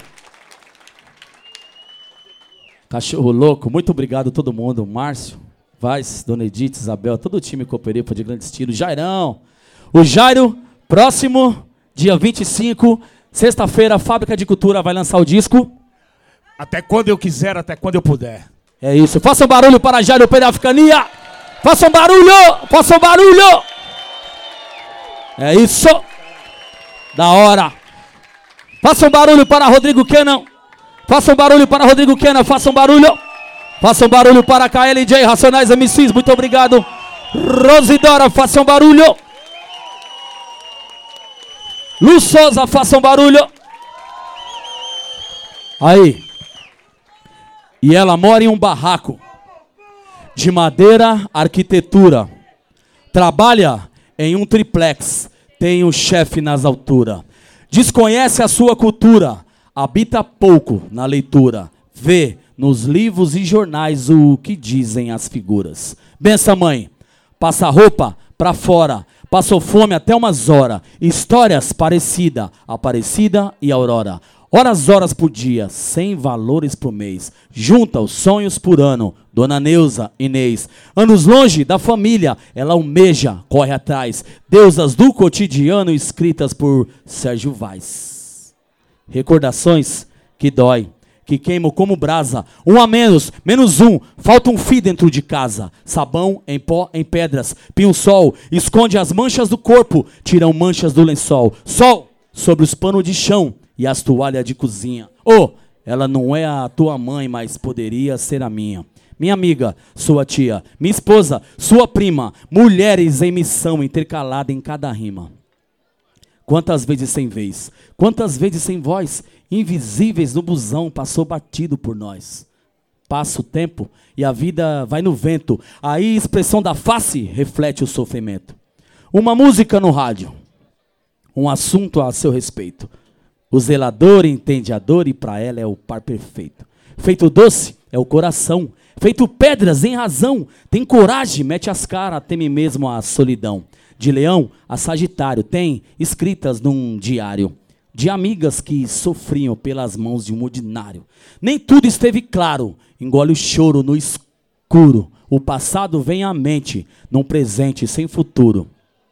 Cachorro louco, muito obrigado a todo mundo. Márcio, Vaz, Dona Edith, Isabel, todo o time Cooperifa de grande estilo. Jairão. O Jairo, próximo, dia 25, sexta-feira, Fábrica de Cultura vai lançar o disco. Até quando eu quiser, até quando eu puder. É isso. Façam barulho para Jairo Periafricania. Façam barulho! Façam barulho! É isso. Da hora. Façam barulho para Rodrigo Kenan. Façam barulho para Rodrigo Kenan. Façam barulho. Façam barulho para KLJ, Racionais MCs. Muito obrigado. Rosidora, façam barulho. Luz Souza, façam barulho. Aí. E ela mora em um barraco de madeira, arquitetura. Trabalha em um triplex. Tem um chefe nas alturas. Desconhece a sua cultura. Habita pouco na leitura. Vê nos livros e jornais o que dizem as figuras. Benção, mãe. Passa roupa pra fora. Passou fome até umas horas. Histórias parecidas. Aparecida e Aurora. Horas por dia, 100 valores por mês. Junta os sonhos por ano. Dona Neuza, Inês. Anos longe da família, ela almeja, corre atrás. Deusas do cotidiano escritas por Sérgio Vaz. Recordações que dói, que queimam como brasa. Um a menos, menos um. Falta um fio dentro de casa. Sabão em pó, em pedras. Pinho-sol, esconde as manchas do corpo. Tiram manchas do lençol. Sol sobre os panos de chão e as toalhas de cozinha. Oh, ela não é a tua mãe, mas poderia ser a minha. Minha amiga, sua tia, minha esposa, sua prima. Mulheres em missão intercalada em cada rima. Quantas vezes sem vez, quantas vezes sem voz, invisíveis no busão, passou batido por nós. Passa o tempo e a vida vai no vento. Aí a expressão da face reflete o sofrimento. Uma música no rádio, um assunto a seu respeito. O zelador entende a dor e pra ela é o par perfeito. Feito doce é o coração, feito pedras em razão. Tem coragem, mete as caras, teme mesmo a solidão. De Leão a Sagitário tem escritas num diário de amigas que sofriam pelas mãos de um ordinário. Nem tudo esteve claro, engole o choro no escuro. O passado vem à mente, num presente sem futuro.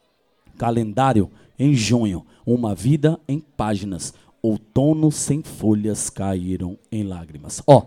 Calendário em junho, uma vida em páginas. Outono sem folhas caíram em lágrimas. Ó.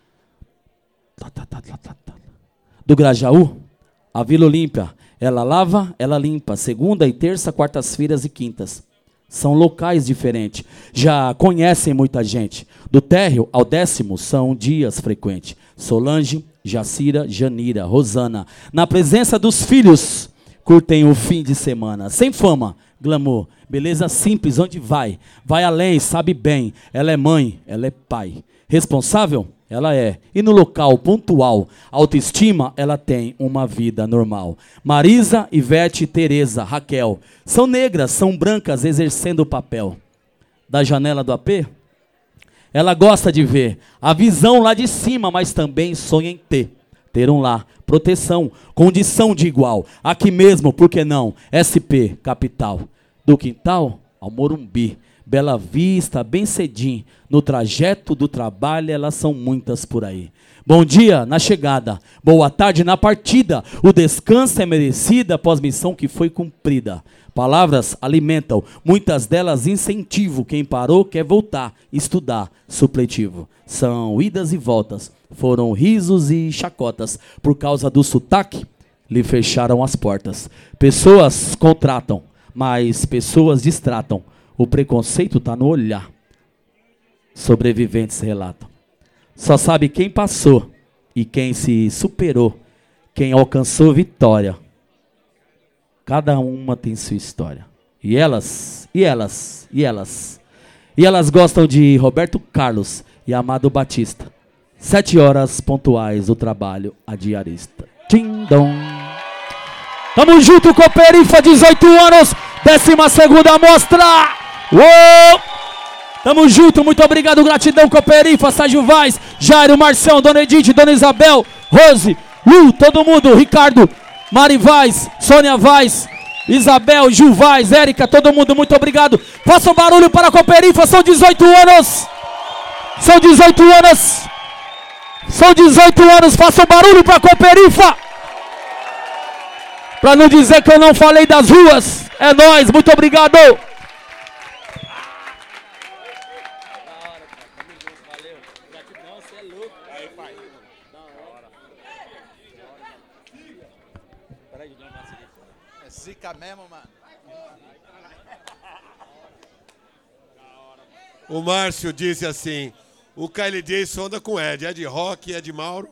Do Grajaú, a Vila Olímpia. Ela lava, ela limpa. Segunda e terça, quartas-feiras e quintas. São locais diferentes. Já conhecem muita gente. Do térreo ao 10º são dias frequentes. Solange, Jacira, Janira, Rosana. Na presença dos filhos, curtem o fim de semana. Sem fama, glamour, beleza simples, onde vai? Vai além, sabe bem. Ela é mãe, ela é pai. Responsável? Ela é. E no local pontual, autoestima, ela tem uma vida normal. Marisa, Ivete, Tereza, Raquel. São negras, são brancas, exercendo o papel. Da janela do AP, ela gosta de ver a visão lá de cima, mas também sonha em ter um lar, proteção, condição de igual. Aqui mesmo, por que não? SP, capital. Do quintal ao Morumbi. Bela Vista, bem cedinho. No trajeto do trabalho, elas são muitas por aí. Bom dia na chegada, boa tarde na partida. O descanso é merecido após missão que foi cumprida. Palavras alimentam, muitas delas incentivo. Quem parou quer voltar, estudar, supletivo. São idas e voltas, foram risos e chacotas. Por causa do sotaque, lhe fecharam as portas. Pessoas contratam, mas pessoas distratam. O preconceito está no olhar. Sobreviventes relatam. Só sabe quem passou e quem se superou, quem alcançou vitória. Cada uma tem sua história. E elas gostam de Roberto Carlos e Amado Batista. 7 horas pontuais o trabalho a diarista. Tindom. Tamo junto, Cooperifa, 18 anos, 12ª mostra. Uou! Tamo junto, muito obrigado, gratidão, Cooperifa, Sérgio Vaz, Jairo, Marção, Dona Edith, Dona Isabel, Rose, Lu, todo mundo, Ricardo, Mari Vaz, Sônia Vaz, Isabel, Gil Vaz, Érica, todo mundo, muito obrigado. Façam barulho para a Cooperifa, são 18 anos. São 18 anos. São 18 anos, façam barulho para a Cooperifa. Para não dizer que eu não falei das ruas. É nóis, muito obrigado. É zica mesmo, mano. O Márcio disse assim: o Kylie Jason anda com Ed, Ed Rock, Ed Mauro.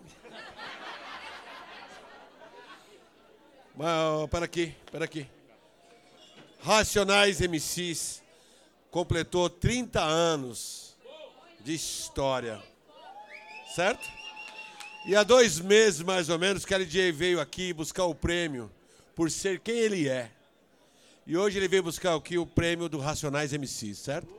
Mas, para aqui. Racionais MCs completou 30 anos de história, certo? E há 2 meses, mais ou menos, que a LJ veio aqui buscar o prêmio por ser quem ele é. E hoje ele veio buscar aqui o prêmio do Racionais MCs, certo?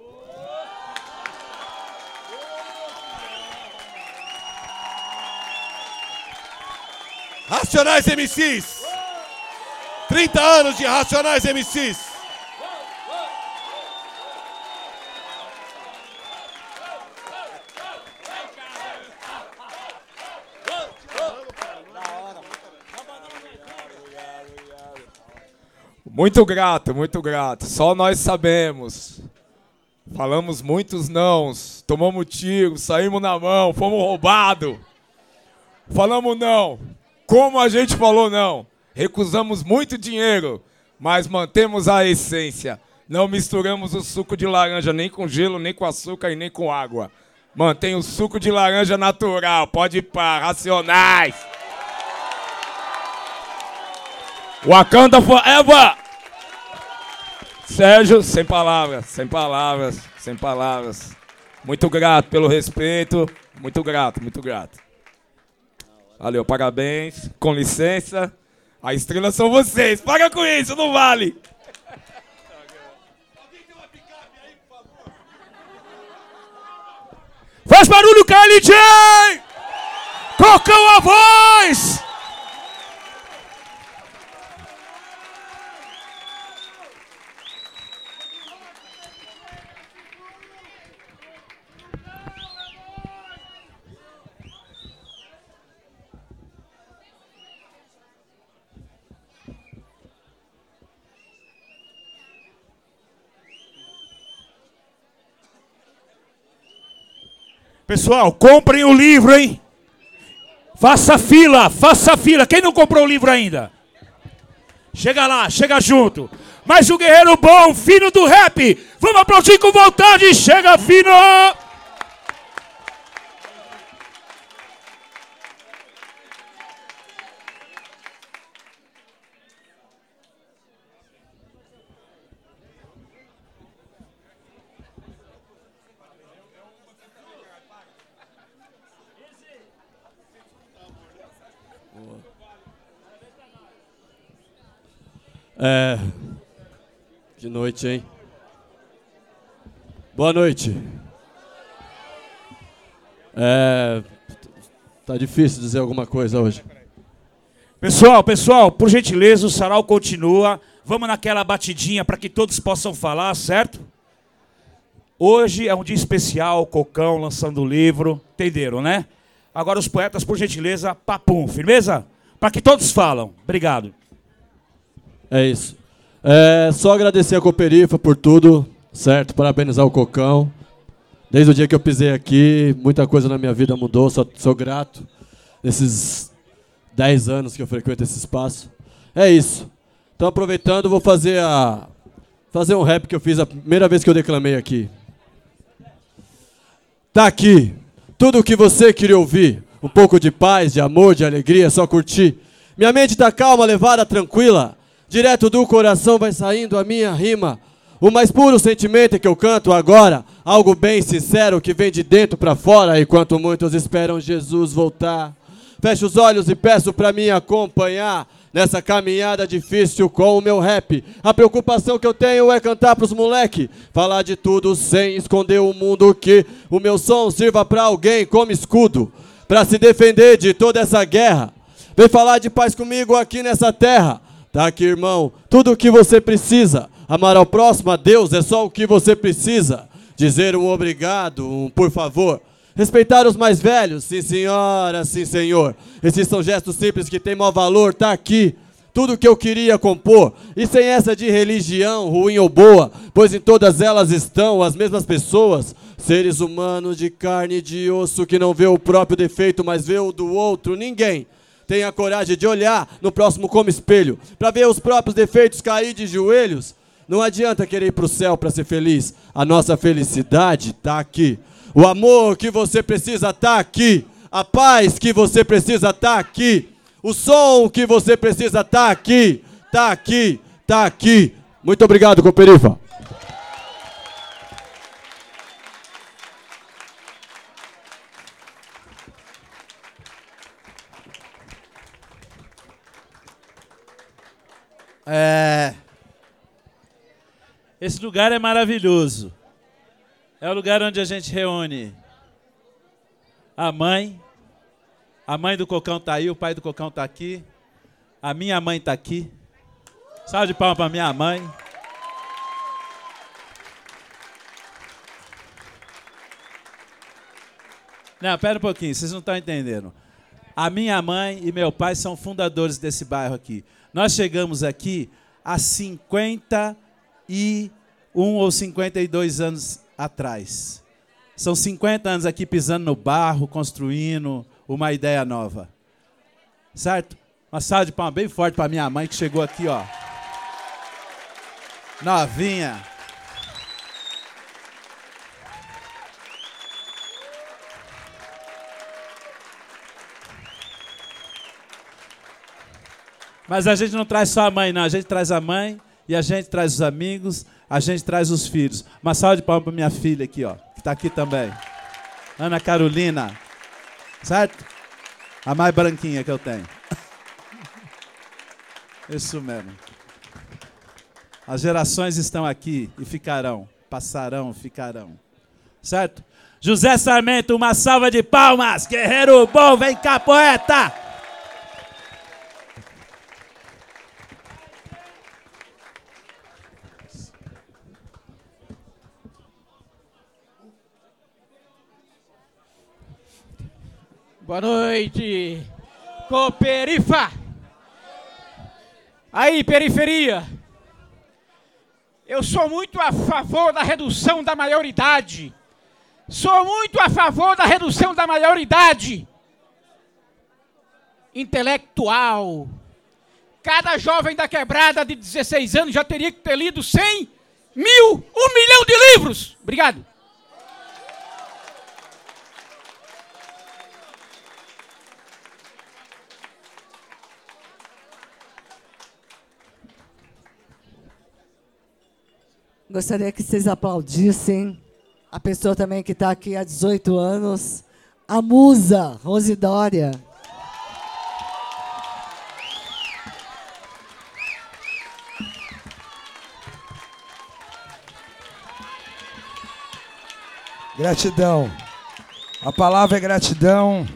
Racionais MCs! 30 anos de Racionais MCs! Muito grato, muito grato. Só nós sabemos. Falamos muitos nãos, tomamos tiro, saímos na mão, fomos roubados. Falamos não. Como a gente falou não? Recusamos muito dinheiro, mas mantemos a essência. Não misturamos o suco de laranja nem com gelo, nem com açúcar e nem com água. Mantém o suco de laranja natural, pode ir para Racionais. Wakanda Forever! Sérgio, sem palavras. Muito grato pelo respeito, muito grato. Valeu, parabéns, com licença. A estrela são vocês, paga com isso, não vale. Faz barulho, KLJ! Cocão a voz! Pessoal, comprem o livro, hein? Faça fila. Quem não comprou o livro ainda? Chega lá, chega junto. Mas o guerreiro bom, fino do rap. Vamos aplaudir com vontade. Chega, fino! De noite, hein? Boa noite. Tá difícil dizer alguma coisa hoje. Pessoal, por gentileza, o sarau continua. Vamos naquela batidinha para que todos possam falar, certo? Hoje é um dia especial, Cocão lançando o livro, entenderam, né? Agora os poetas, por gentileza, papum, firmeza? Para que todos falam. Obrigado. É isso. Só agradecer a Cooperifa por tudo, certo? Parabenizar o Cocão. Desde o dia que eu pisei aqui, muita coisa na minha vida mudou, sou grato. Nesses 10 anos que eu frequento esse espaço. É isso. Então, aproveitando, vou fazer um rap que eu fiz a primeira vez que eu declamei aqui. Tá aqui, tudo o que você queria ouvir. Um pouco de paz, de amor, de alegria, só curtir. Minha mente tá calma, levada, tranquila. Direto do coração vai saindo a minha rima. O mais puro sentimento é que eu canto agora. Algo bem sincero que vem de dentro pra fora. Enquanto muitos esperam Jesus voltar. Fecho os olhos e peço pra me acompanhar nessa caminhada difícil com o meu rap. A preocupação que eu tenho é cantar pros moleque, falar de tudo sem esconder o mundo, que o meu som sirva pra alguém como escudo, pra se defender de toda essa guerra. Vem falar de paz comigo aqui nessa terra. Tá aqui, irmão, tudo o que você precisa. Amar ao próximo, a Deus, é só o que você precisa. Dizer um obrigado, um por favor. Respeitar os mais velhos, sim senhora, sim senhor. Esses são gestos simples que têm maior valor, tá aqui. Tudo que eu queria compor. E sem essa de religião, ruim ou boa, pois em todas elas estão as mesmas pessoas. Seres humanos de carne e de osso que não vê o próprio defeito, mas vê o do outro. Ninguém tem a coragem de olhar no próximo como espelho, pra ver os próprios defeitos cair de joelhos. Não adianta querer ir pro céu pra ser feliz. A nossa felicidade tá aqui. O amor que você precisa tá aqui. A paz que você precisa tá aqui. O som que você precisa tá aqui. Tá aqui, tá aqui. Muito obrigado, Cooperifa. Esse lugar é maravilhoso. É o lugar onde a gente reúne a mãe do Cocão tá aí, o pai do Cocão tá aqui, a minha mãe tá aqui. Salve de palmas para minha mãe. Não, pera um pouquinho, vocês não estão entendendo. A minha mãe e meu pai são fundadores desse bairro aqui. Nós chegamos aqui há 51 ou 52 anos atrás. São 50 anos aqui pisando no barro, construindo uma ideia nova. Certo? Uma salva de palmas bem forte para minha mãe que chegou aqui, ó. Novinha. Mas a gente não traz só a mãe, não. A gente traz a mãe e a gente traz os amigos, a gente traz os filhos. Uma salva de palmas para minha filha aqui, ó, que está aqui também. Ana Carolina. Certo? A mais branquinha que eu tenho. Isso mesmo. As gerações estão aqui e ficarão. Passarão, ficarão. Certo? José Sarmento, uma salva de palmas. Guerreiro bom, vem cá, poeta. Boa noite, Cooperifa. Aí, periferia. Eu sou muito a favor da redução da maioridade. Sou muito a favor da redução da maioridade intelectual. Cada jovem da quebrada de 16 anos já teria que ter lido 100, 1000, 1 milhão de livros. Obrigado. Gostaria que vocês aplaudissem a pessoa também que está aqui há 18 anos, a musa, Rosidória. Gratidão. A palavra é gratidão.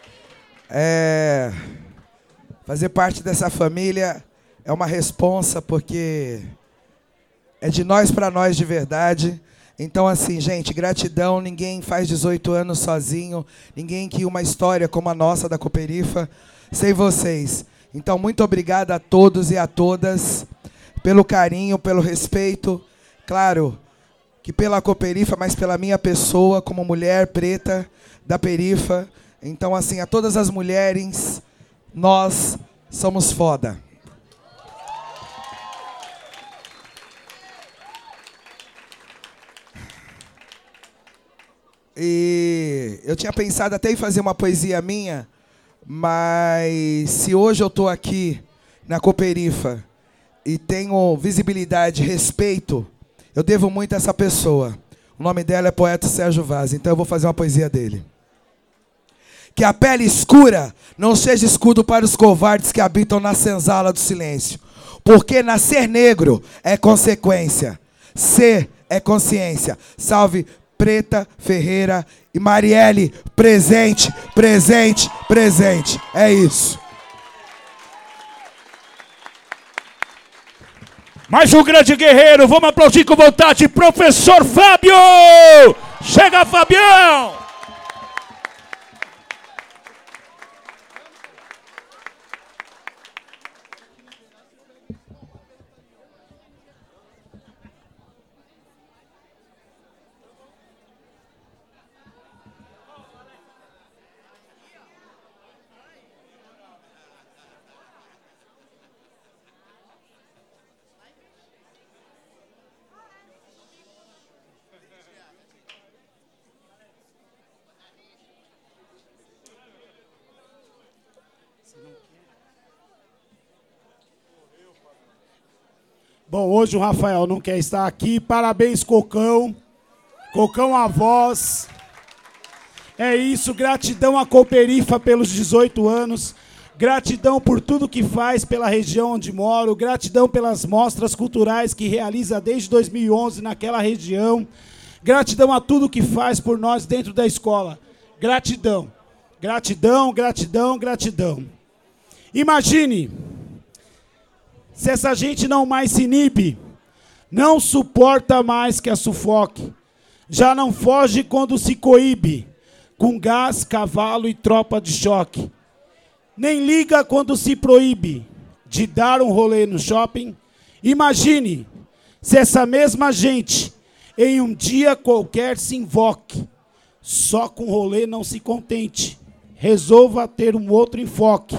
Fazer parte dessa família é uma responsa, porque é de nós para nós de verdade. Então, assim, gente, gratidão. Ninguém faz 18 anos sozinho. Ninguém que uma história como a nossa da Cooperifa sem vocês. Então, muito obrigado a todos e a todas pelo carinho, pelo respeito. Claro que pela Cooperifa, mas pela minha pessoa como mulher preta da Perifa. Então, assim, a todas as mulheres, nós somos foda. E eu tinha pensado até em fazer uma poesia minha, mas se hoje eu estou aqui na Cooperifa e tenho visibilidade e respeito, eu devo muito a essa pessoa. O nome dela é poeta Sérgio Vaz, então eu vou fazer uma poesia dele. Que a pele escura não seja escudo para os covardes que habitam na senzala do silêncio. Porque nascer negro é consequência. Ser é consciência. Salve Preta Ferreira e Marielle. Presente, presente, presente. É isso. Mais um grande guerreiro. Vamos aplaudir com vontade. Professor Fábio. Chega, Fabião. Bom, hoje o Rafael não quer estar aqui. Parabéns, Cocão. Cocão a voz. É isso, gratidão à Cooperifa pelos 18 anos. Gratidão por tudo que faz pela região onde moro. Gratidão pelas mostras culturais que realiza desde 2011 naquela região. Gratidão a tudo que faz por nós dentro da escola. Gratidão. Gratidão, gratidão, gratidão. Imagine se essa gente não mais se inibe, não suporta mais que a sufoque, já não foge quando se coíbe, com gás, cavalo e tropa de choque. Nem liga quando se proíbe de dar um rolê no shopping. Imagine se essa mesma gente em um dia qualquer se invoque, só com rolê não se contente, resolva ter um outro enfoque.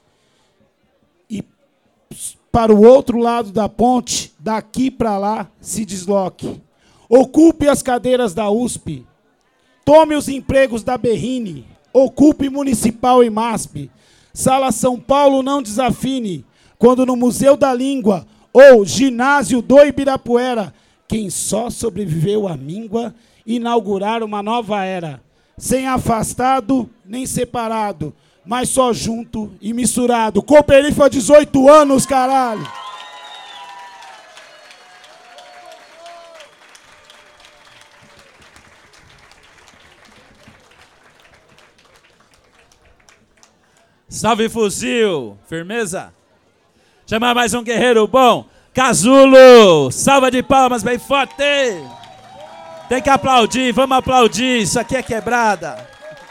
E para o outro lado da ponte, daqui para lá, se desloque. Ocupe as cadeiras da USP, tome os empregos da Berrine, ocupe Municipal e MASP. Sala São Paulo não desafine, quando no Museu da Língua ou Ginásio do Ibirapuera, quem só sobreviveu à míngua, inaugurar uma nova era, sem afastado nem separado, mas só junto e misturado. Cooperifa 18 anos, caralho! Salve, fuzil! Firmeza? Chamar mais um guerreiro bom. Casulo! Salva de palmas bem forte! Tem que aplaudir, vamos aplaudir. Isso aqui é quebrada.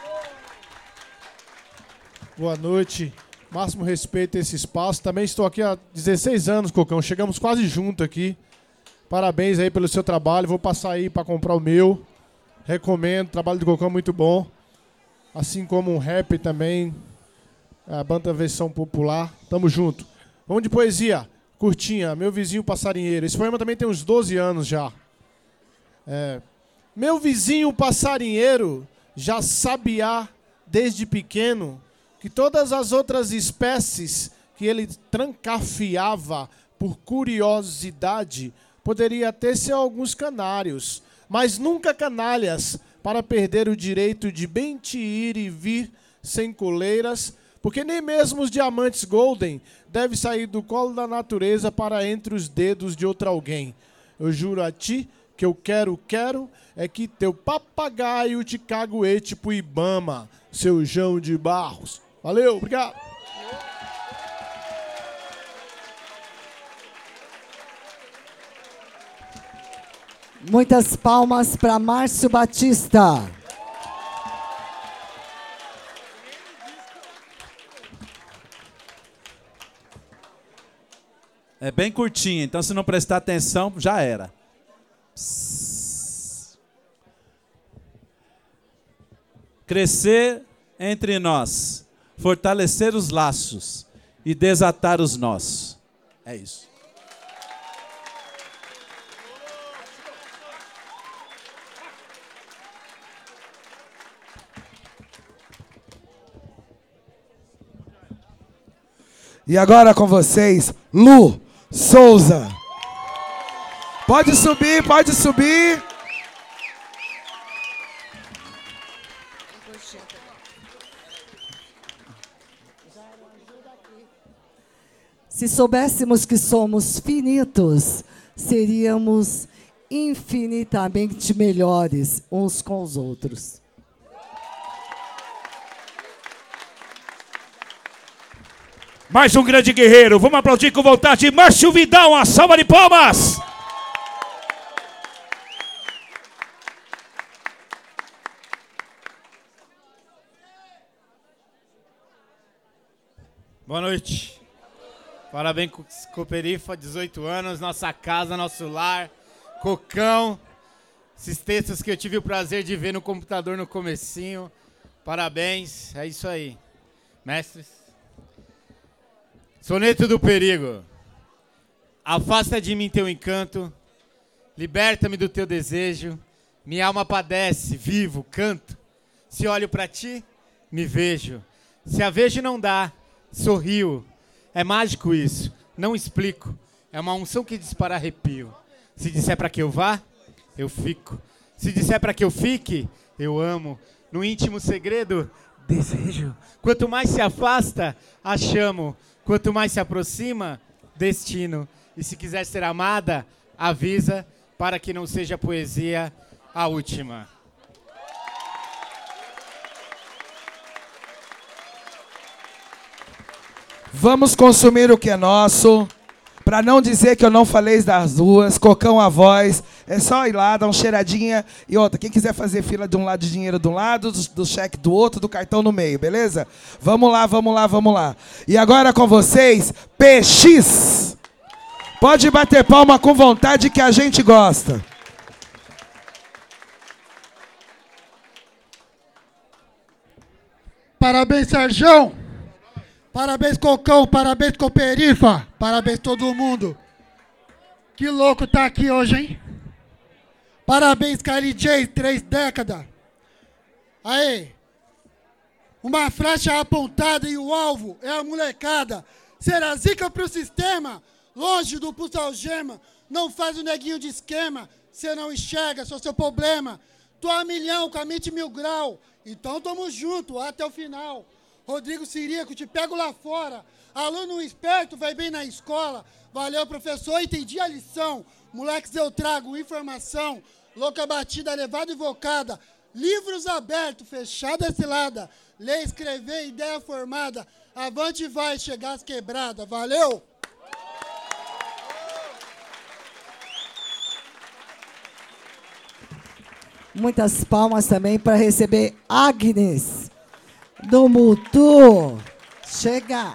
Boa noite. Máximo respeito a esse espaço. Também estou aqui há 16 anos, Cocão. Chegamos quase junto aqui. Parabéns aí pelo seu trabalho. Vou passar aí para comprar o meu. Recomendo. O trabalho do Cocão é muito bom. Assim como um rap também. A banda versão popular. Tamo junto. Vamos de poesia. Curtinha. Meu vizinho passarinheiro. Esse poema também tem uns 12 anos já. Meu vizinho passarinheiro já sabia desde pequeno que todas as outras espécies que ele trancafiava por curiosidade poderia ter-se alguns canários, mas nunca canalhas para perder o direito de bem te ir e vir sem coleiras, porque nem mesmo os diamantes golden devem sair do colo da natureza para entre os dedos de outro alguém. Eu juro a ti que eu quero é que teu papagaio te caguete tipo Ibama, seu João de Barros. Valeu, obrigado. Muitas palmas para Márcio Batista. É bem curtinho, então se não prestar atenção, já era. Crescer entre nós, fortalecer os laços e desatar os nós. É isso. E agora com vocês, Lu, Souza. Pode subir, pode subir. Se soubéssemos que somos finitos, seríamos infinitamente melhores uns com os outros. Mais um grande guerreiro. Vamos aplaudir com vontade. Márcio Vidal, uma salva de palmas. Boa noite. Parabéns, Cooperifa, 18 anos, nossa casa, nosso lar, Cocão. Esses textos que eu tive o prazer de ver no computador no comecinho. Parabéns, é isso aí. Mestres. Soneto do perigo. Afasta de mim teu encanto, liberta-me do teu desejo. Minha alma padece, vivo, canto. Se olho pra ti, me vejo. Se a vejo não dá, sorrio. É mágico isso, não explico. É uma unção que dispara arrepio. Se disser pra que eu vá, eu fico. Se disser pra que eu fique, eu amo. No íntimo segredo, desejo. Quanto mais se afasta, a chamo. Quanto mais se aproxima, destino. E se quiser ser amada, avisa, para que não seja poesia a última. Vamos consumir o que é nosso. Para não dizer que eu não falei das ruas, Cocão a voz. É só ir lá, dar uma cheiradinha. E outra, quem quiser fazer fila de um lado de dinheiro de um lado, do cheque do outro, do cartão no meio, beleza? Vamos lá, vamos lá, vamos lá. E agora com vocês, PX. Pode bater palma com vontade que a gente gosta. Parabéns, Serjão. Parabéns, Cocão. Parabéns, Cooperifa. Parabéns, todo mundo. Que louco tá aqui hoje, hein? Parabéns, KLJ, 3 décadas. Aê. Uma flecha apontada e o alvo é a molecada. Será zica pro sistema. Longe do pulso algema. Não faz o neguinho de esquema. Cê não enxerga, só seu problema. Tô a milhão com a mente 1000 grau. Então tamo junto até o final. Rodrigo Sirico, te pego lá fora. Aluno esperto, vai bem na escola. Valeu, professor, entendi a lição. Moleques, eu trago informação. Louca batida, levada e invocada. Livros abertos, fechada cilada. Ler, escrever, ideia formada. Avante vai, chegar às quebradas. Valeu! Muitas palmas também para receber Agnes, do Mutu. Chega!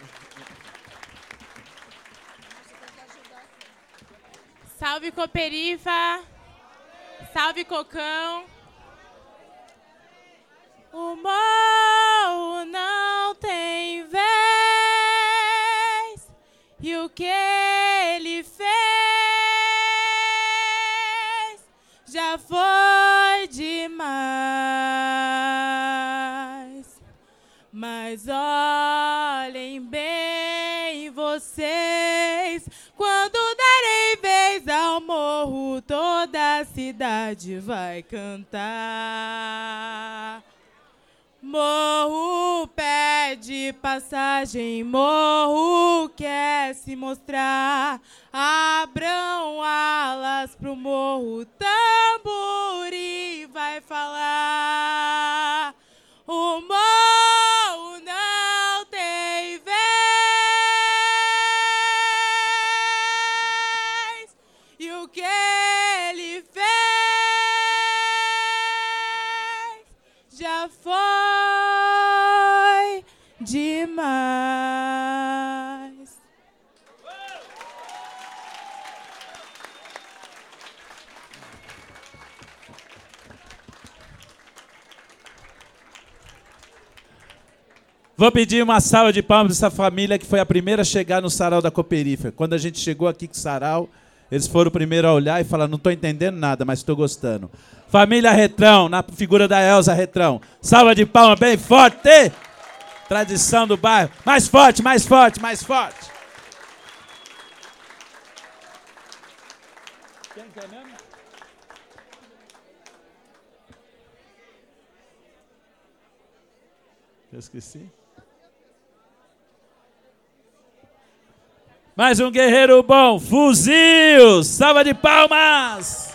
Salve, Cooperifa! Salve, Cocão! O morro não tem vez, e o que ele fez já foi demais. Mas olhem bem vocês, quando darei vez ao morro, toda a cidade vai cantar. Morro pede passagem, morro quer se mostrar. Abram alas pro morro, tamborim vai falar. O morro não tem vez, e o que ele fez já foi demais. Vou pedir uma salva de palmas dessa família que foi a primeira a chegar no sarau da Cooperifa. Quando a gente chegou aqui com o sarau, eles foram o primeiro a olhar e falar, não estou entendendo nada, mas estou gostando. Família Retrão, na figura da Elza Retrão. Salva de palmas bem forte! Tradição do bairro. Mais forte, mais forte, mais forte. Eu esqueci. Mais um guerreiro bom, Fuzil! Salva de palmas!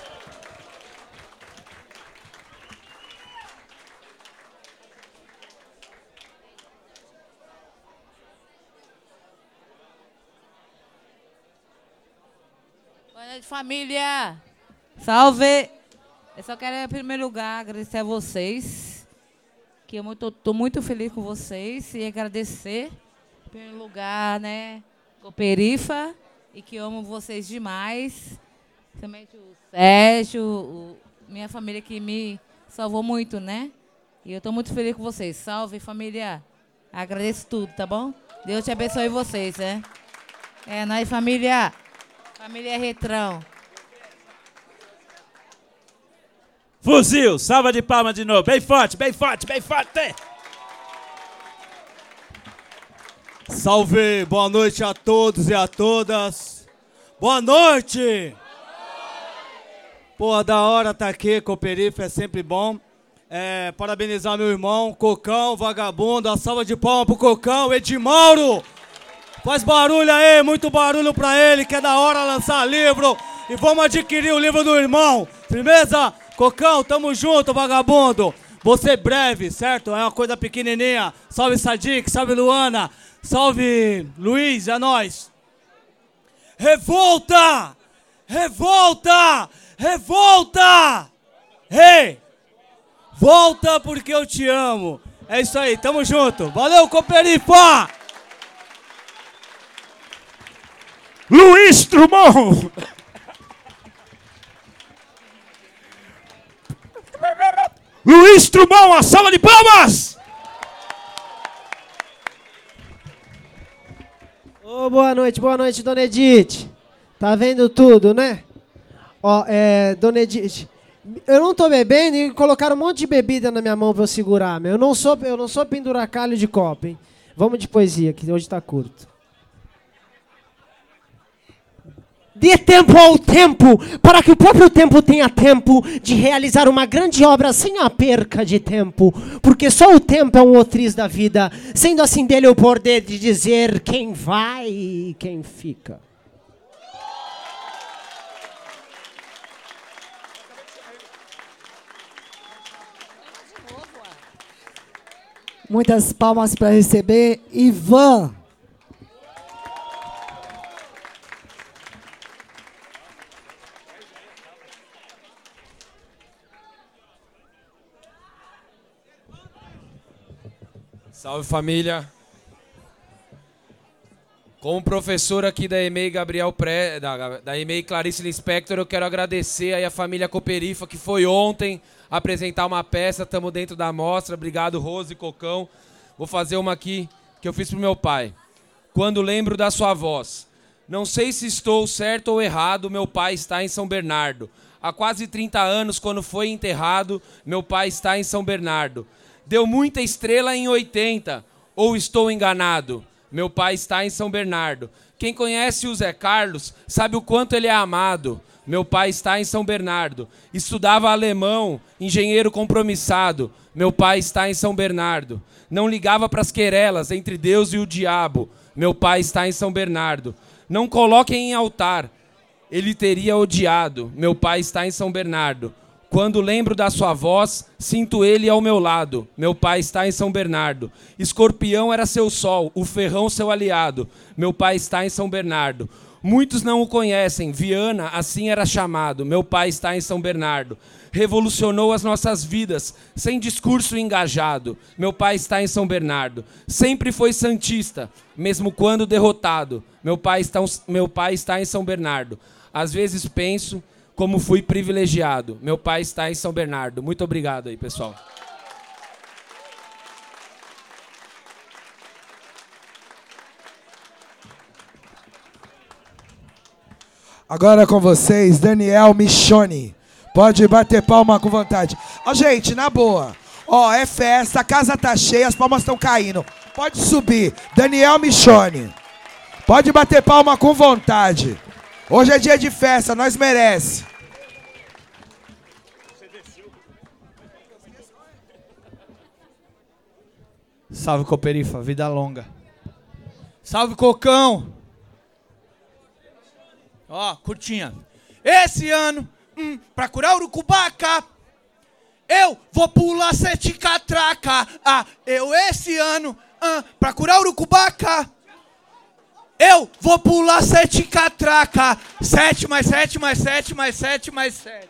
Boa noite, família! Salve! Eu só quero, em primeiro lugar, agradecer a vocês, que eu estou muito feliz com vocês, e agradecer, em primeiro lugar, né, Cooperifa, e que amo vocês demais. Também o Sérgio, minha família que me salvou muito, né? E eu estou muito feliz com vocês. Salve, família! Agradeço tudo, tá bom? Deus te abençoe vocês, né? É nóis, família! Família Retrão. Fuzil, salva de palmas de novo. Bem forte, bem forte, bem forte. Salve, boa noite a todos e a todas. Boa noite. Pô, da hora tá aqui, Cooperifa, é sempre bom. Parabenizar meu irmão, Cocão, vagabundo. A salva de palmas pro Cocão, Edmauro. Faz barulho aí, muito barulho pra ele, que é da hora lançar livro. E vamos adquirir o livro do irmão. Firmeza? Cocão, tamo junto, vagabundo. Você breve, certo? É uma coisa pequenininha. Salve Sadiq, salve Luana, salve Luiz, é nóis. Revolta! Revolta! Revolta! Ei! Volta porque eu te amo. É isso aí, tamo junto. Valeu, Cooperifa! Luiz Drummond! Luiz Drummond, a salva de palmas! Ô, boa noite, Dona Edith. Tá vendo tudo, né? Ó, Dona Edith, eu não tô bebendo e colocaram um monte de bebida na minha mão pra eu segurar, meu. Eu não sou penduracalho de copo, hein? Vamos de poesia, que hoje tá curto. Dê tempo ao tempo, para que o próprio tempo tenha tempo de realizar uma grande obra sem a perca de tempo, porque só o tempo é um motriz da vida, sendo assim dele o poder de dizer quem vai e quem fica. Muitas palmas para receber Ivan. Salve, família. Como professor aqui da EMEI da EMEI Clarice Lispector, eu quero agradecer aí a família Cooperifa, que foi ontem apresentar uma peça. Estamos dentro da mostra. Obrigado, Rose e Cocão. Vou fazer uma aqui que eu fiz pro meu pai. Quando lembro da sua voz. Não sei se estou certo ou errado, meu pai está em São Bernardo. Há quase 30 anos, quando foi enterrado, meu pai está em São Bernardo. Deu muita estrela em 80, ou estou enganado? Meu pai está em São Bernardo. Quem conhece o Zé Carlos sabe o quanto ele é amado. Meu pai está em São Bernardo. Estudava alemão, engenheiro compromissado. Meu pai está em São Bernardo. Não ligava para as querelas entre Deus e o diabo. Meu pai está em São Bernardo. Não coloquem em altar. Ele teria odiado. Meu pai está em São Bernardo. Quando lembro da sua voz, sinto ele ao meu lado. Meu pai está em São Bernardo. Escorpião era seu sol, o ferrão seu aliado. Meu pai está em São Bernardo. Muitos não o conhecem, Viana assim era chamado. Meu pai está em São Bernardo. Revolucionou as nossas vidas, sem discurso engajado. Meu pai está em São Bernardo. Sempre foi santista, mesmo quando derrotado. Meu pai está em São Bernardo. Às vezes penso como fui privilegiado. Meu pai está em São Bernardo. Muito obrigado aí, pessoal. Agora com vocês, Daniel Michoni. Pode bater palma com vontade. Ó, gente, na boa. Ó, é festa, a casa tá cheia, as palmas estão caindo. Pode subir. Daniel Michoni. Pode bater palma com vontade. Hoje é dia de festa, nós merece. Salve, Cooperifa, vida longa. Salve, Cocão. Ó, curtinha. Esse ano, pra curar urucubaca, eu vou pular 7 catraca. Eu esse ano, pra curar urucubaca, eu vou pular 7 catraca. 7 mais 7 mais 7 mais 7 mais 7.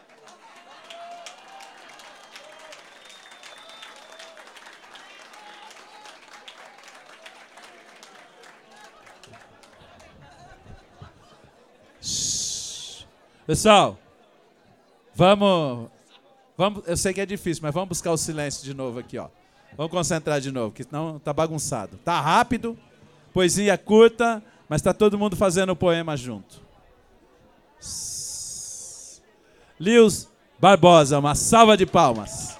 Pessoal, vamos. Eu sei que é difícil, mas vamos buscar o silêncio de novo aqui, ó. Vamos concentrar de novo, que senão tá bagunçado. Tá rápido, poesia curta, mas tá todo mundo fazendo o poema junto. Lius Barbosa, uma salva de palmas.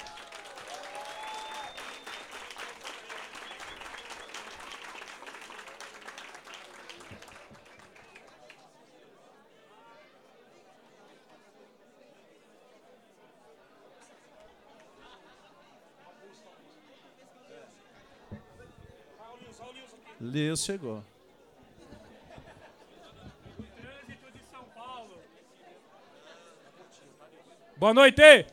Lius chegou. Boa noite.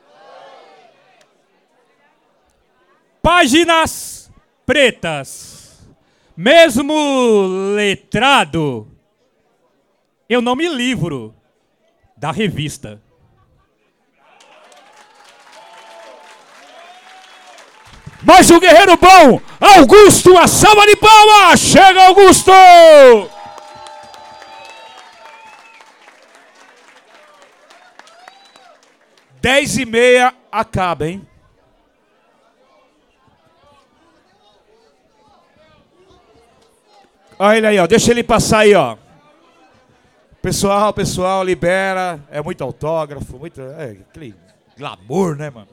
Páginas pretas. Mesmo letrado, eu não me livro da revista. Mais um guerreiro bom, Augusto, a salva de palmas! Chega, Augusto! Dez e meia acaba, hein? Olha ele aí, ó. Deixa ele passar aí, ó. Pessoal, libera. É muito autógrafo, muito... aquele glamour, né, mano?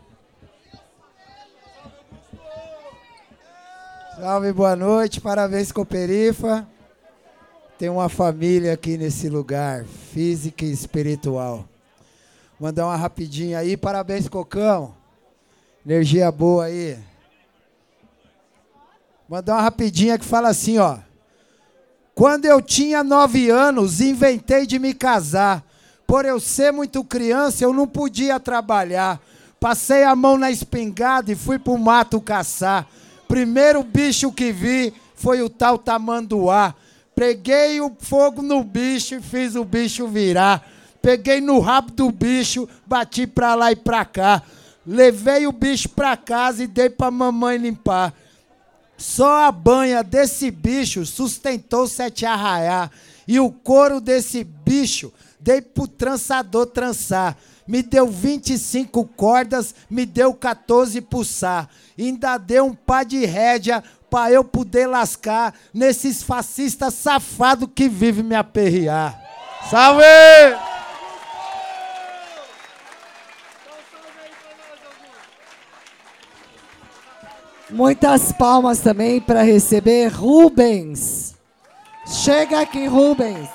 Salve, boa noite, parabéns, Cooperifa. Tem uma família aqui nesse lugar, física e espiritual. Mandar uma rapidinha aí, parabéns, Cocão. Energia boa aí. Mandar uma rapidinha que fala assim, ó. Quando eu tinha 9 anos, inventei de me casar. Por eu ser muito criança, eu não podia trabalhar. Passei a mão na espingarda e fui pro mato caçar. Primeiro bicho que vi foi o tal tamanduá. Peguei o fogo no bicho e fiz o bicho virar. Peguei no rabo do bicho, bati pra lá e pra cá. Levei o bicho pra casa e dei pra mamãe limpar. Só a banha desse bicho sustentou 7 arraiá. E o couro desse bicho dei pro trançador trançar. Me deu 25 cordas, me deu 14 pulsar. Ainda deu um pá de rédea pra eu poder lascar nesses fascistas safados que vivem me aperrear. Salve! Muitas palmas também para receber Rubens. Chega aqui, Rubens.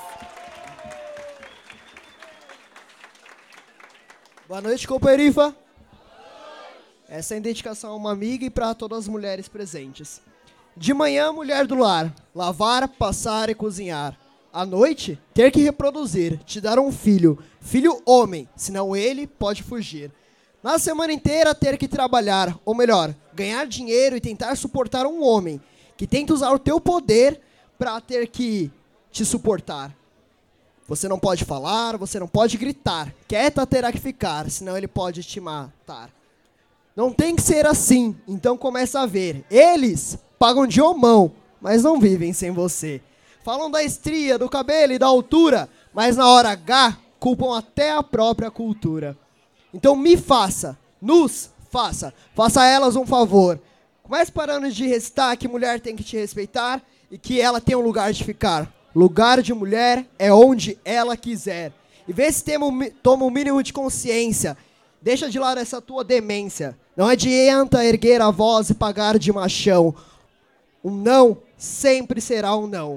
Boa noite, Cooperifa. Essa é a dedicação a uma amiga e para todas as mulheres presentes. De manhã, mulher do lar, lavar, passar e cozinhar. À noite, ter que reproduzir, te dar um filho, filho homem, senão ele pode fugir. Na semana inteira, ter que trabalhar, ou melhor, ganhar dinheiro e tentar suportar um homem que tenta usar o teu poder para ter que te suportar. Você não pode falar, você não pode gritar. Quieta terá que ficar, senão ele pode te matar. Não tem que ser assim, então começa a ver. Eles pagam de homão, mas não vivem sem você. Falam da estria, do cabelo e da altura, mas na hora H, culpam até a própria cultura. Então me faça, nos faça, faça a elas um favor. Comece parando de recitar que mulher tem que te respeitar e que ela tem um lugar de ficar. Lugar de mulher é onde ela quiser. E vê se toma um mínimo de consciência. Deixa de lado essa tua demência. Não adianta erguer a voz e pagar de machão. Um não sempre será um não.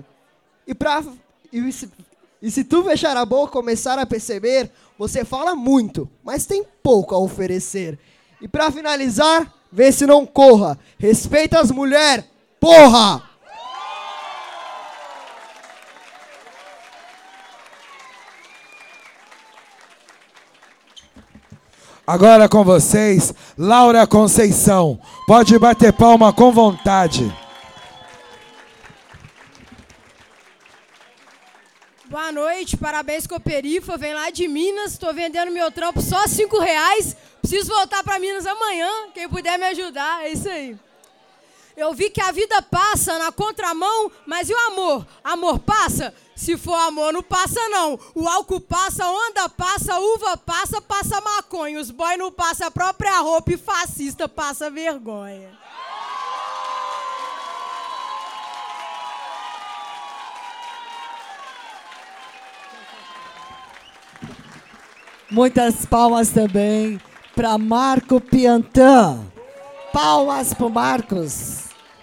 E se tu fechar a boca e começar a perceber, você fala muito, mas tem pouco a oferecer. E para finalizar, Vê se não corra. Respeita as mulheres, porra! Agora com vocês, Laura Conceição. Pode bater palma com vontade. Boa noite, parabéns Cooperifa, vem lá de Minas, estou vendendo meu trampo só R$5, preciso voltar para Minas amanhã, quem puder me ajudar, é isso aí. Eu vi que a vida passa na contramão, mas e o amor? Amor passa? Se for amor, não passa não. O álcool passa, onda passa, uva passa, passa maconha. Os boy não passa a própria roupa e fascista passa vergonha. Muitas palmas também para Marco Piantã. Palmas para o Marcos.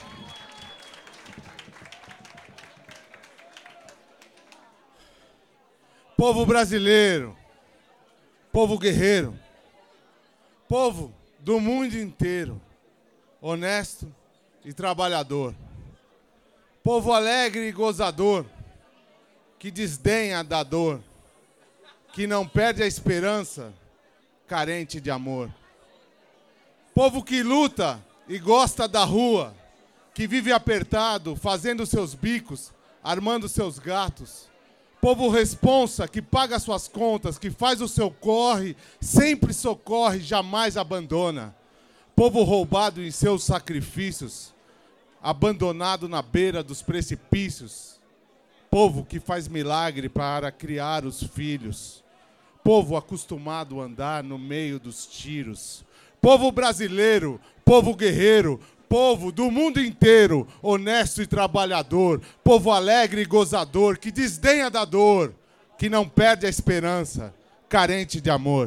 Povo brasileiro, povo guerreiro, povo do mundo inteiro, honesto e trabalhador, povo alegre e gozador, que desdenha da dor, que não perde a esperança, carente de amor. Povo que luta e gosta da rua, que vive apertado, fazendo seus bicos, armando seus gatos. Povo responsa, que paga suas contas, que faz o seu corre, sempre socorre, jamais abandona. Povo roubado em seus sacrifícios, abandonado na beira dos precipícios. Povo que faz milagre para criar os filhos. Povo acostumado a andar no meio dos tiros. Povo brasileiro, povo guerreiro, povo do mundo inteiro, honesto e trabalhador, povo alegre e gozador, que desdenha da dor, que não perde a esperança, carente de amor.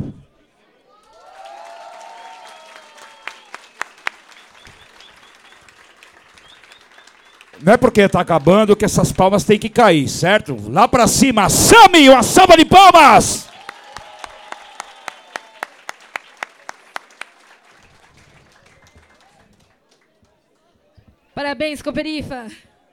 Não é porque tá acabando que essas palmas têm que cair, certo? Lá pra cima, Sami, uma salva de palmas! Parabéns, Cooperifa.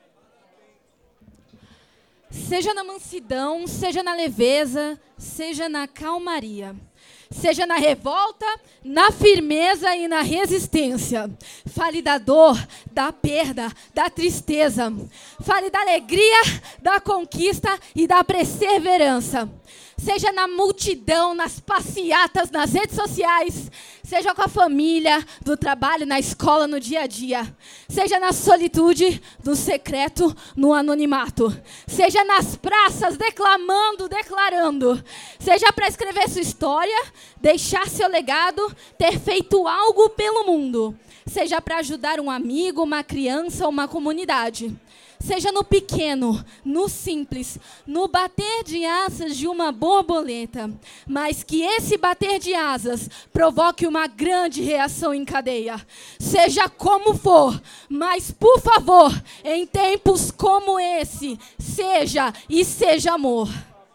Seja na mansidão, seja na leveza, seja na calmaria. Seja na revolta, na firmeza e na resistência. Fale da dor, da perda, da tristeza. Fale da alegria, da conquista e da perseverança. Seja na multidão, nas passeatas, nas redes sociais. Seja com a família, do trabalho, na escola, no dia a dia. Seja na solitude, no secreto, no anonimato. Seja nas praças, declamando, declarando. Seja para escrever sua história, deixar seu legado, ter feito algo pelo mundo. Seja para ajudar um amigo, uma criança, uma comunidade. Seja no pequeno, no simples, no bater de asas de uma borboleta, mas que esse bater de asas provoque uma grande reação em cadeia. Seja como for, mas por favor, em tempos como esse, seja e seja amor.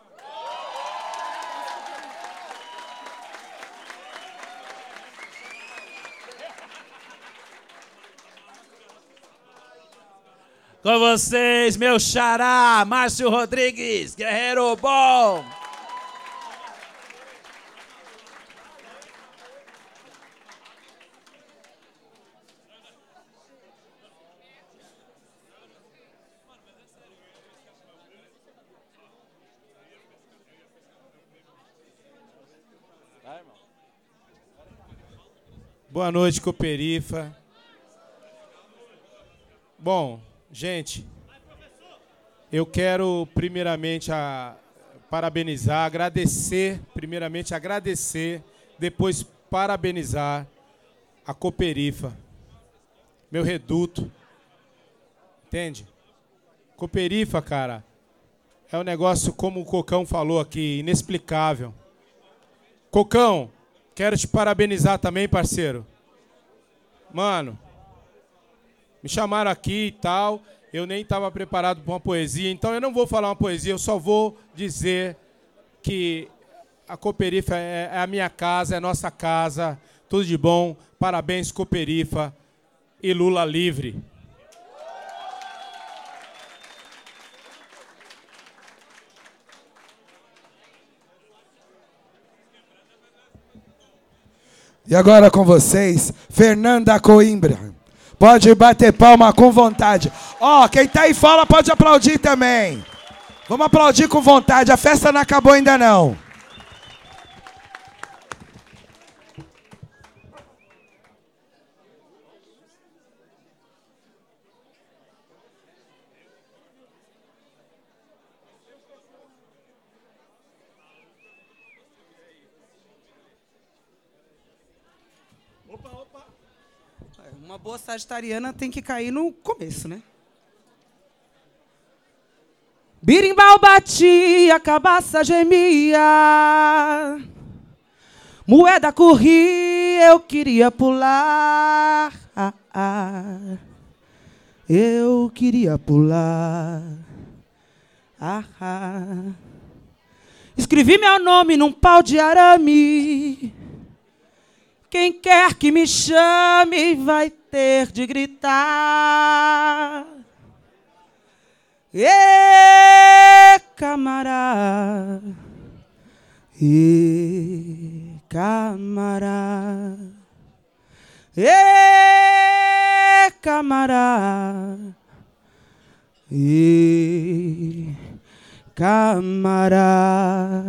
Com vocês, meu xará, Márcio Rodrigues, guerreiro bom. Boa noite, Cooperifa. Bom, gente, eu quero primeiramente parabenizar, agradecer, depois parabenizar a Cooperifa, meu reduto, entende? Cooperifa, cara, é um negócio, como o Cocão falou aqui, inexplicável. Cocão, quero te parabenizar também, parceiro. Mano, me chamaram aqui e tal, eu nem estava preparado para uma poesia, então eu não vou falar uma poesia, eu só vou dizer que a Cooperifa é a minha casa, é a nossa casa, Tudo de bom. Parabéns, Cooperifa e Lula livre. E agora com vocês, Fernanda Coimbra. Pode bater palma com vontade. Ó, quem tá aí fora pode aplaudir também. Vamos aplaudir com vontade, a festa não acabou ainda não. Uma boa sagitariana tem que cair no começo, né? Birimbau batia, cabaça gemia, moeda corria, eu queria pular, eu queria pular, escrevi meu nome num pau de arame. Quem quer que me chame vai ter de gritar. Ê, camará, ê, camará, ê, camará, ê, camará.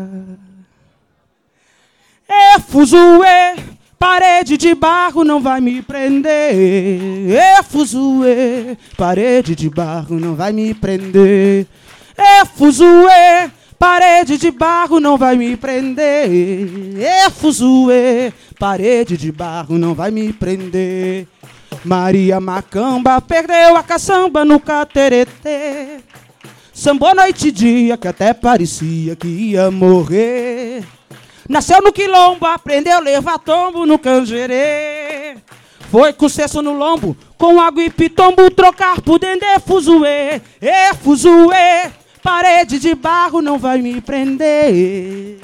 É fuzuê. Parede de barro não vai me prender. Fuzuê, parede de barro não vai me prender. Fuzuê, parede de barro não vai me prender. Fuzuê, parede de barro não vai me prender. Maria Macamba perdeu a caçamba no cateretê. Sambou noite e dia que até parecia que ia morrer. Nasceu no quilombo, aprendeu a levar tombo no canjerê. Foi com cesso no lombo, com água e pitombo, trocar por dendê, fuzuê. Fuzuê, parede de barro não vai me prender.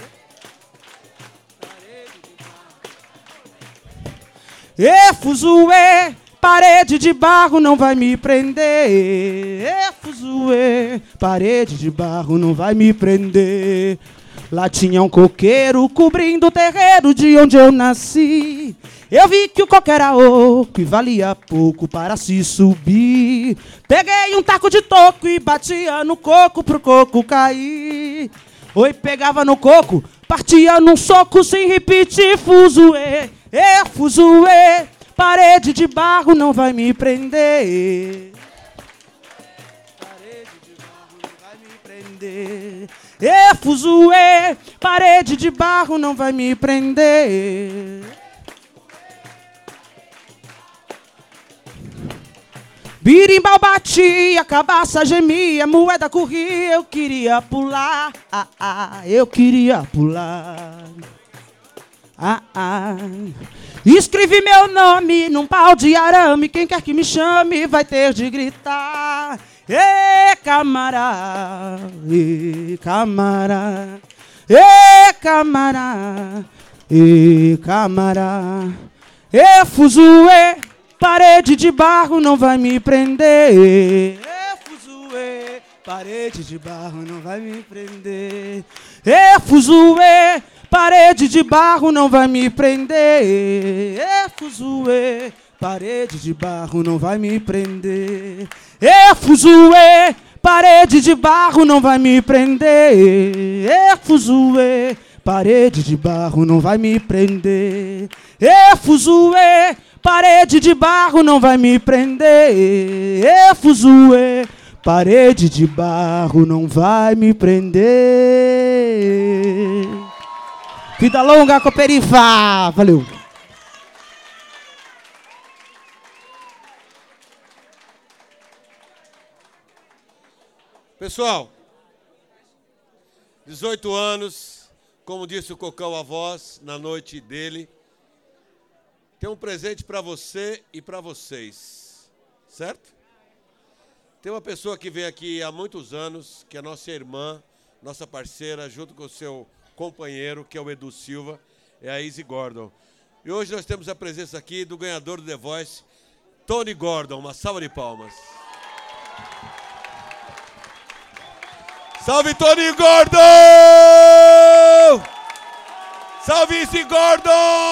Fuzuê, parede de barro não vai me prender. Fuzuê, parede de barro não vai me prender. Lá tinha um coqueiro cobrindo o terreiro de onde eu nasci. Eu vi que o coco era oco e valia pouco para se subir. Peguei um taco de toco e batia no coco pro coco cair. Oi, pegava no coco, partia num soco sem repetir. Fuzuê, fuzuê, parede de barro não vai me prender. Parede de barro não vai me prender. Fuzuê, parede de barro não vai me prender. Birimbau batia, cabaça gemia, moeda corria, eu queria pular, eu queria pular. Escrevi meu nome num pau de arame, quem quer que me chame vai ter de gritar. Ê, camará, ê, camará, ê, camará, ê, camará. Fuzuê, parede de barro não vai me prender. Fuzuê, parede de barro não vai me prender. Fuzuê, parede de barro não vai me prender. Fuzuê, parede de barro não vai me prender. Fuzuê, parede de barro não vai me prender. Fuzuê, parede de barro não vai me prender. Fuzuê, parede de barro não vai me prender. Fuzuê, parede de barro não vai me prender. Vida longa, Cooperifa! Valeu! Pessoal, 18 anos, como disse o Cocão a voz, na noite dele, tem um presente para você e para vocês, certo? Tem uma pessoa que vem aqui há muitos anos, que é nossa irmã, nossa parceira, junto com o seu companheiro, que é o Edu Silva, é a Izzy Gordon. E hoje nós temos a presença aqui do ganhador do The Voice, Tony Gordon. Uma salva de palmas. Salve, Tony Gordon! Salve, Izzy Gordon!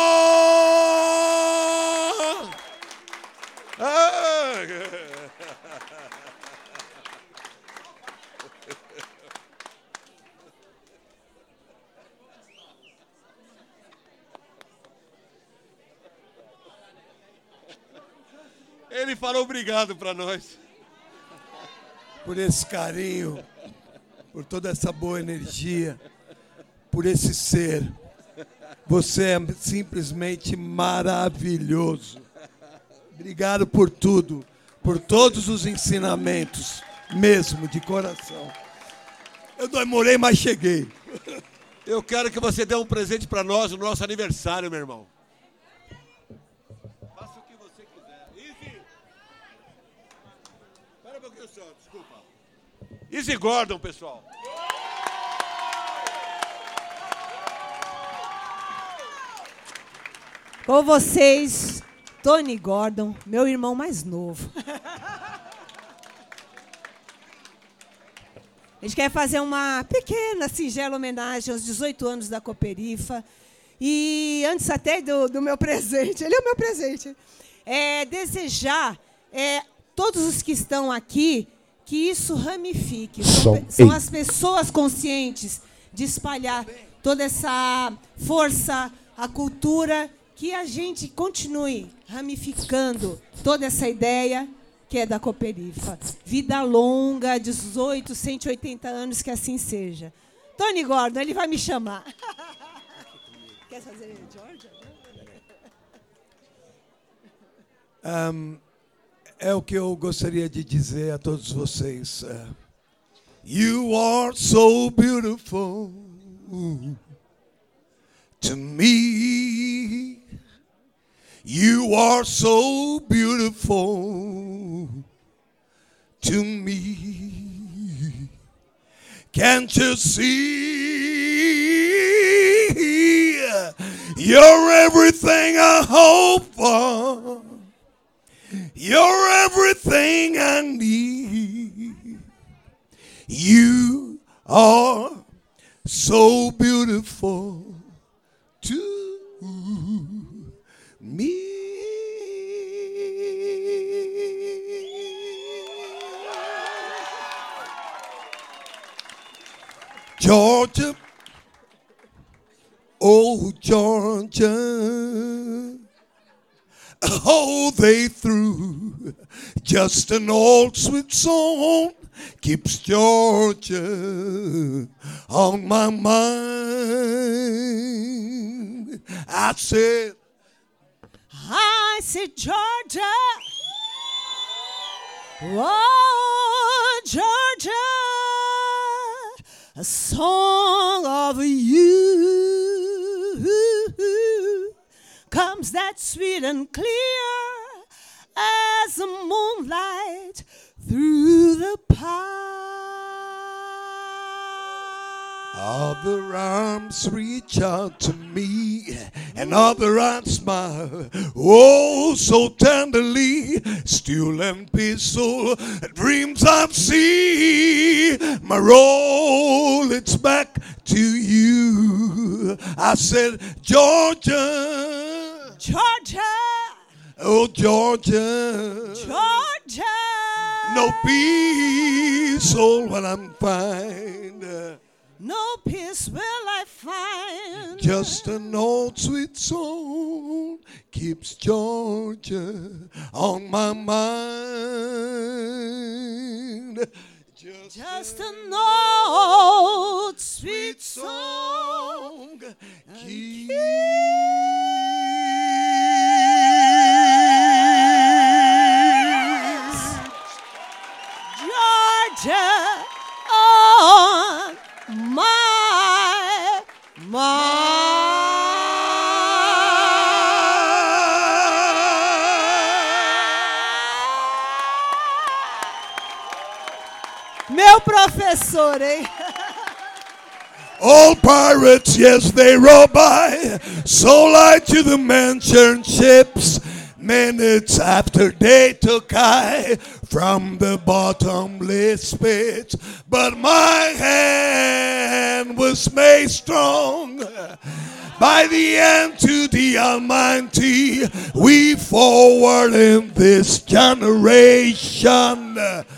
Ele falou obrigado para nós. Por esse carinho, por toda essa boa energia, por esse ser. Você é simplesmente maravilhoso. Obrigado por tudo, por todos os ensinamentos, mesmo, de coração. Eu demorei, mas cheguei. Eu quero que você dê um presente para nós no nosso aniversário, meu irmão. Faça o que você quiser. Izzy! Espera um pouquinho só, desculpa. Izzy Gordon, pessoal. Com vocês, Tony Gordon, meu irmão mais novo. A gente quer fazer uma pequena, singela homenagem aos 18 anos da Cooperifa. E antes até do meu presente, ele é o meu presente, desejar todos os que estão aqui que isso ramifique. São as pessoas conscientes de espalhar toda essa força, a cultura, que a gente continue ramificando toda essa ideia que é da Cooperifa. Vida longa, 18, 180 anos, que assim seja. Tony Gordon, ele vai me chamar. Quer fazer Georgia? É o que eu gostaria de dizer a todos vocês. You are so beautiful to me. You are so beautiful to me. Can't you see? You're everything I hope for. You're everything I need. You are so beautiful to me. Georgia, oh Georgia, all they through, just an old sweet song keeps Georgia on my mind. I said, Georgia, oh Georgia, a song of you comes that sweet and clear as the moonlight through the pine. other arms reach out to me, and other arms smile, oh, so tenderly, still and peaceful, dreams I see, my roll, it's back to you. I said, Georgia, Georgia, oh, Georgia, Georgia, no peace, oh, when I'm fine. No peace will I find. Just an old sweet song keeps Georgia on my mind. Just an old sweet song keeps Georgia on my Meu professor, hein? All pirates, yes, they roll by. So light to the mentioned ships. Minutes after they took I from the bottomless pit. But my hand was made strong by the end to the Almighty. We forward in this generation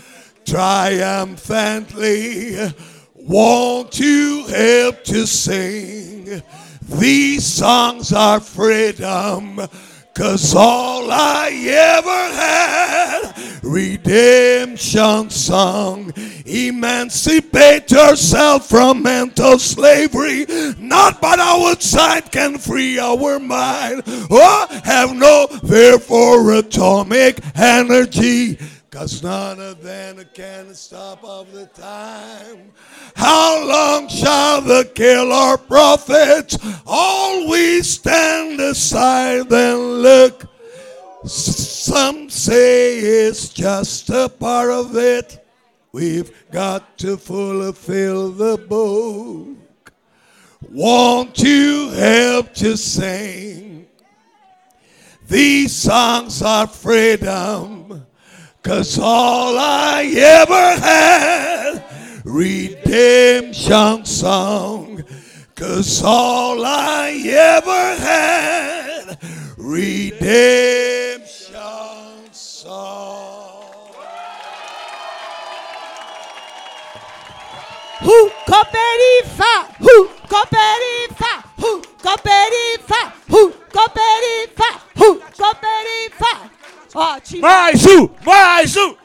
triumphantly. Won't you help to sing? These songs are freedom, 'cause all I ever had, redemption song. Emancipate yourself from mental slavery. Not but outside can free our mind. Oh, have no fear for atomic energy, 'cause none of them can stop of the time. How long shall the killer prophets always stand aside and look? Some say it's just a part of it. We've got to fulfill the book. Won't you help to sing? These songs are freedom, 'cause all I ever had, redemption song. 'Cause all I ever had, redemption song. Cooperifa, Cooperifa, Cooperifa, Cooperifa, Cooperifa. Ótimo. Mais um, mais um.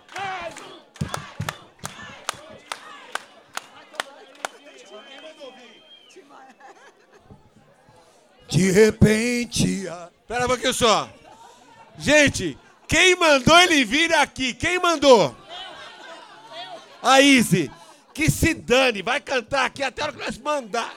De repente... Pera um pouquinho só. Gente, quem mandou ele vir aqui? Quem mandou? A Izzy. Que se dane, vai cantar aqui até a hora que nós mandar.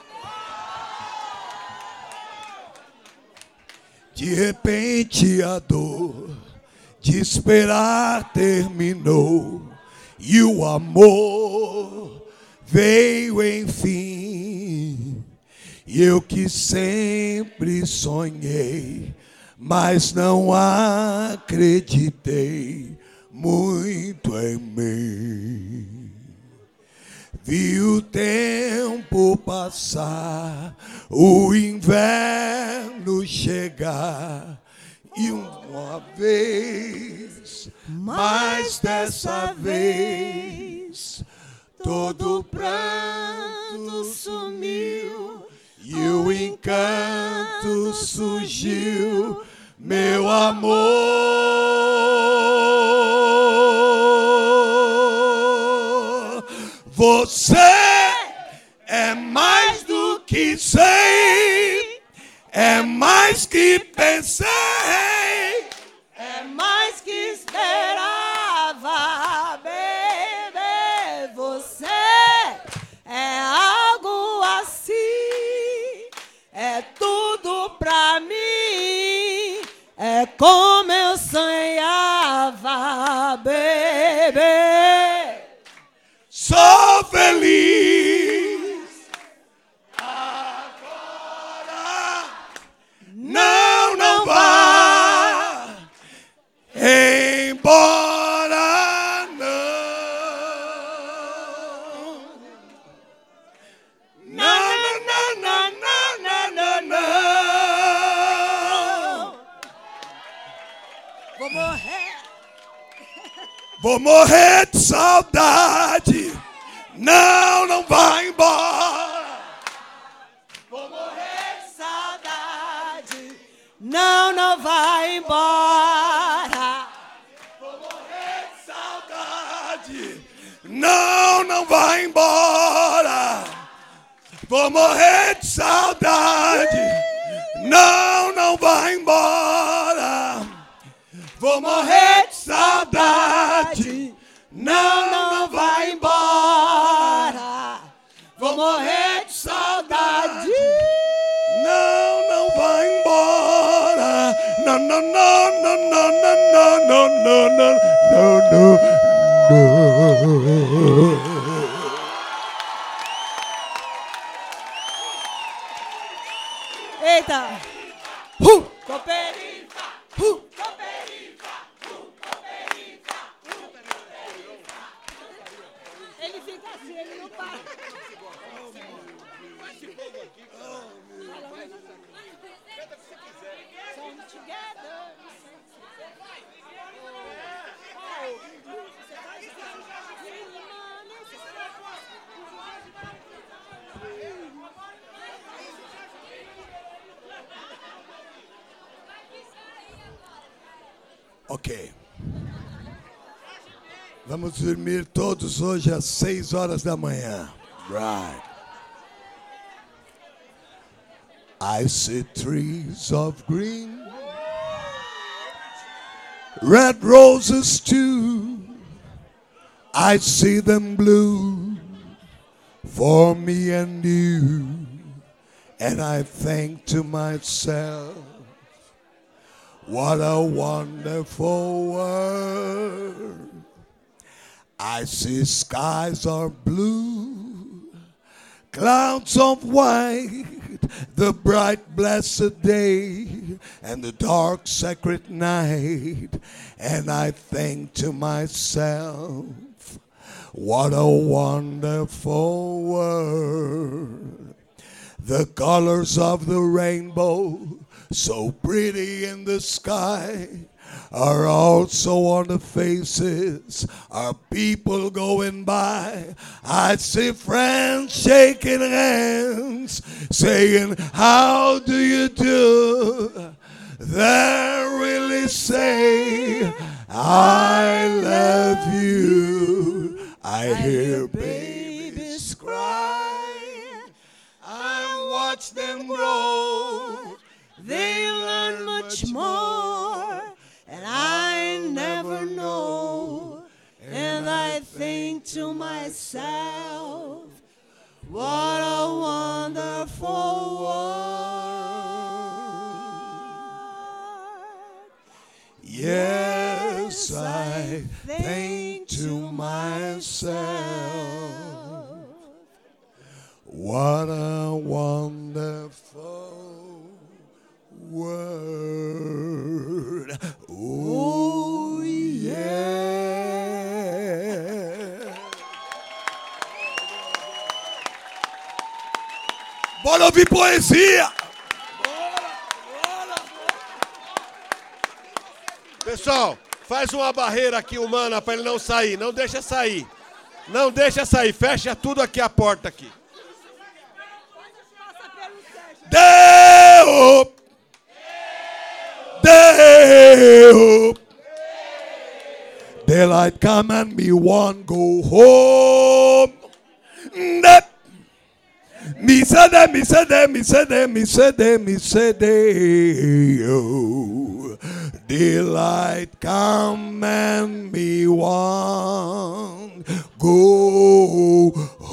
De repente a dor de esperar terminou e o amor veio enfim. E eu que sempre sonhei, mas não acreditei muito em mim. Vi o tempo passar, o inverno chegar, e uma vez, mas dessa vez, todo pranto sumiu e o encanto surgiu, meu amor. Você é mais do que sei, é mais que pensei, É mais que esperava, baby. Você é algo assim, é tudo pra mim, é como eu sonhava, baby. Sou feliz agora, não vá embora, não. Vou morrer. Vou morrer de saudade. Não vai embora. Vou morrer de saudade. Não vai embora. Vou morrer de saudade. Não vai embora. Vou morrer de saudade. Não vai embora. Vou morrer de saudade. Não vai embora. Vou morrer de saudade. Não vai embora. Não. Ok. Vamos dormir todos hoje às 6 horas da manhã. Right. I see trees of green, red roses too. I see them blue for me and you. And I think to myself, what a wonderful world. I see skies are blue, clouds of white, the bright blessed day, and the dark sacred night. And I think to myself, what a wonderful world. The colors of the rainbow, so pretty in the sky, are also on the faces of people going by. I see friends shaking hands, saying, how do you do? They really say, I love you. I hear babies cry. I watch them grow. They learn much more. And I never know, and I think to myself, what a wonderful world. Yes, I think to myself, what a wonderful word. Oh, yeah. Bora ouvir poesia. Pessoal, faz uma barreira aqui humana para ele não sair. Não deixa sair. Não deixa sair. Fecha tudo aqui a porta aqui. Deu! Deu! Daylight come and me want go home. That me say them, me say them, me say them, me say them, me say them. Oh. Daylight come and me want go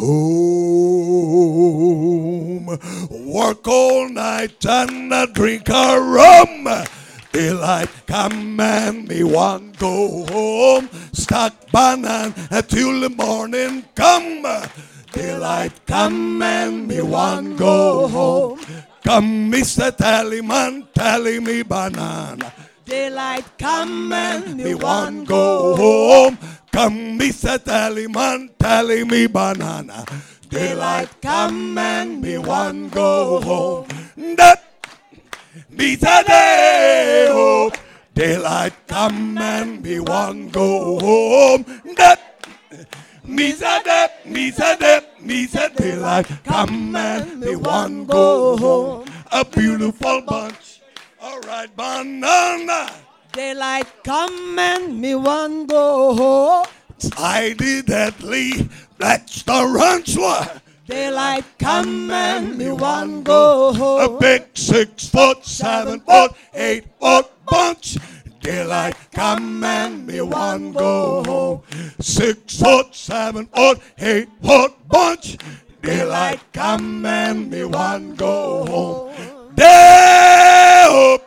home. Work all night and I drink a rum. Daylight come and me want go home. Stack banana till the morning come. Daylight come and me want go home. Come, Mr. Tallyman, tally me banana. Daylight come and Me want go home. Come, Mr. Tallyman, tally me banana. Daylight come and me want go home. That me say hope. Daylight come and me want go home. That me say that, me say that, me say daylight come and me want go home. A beautiful bunch, alright banana. Daylight come and me want go home. I did that Lee Black Tarantula. Daylight come and me want go home. A big 6 foot, 7 foot, 8 foot bunch. Daylight come and me want go home. 6 foot, 7 foot, 8 foot bunch. Daylight come and me want go home. Day up,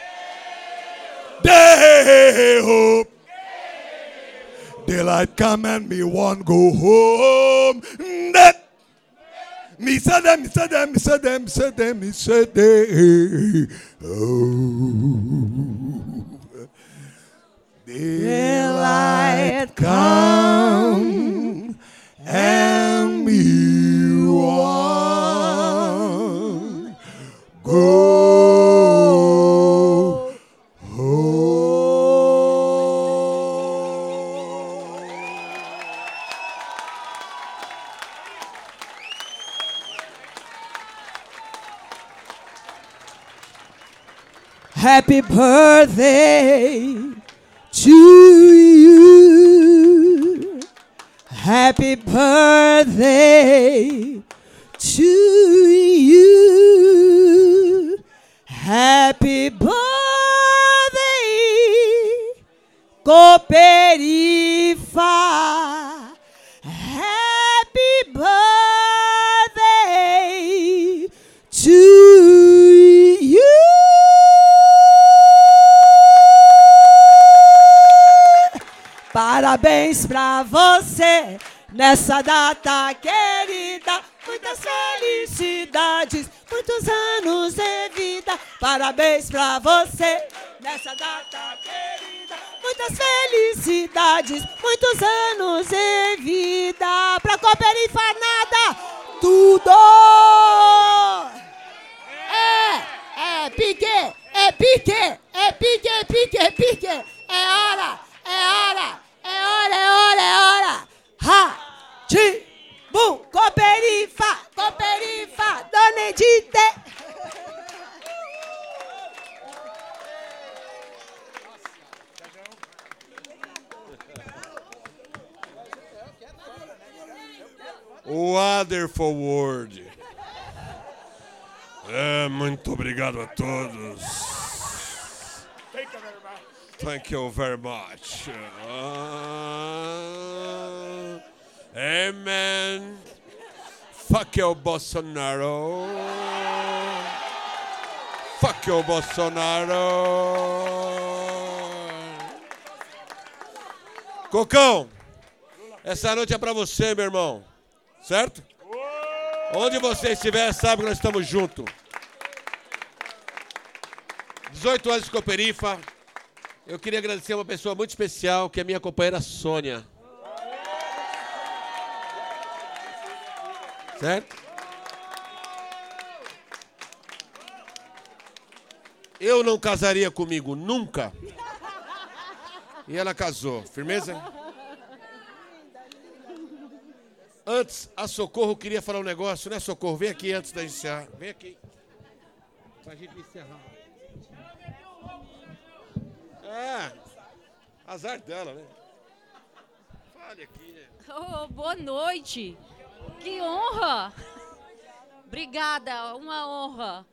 day up. Daylight come and me want go home. That me say them, me say them, me say them, me say them, me say them. Oh. Daylight come and me want go Happy birthday to you. Happy birthday to you. Happy birthday, Cooperifa. Happy birthday to you. Parabéns pra você nessa data querida. Muitas felicidades, muitos anos de vida. Parabéns pra você nessa data querida. Muitas felicidades, muitos anos de vida. Pra Cooperifa nada, tudo. É pique, é pique, é pique, é pique, é pique. É hora, é hora, é hora, é hora, é hora. Ha, ti, bum, Cooperifa, Cooperifa, Dona Edith. Wonderful word. Muito obrigado a todos. Thank you very much. Amen. Fuck you, Bolsonaro. Fuck you, Bolsonaro. Cocão, essa noite é pra você, meu irmão. Certo? Onde você estiver, sabe que nós estamos juntos. 18 anos de Cooperifa. Eu queria agradecer uma pessoa muito especial, que é a minha companheira Sônia. Certo? Eu não casaria comigo nunca. E ela casou. Firmeza? Antes, a Socorro queria falar um negócio, né, Socorro? Vem aqui antes da gente encerrar. Vem aqui. Pra gente encerrar. Azar dela, né? Fale aqui. Oh, boa noite. Que honra. Obrigada, uma honra.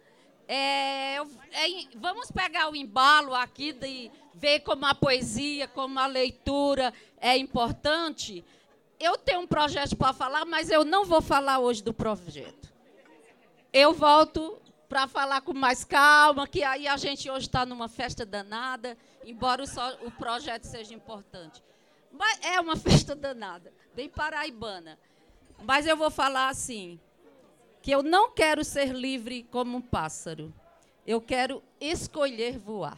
Vamos pegar o embalo aqui de ver como a poesia, como a leitura é importante. Eu tenho um projeto para falar, mas eu não vou falar hoje do projeto. Eu volto para falar com mais calma, que aí a gente hoje está numa festa danada, embora o projeto seja importante. Mas é uma festa danada, bem paraibana. Mas eu vou falar assim, que eu não quero ser livre como um pássaro. Eu quero escolher voar.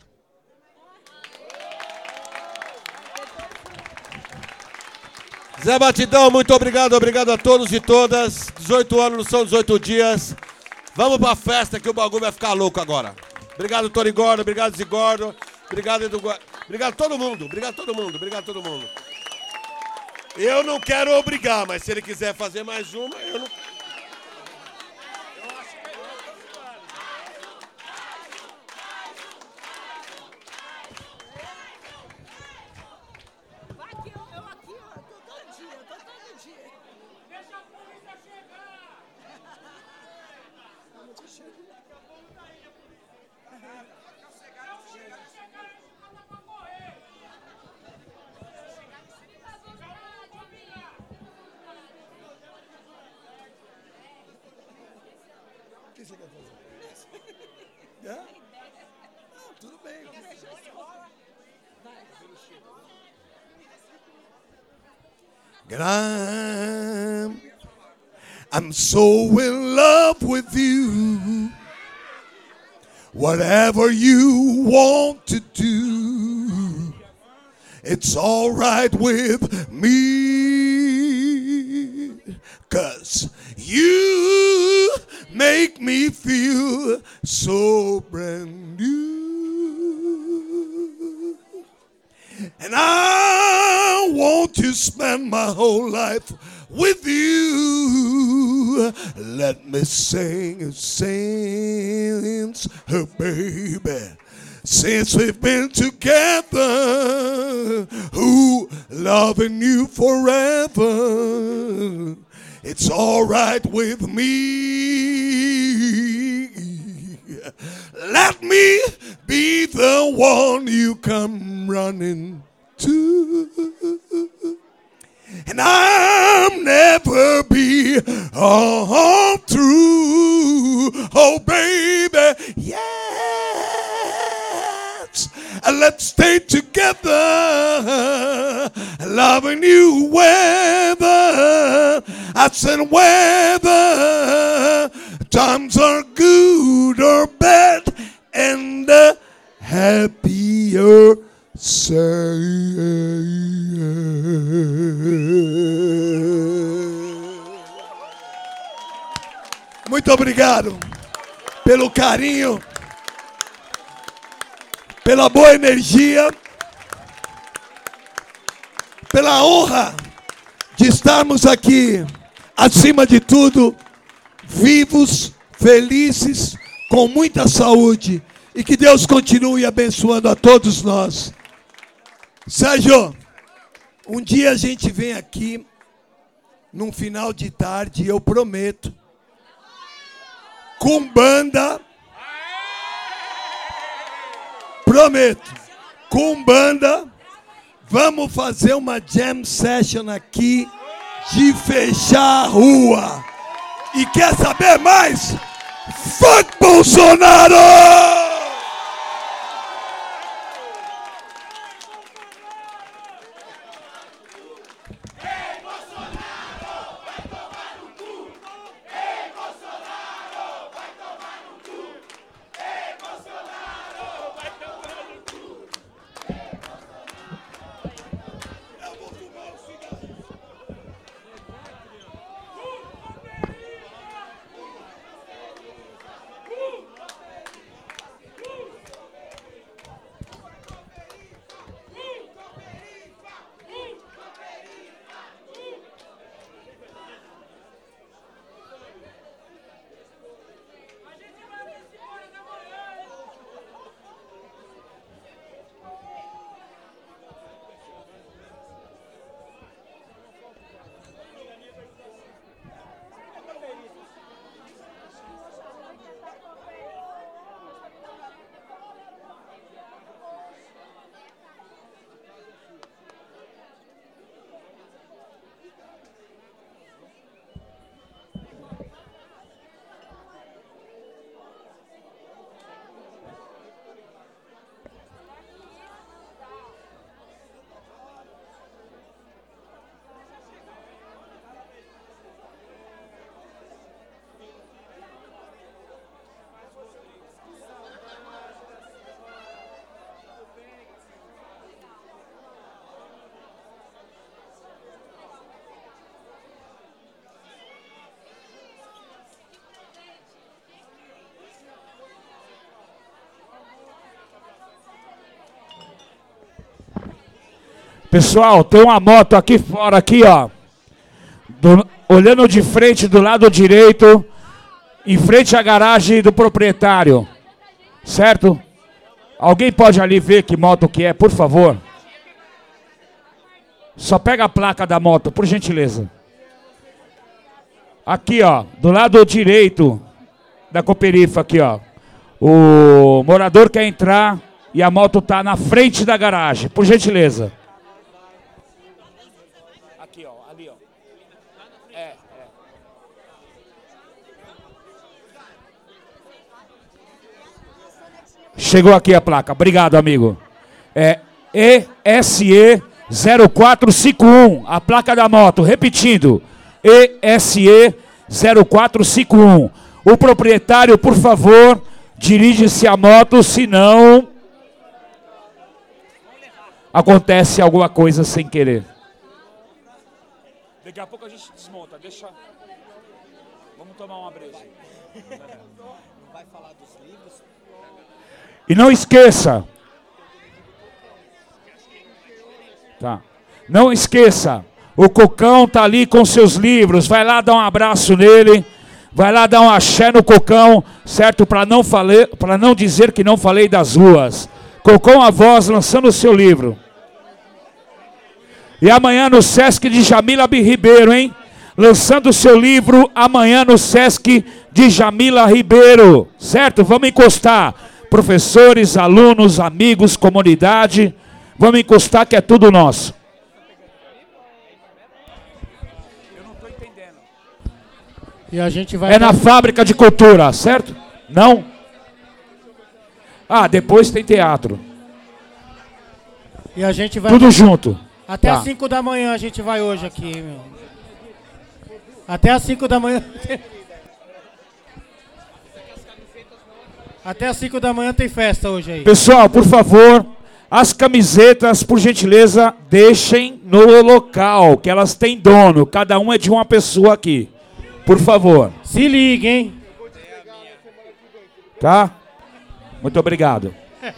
Zé Batidão, muito obrigado, obrigado a todos e todas. 18 anos não são 18 dias. Vamos pra festa que o bagulho vai ficar louco agora. Obrigado, Tony Gordo, obrigado, Zigordo. Obrigado, Edu. Obrigado a todo mundo, obrigado a todo mundo, obrigado a todo mundo. Eu não quero obrigar, mas se ele quiser fazer mais uma, eu não... O que você quer fazer? Não, tudo bem. I'm so in love with you. Whatever you want to do, it's all right with me. 'Cause you make me feel so brand new. And I want to spend my whole life with you. Let me sing a sense, baby. since we've been together. Who loving you forever? It's all right with me. Let me be the one you come running to. And I'll never be all through. Oh, baby, yes. And let's stay together, loving you whether. I said whether times are good or bad, and the happier say. Muito obrigado pelo carinho, pela boa energia, pela honra de estarmos aqui, acima de tudo, vivos, felizes, com muita saúde, e que Deus continue abençoando a todos nós. Sérgio, um dia a gente vem aqui, num final de tarde, eu prometo, com banda, prometo, com banda, vamos fazer uma jam session aqui, de fechar a rua. E quer saber mais? Fuck Bolsonaro! Pessoal, tem uma moto aqui fora, aqui, ó. Olhando de frente, do lado direito, em frente à garagem do proprietário. Certo? Alguém pode ali ver que moto que é, por favor? Só pega a placa da moto, por gentileza. Aqui, ó, do lado direito da Cooperifa, aqui, ó. O morador quer entrar e a moto tá na frente da garagem, por gentileza. Aqui, ó, ali, ó. Chegou aqui a placa. Obrigado, amigo. É ESE 0451, a placa da moto. Repetindo, ESE 0451. O proprietário, por favor, dirige-se à moto, senão acontece alguma coisa sem querer. Daqui a pouco a gente desmonta, deixa. Vamos tomar uma breja. Não vai falar dos livros? E não esqueça. Tá. Não esqueça. O Cocão tá ali com seus livros. Vai lá dar um abraço nele. Vai lá dar um axé no Cocão, certo? Para não dizer que não falei das ruas. Cocão a Voz lançando o seu livro. E amanhã no Sesc de Jamila Ribeiro, hein? Lançando o seu livro amanhã no Sesc de Jamila Ribeiro. Certo? Vamos encostar. Professores, alunos, amigos, comunidade. Vamos encostar que é tudo nosso. E a gente vai... É na Fábrica de Cultura, certo? Não? Ah, depois tem teatro. E a gente vai... Tudo junto. Até Tá. às 5 da manhã a gente vai hoje aqui, meu. Até às 5 da manhã... Até às 5 da manhã tem festa hoje aí. Pessoal, por favor, as camisetas, por gentileza, deixem no local, que elas têm dono. Cada uma é de uma pessoa aqui. Por favor. Se liga, hein? Tá? Muito obrigado.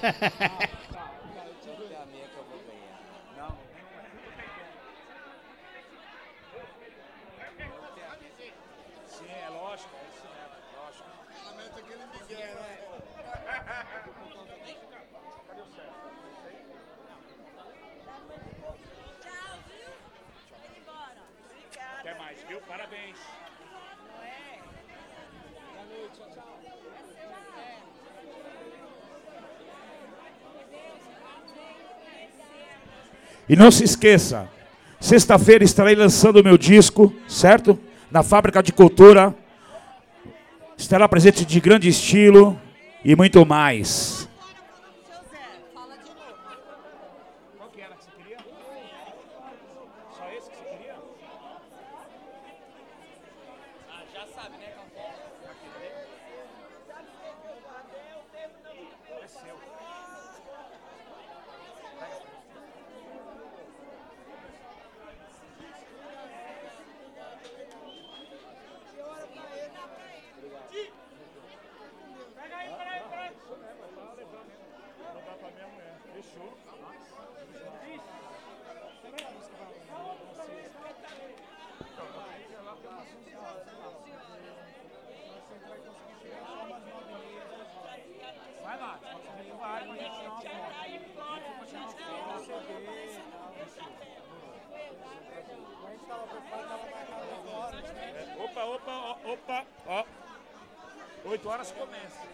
Até mais, viu? Parabéns. E não se esqueça, sexta-feira estarei lançando o meu disco, certo? Na Fábrica de Cultura. Estará presente de grande estilo e muito mais. Qual que era que você queria? Só esse que você queria? Ah, já sabe, né? É seu. Vai lá, vai, mas opa, ó. 8 horas começa.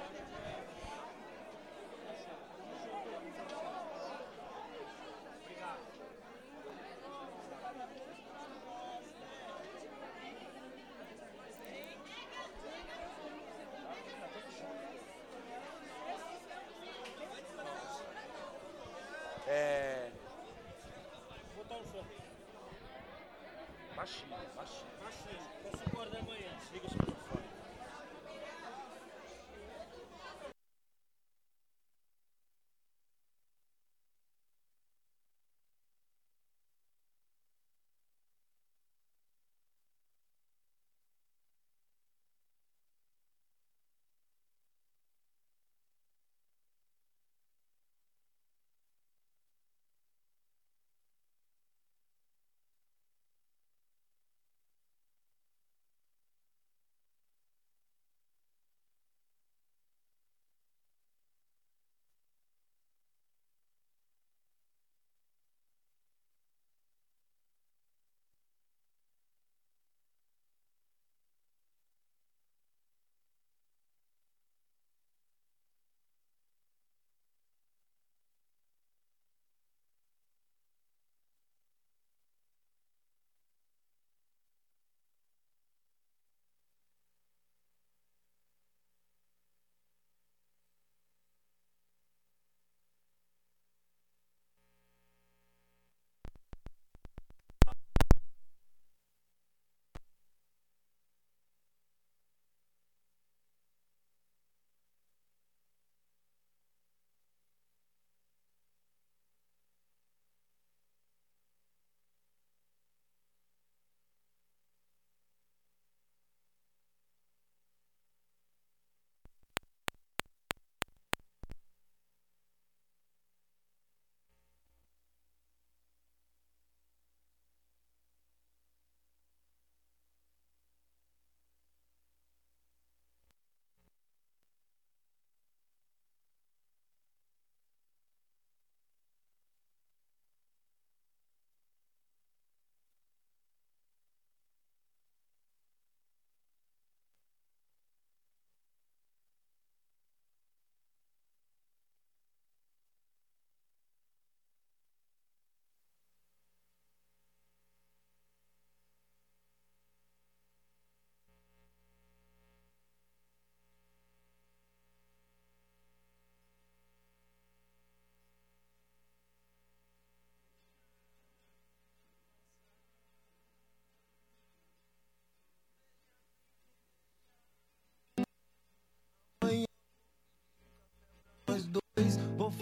Botar um som. Baixinho, baixinho. Baixinho. Até 5 horas da manhã. Liga o microfone.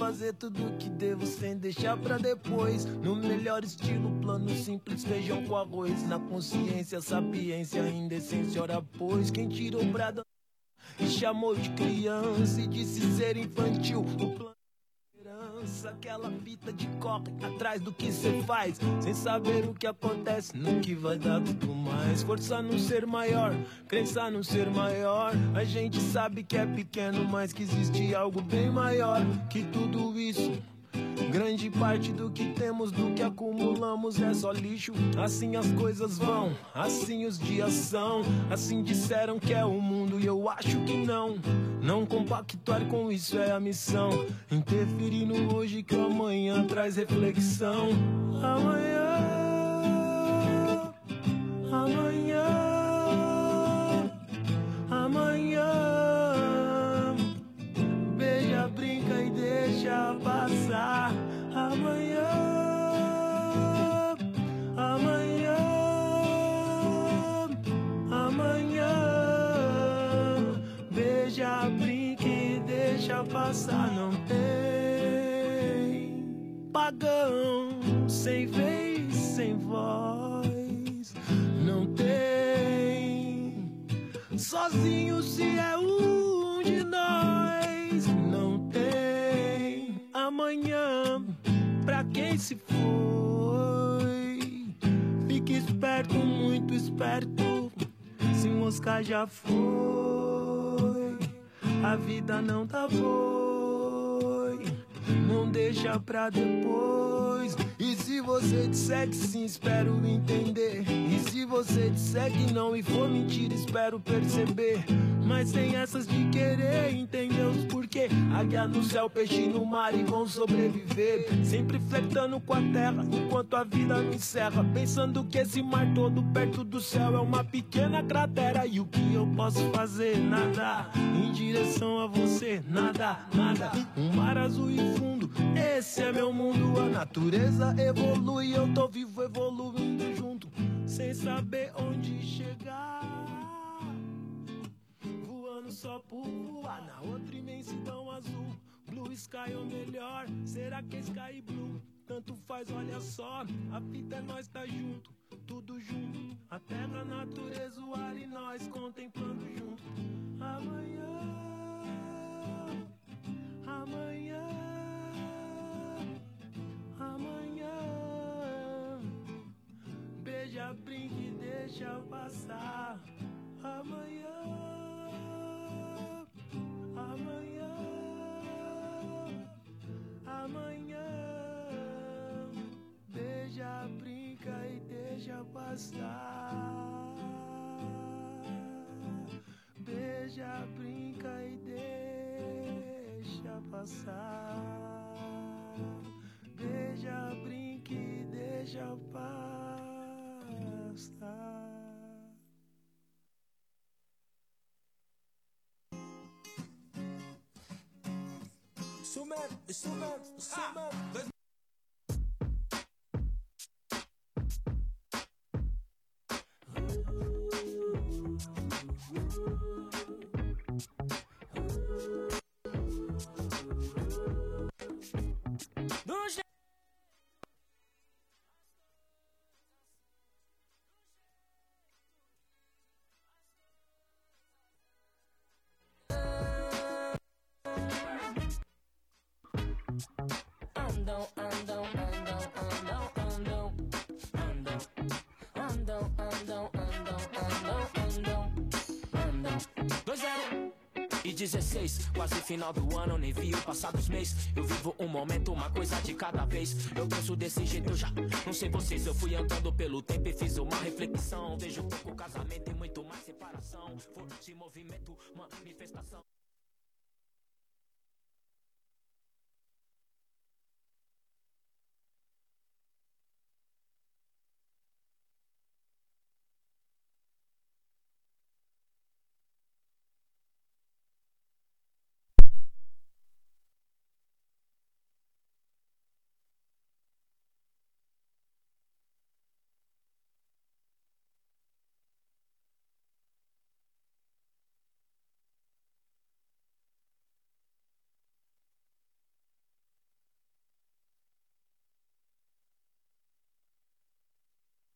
fazer tudo que devo sem deixar pra depois. No melhor estilo, plano simples, feijão com arroz. Na consciência, sapiência, indecência, ora pois. Quem tirou brada e chamou de criança e disse ser infantil. O plano aquela fita de corre atrás do que cê faz, sem saber o que acontece, no que vai dar tudo mais. Força no ser maior, crença no ser maior. A gente sabe que é pequeno, mas que existe algo bem maior que tudo isso. Grande parte do que temos, do que acumulamos é só lixo. Assim as coisas vão, assim os dias são. Assim disseram que é o mundo e eu acho que não. Não compactuar com isso é a missão. Interferir no hoje que o amanhã traz reflexão. Amanhã, amanhã, amanhã. Beija, brinca e deixa passar. Amanhã, amanhã, amanhã. Beija, brinca e deixa passar. Não tem pagão sem vez, sem voz. Não tem sozinho se é um de nós. Não tem amanhã pra quem se foi. Fique esperto, muito esperto. Se moscar já foi. A vida não tá foi. Não deixa pra depois. E se você disser que sim, espero entender. E se você disser que não e for mentira, espero perceber. Mas tem essas de querer entender os porquê. Águia no céu, peixe no mar e vão sobreviver. Sempre flertando com a terra enquanto a vida me encerra. Pensando que esse mar todo perto do céu é uma pequena cratera. E o que eu posso fazer? Nada. Em direção a você, nada, nada. Um mar azul e fundo, esse é meu mundo. A natureza evolui, eu tô vivo evoluindo junto, sem saber onde chegar. Voando só por voar na outra imensidão azul. Blue sky ou melhor, será que é sky blue? Tanto faz, olha só, a fita é nós tá junto, tudo junto. A terra, a natureza, o ar e nós contemplando junto. Amanhã, amanhã, amanhã. Beija, brinca e deixa passar. Amanhã, amanhã, amanhã. Beija, brinca e deixa passar. Beija, brinca e deixa passar. Beija, brinca e deixa passar. Sumer. E 16, quase final do ano, nem vi o passar dos meses. Eu vivo um momento, uma coisa de cada vez. Eu penso desse jeito já, não sei vocês. Eu fui andando pelo tempo e fiz uma reflexão. Vejo pouco casamento e muito mais separação. Forte movimento, manifestação.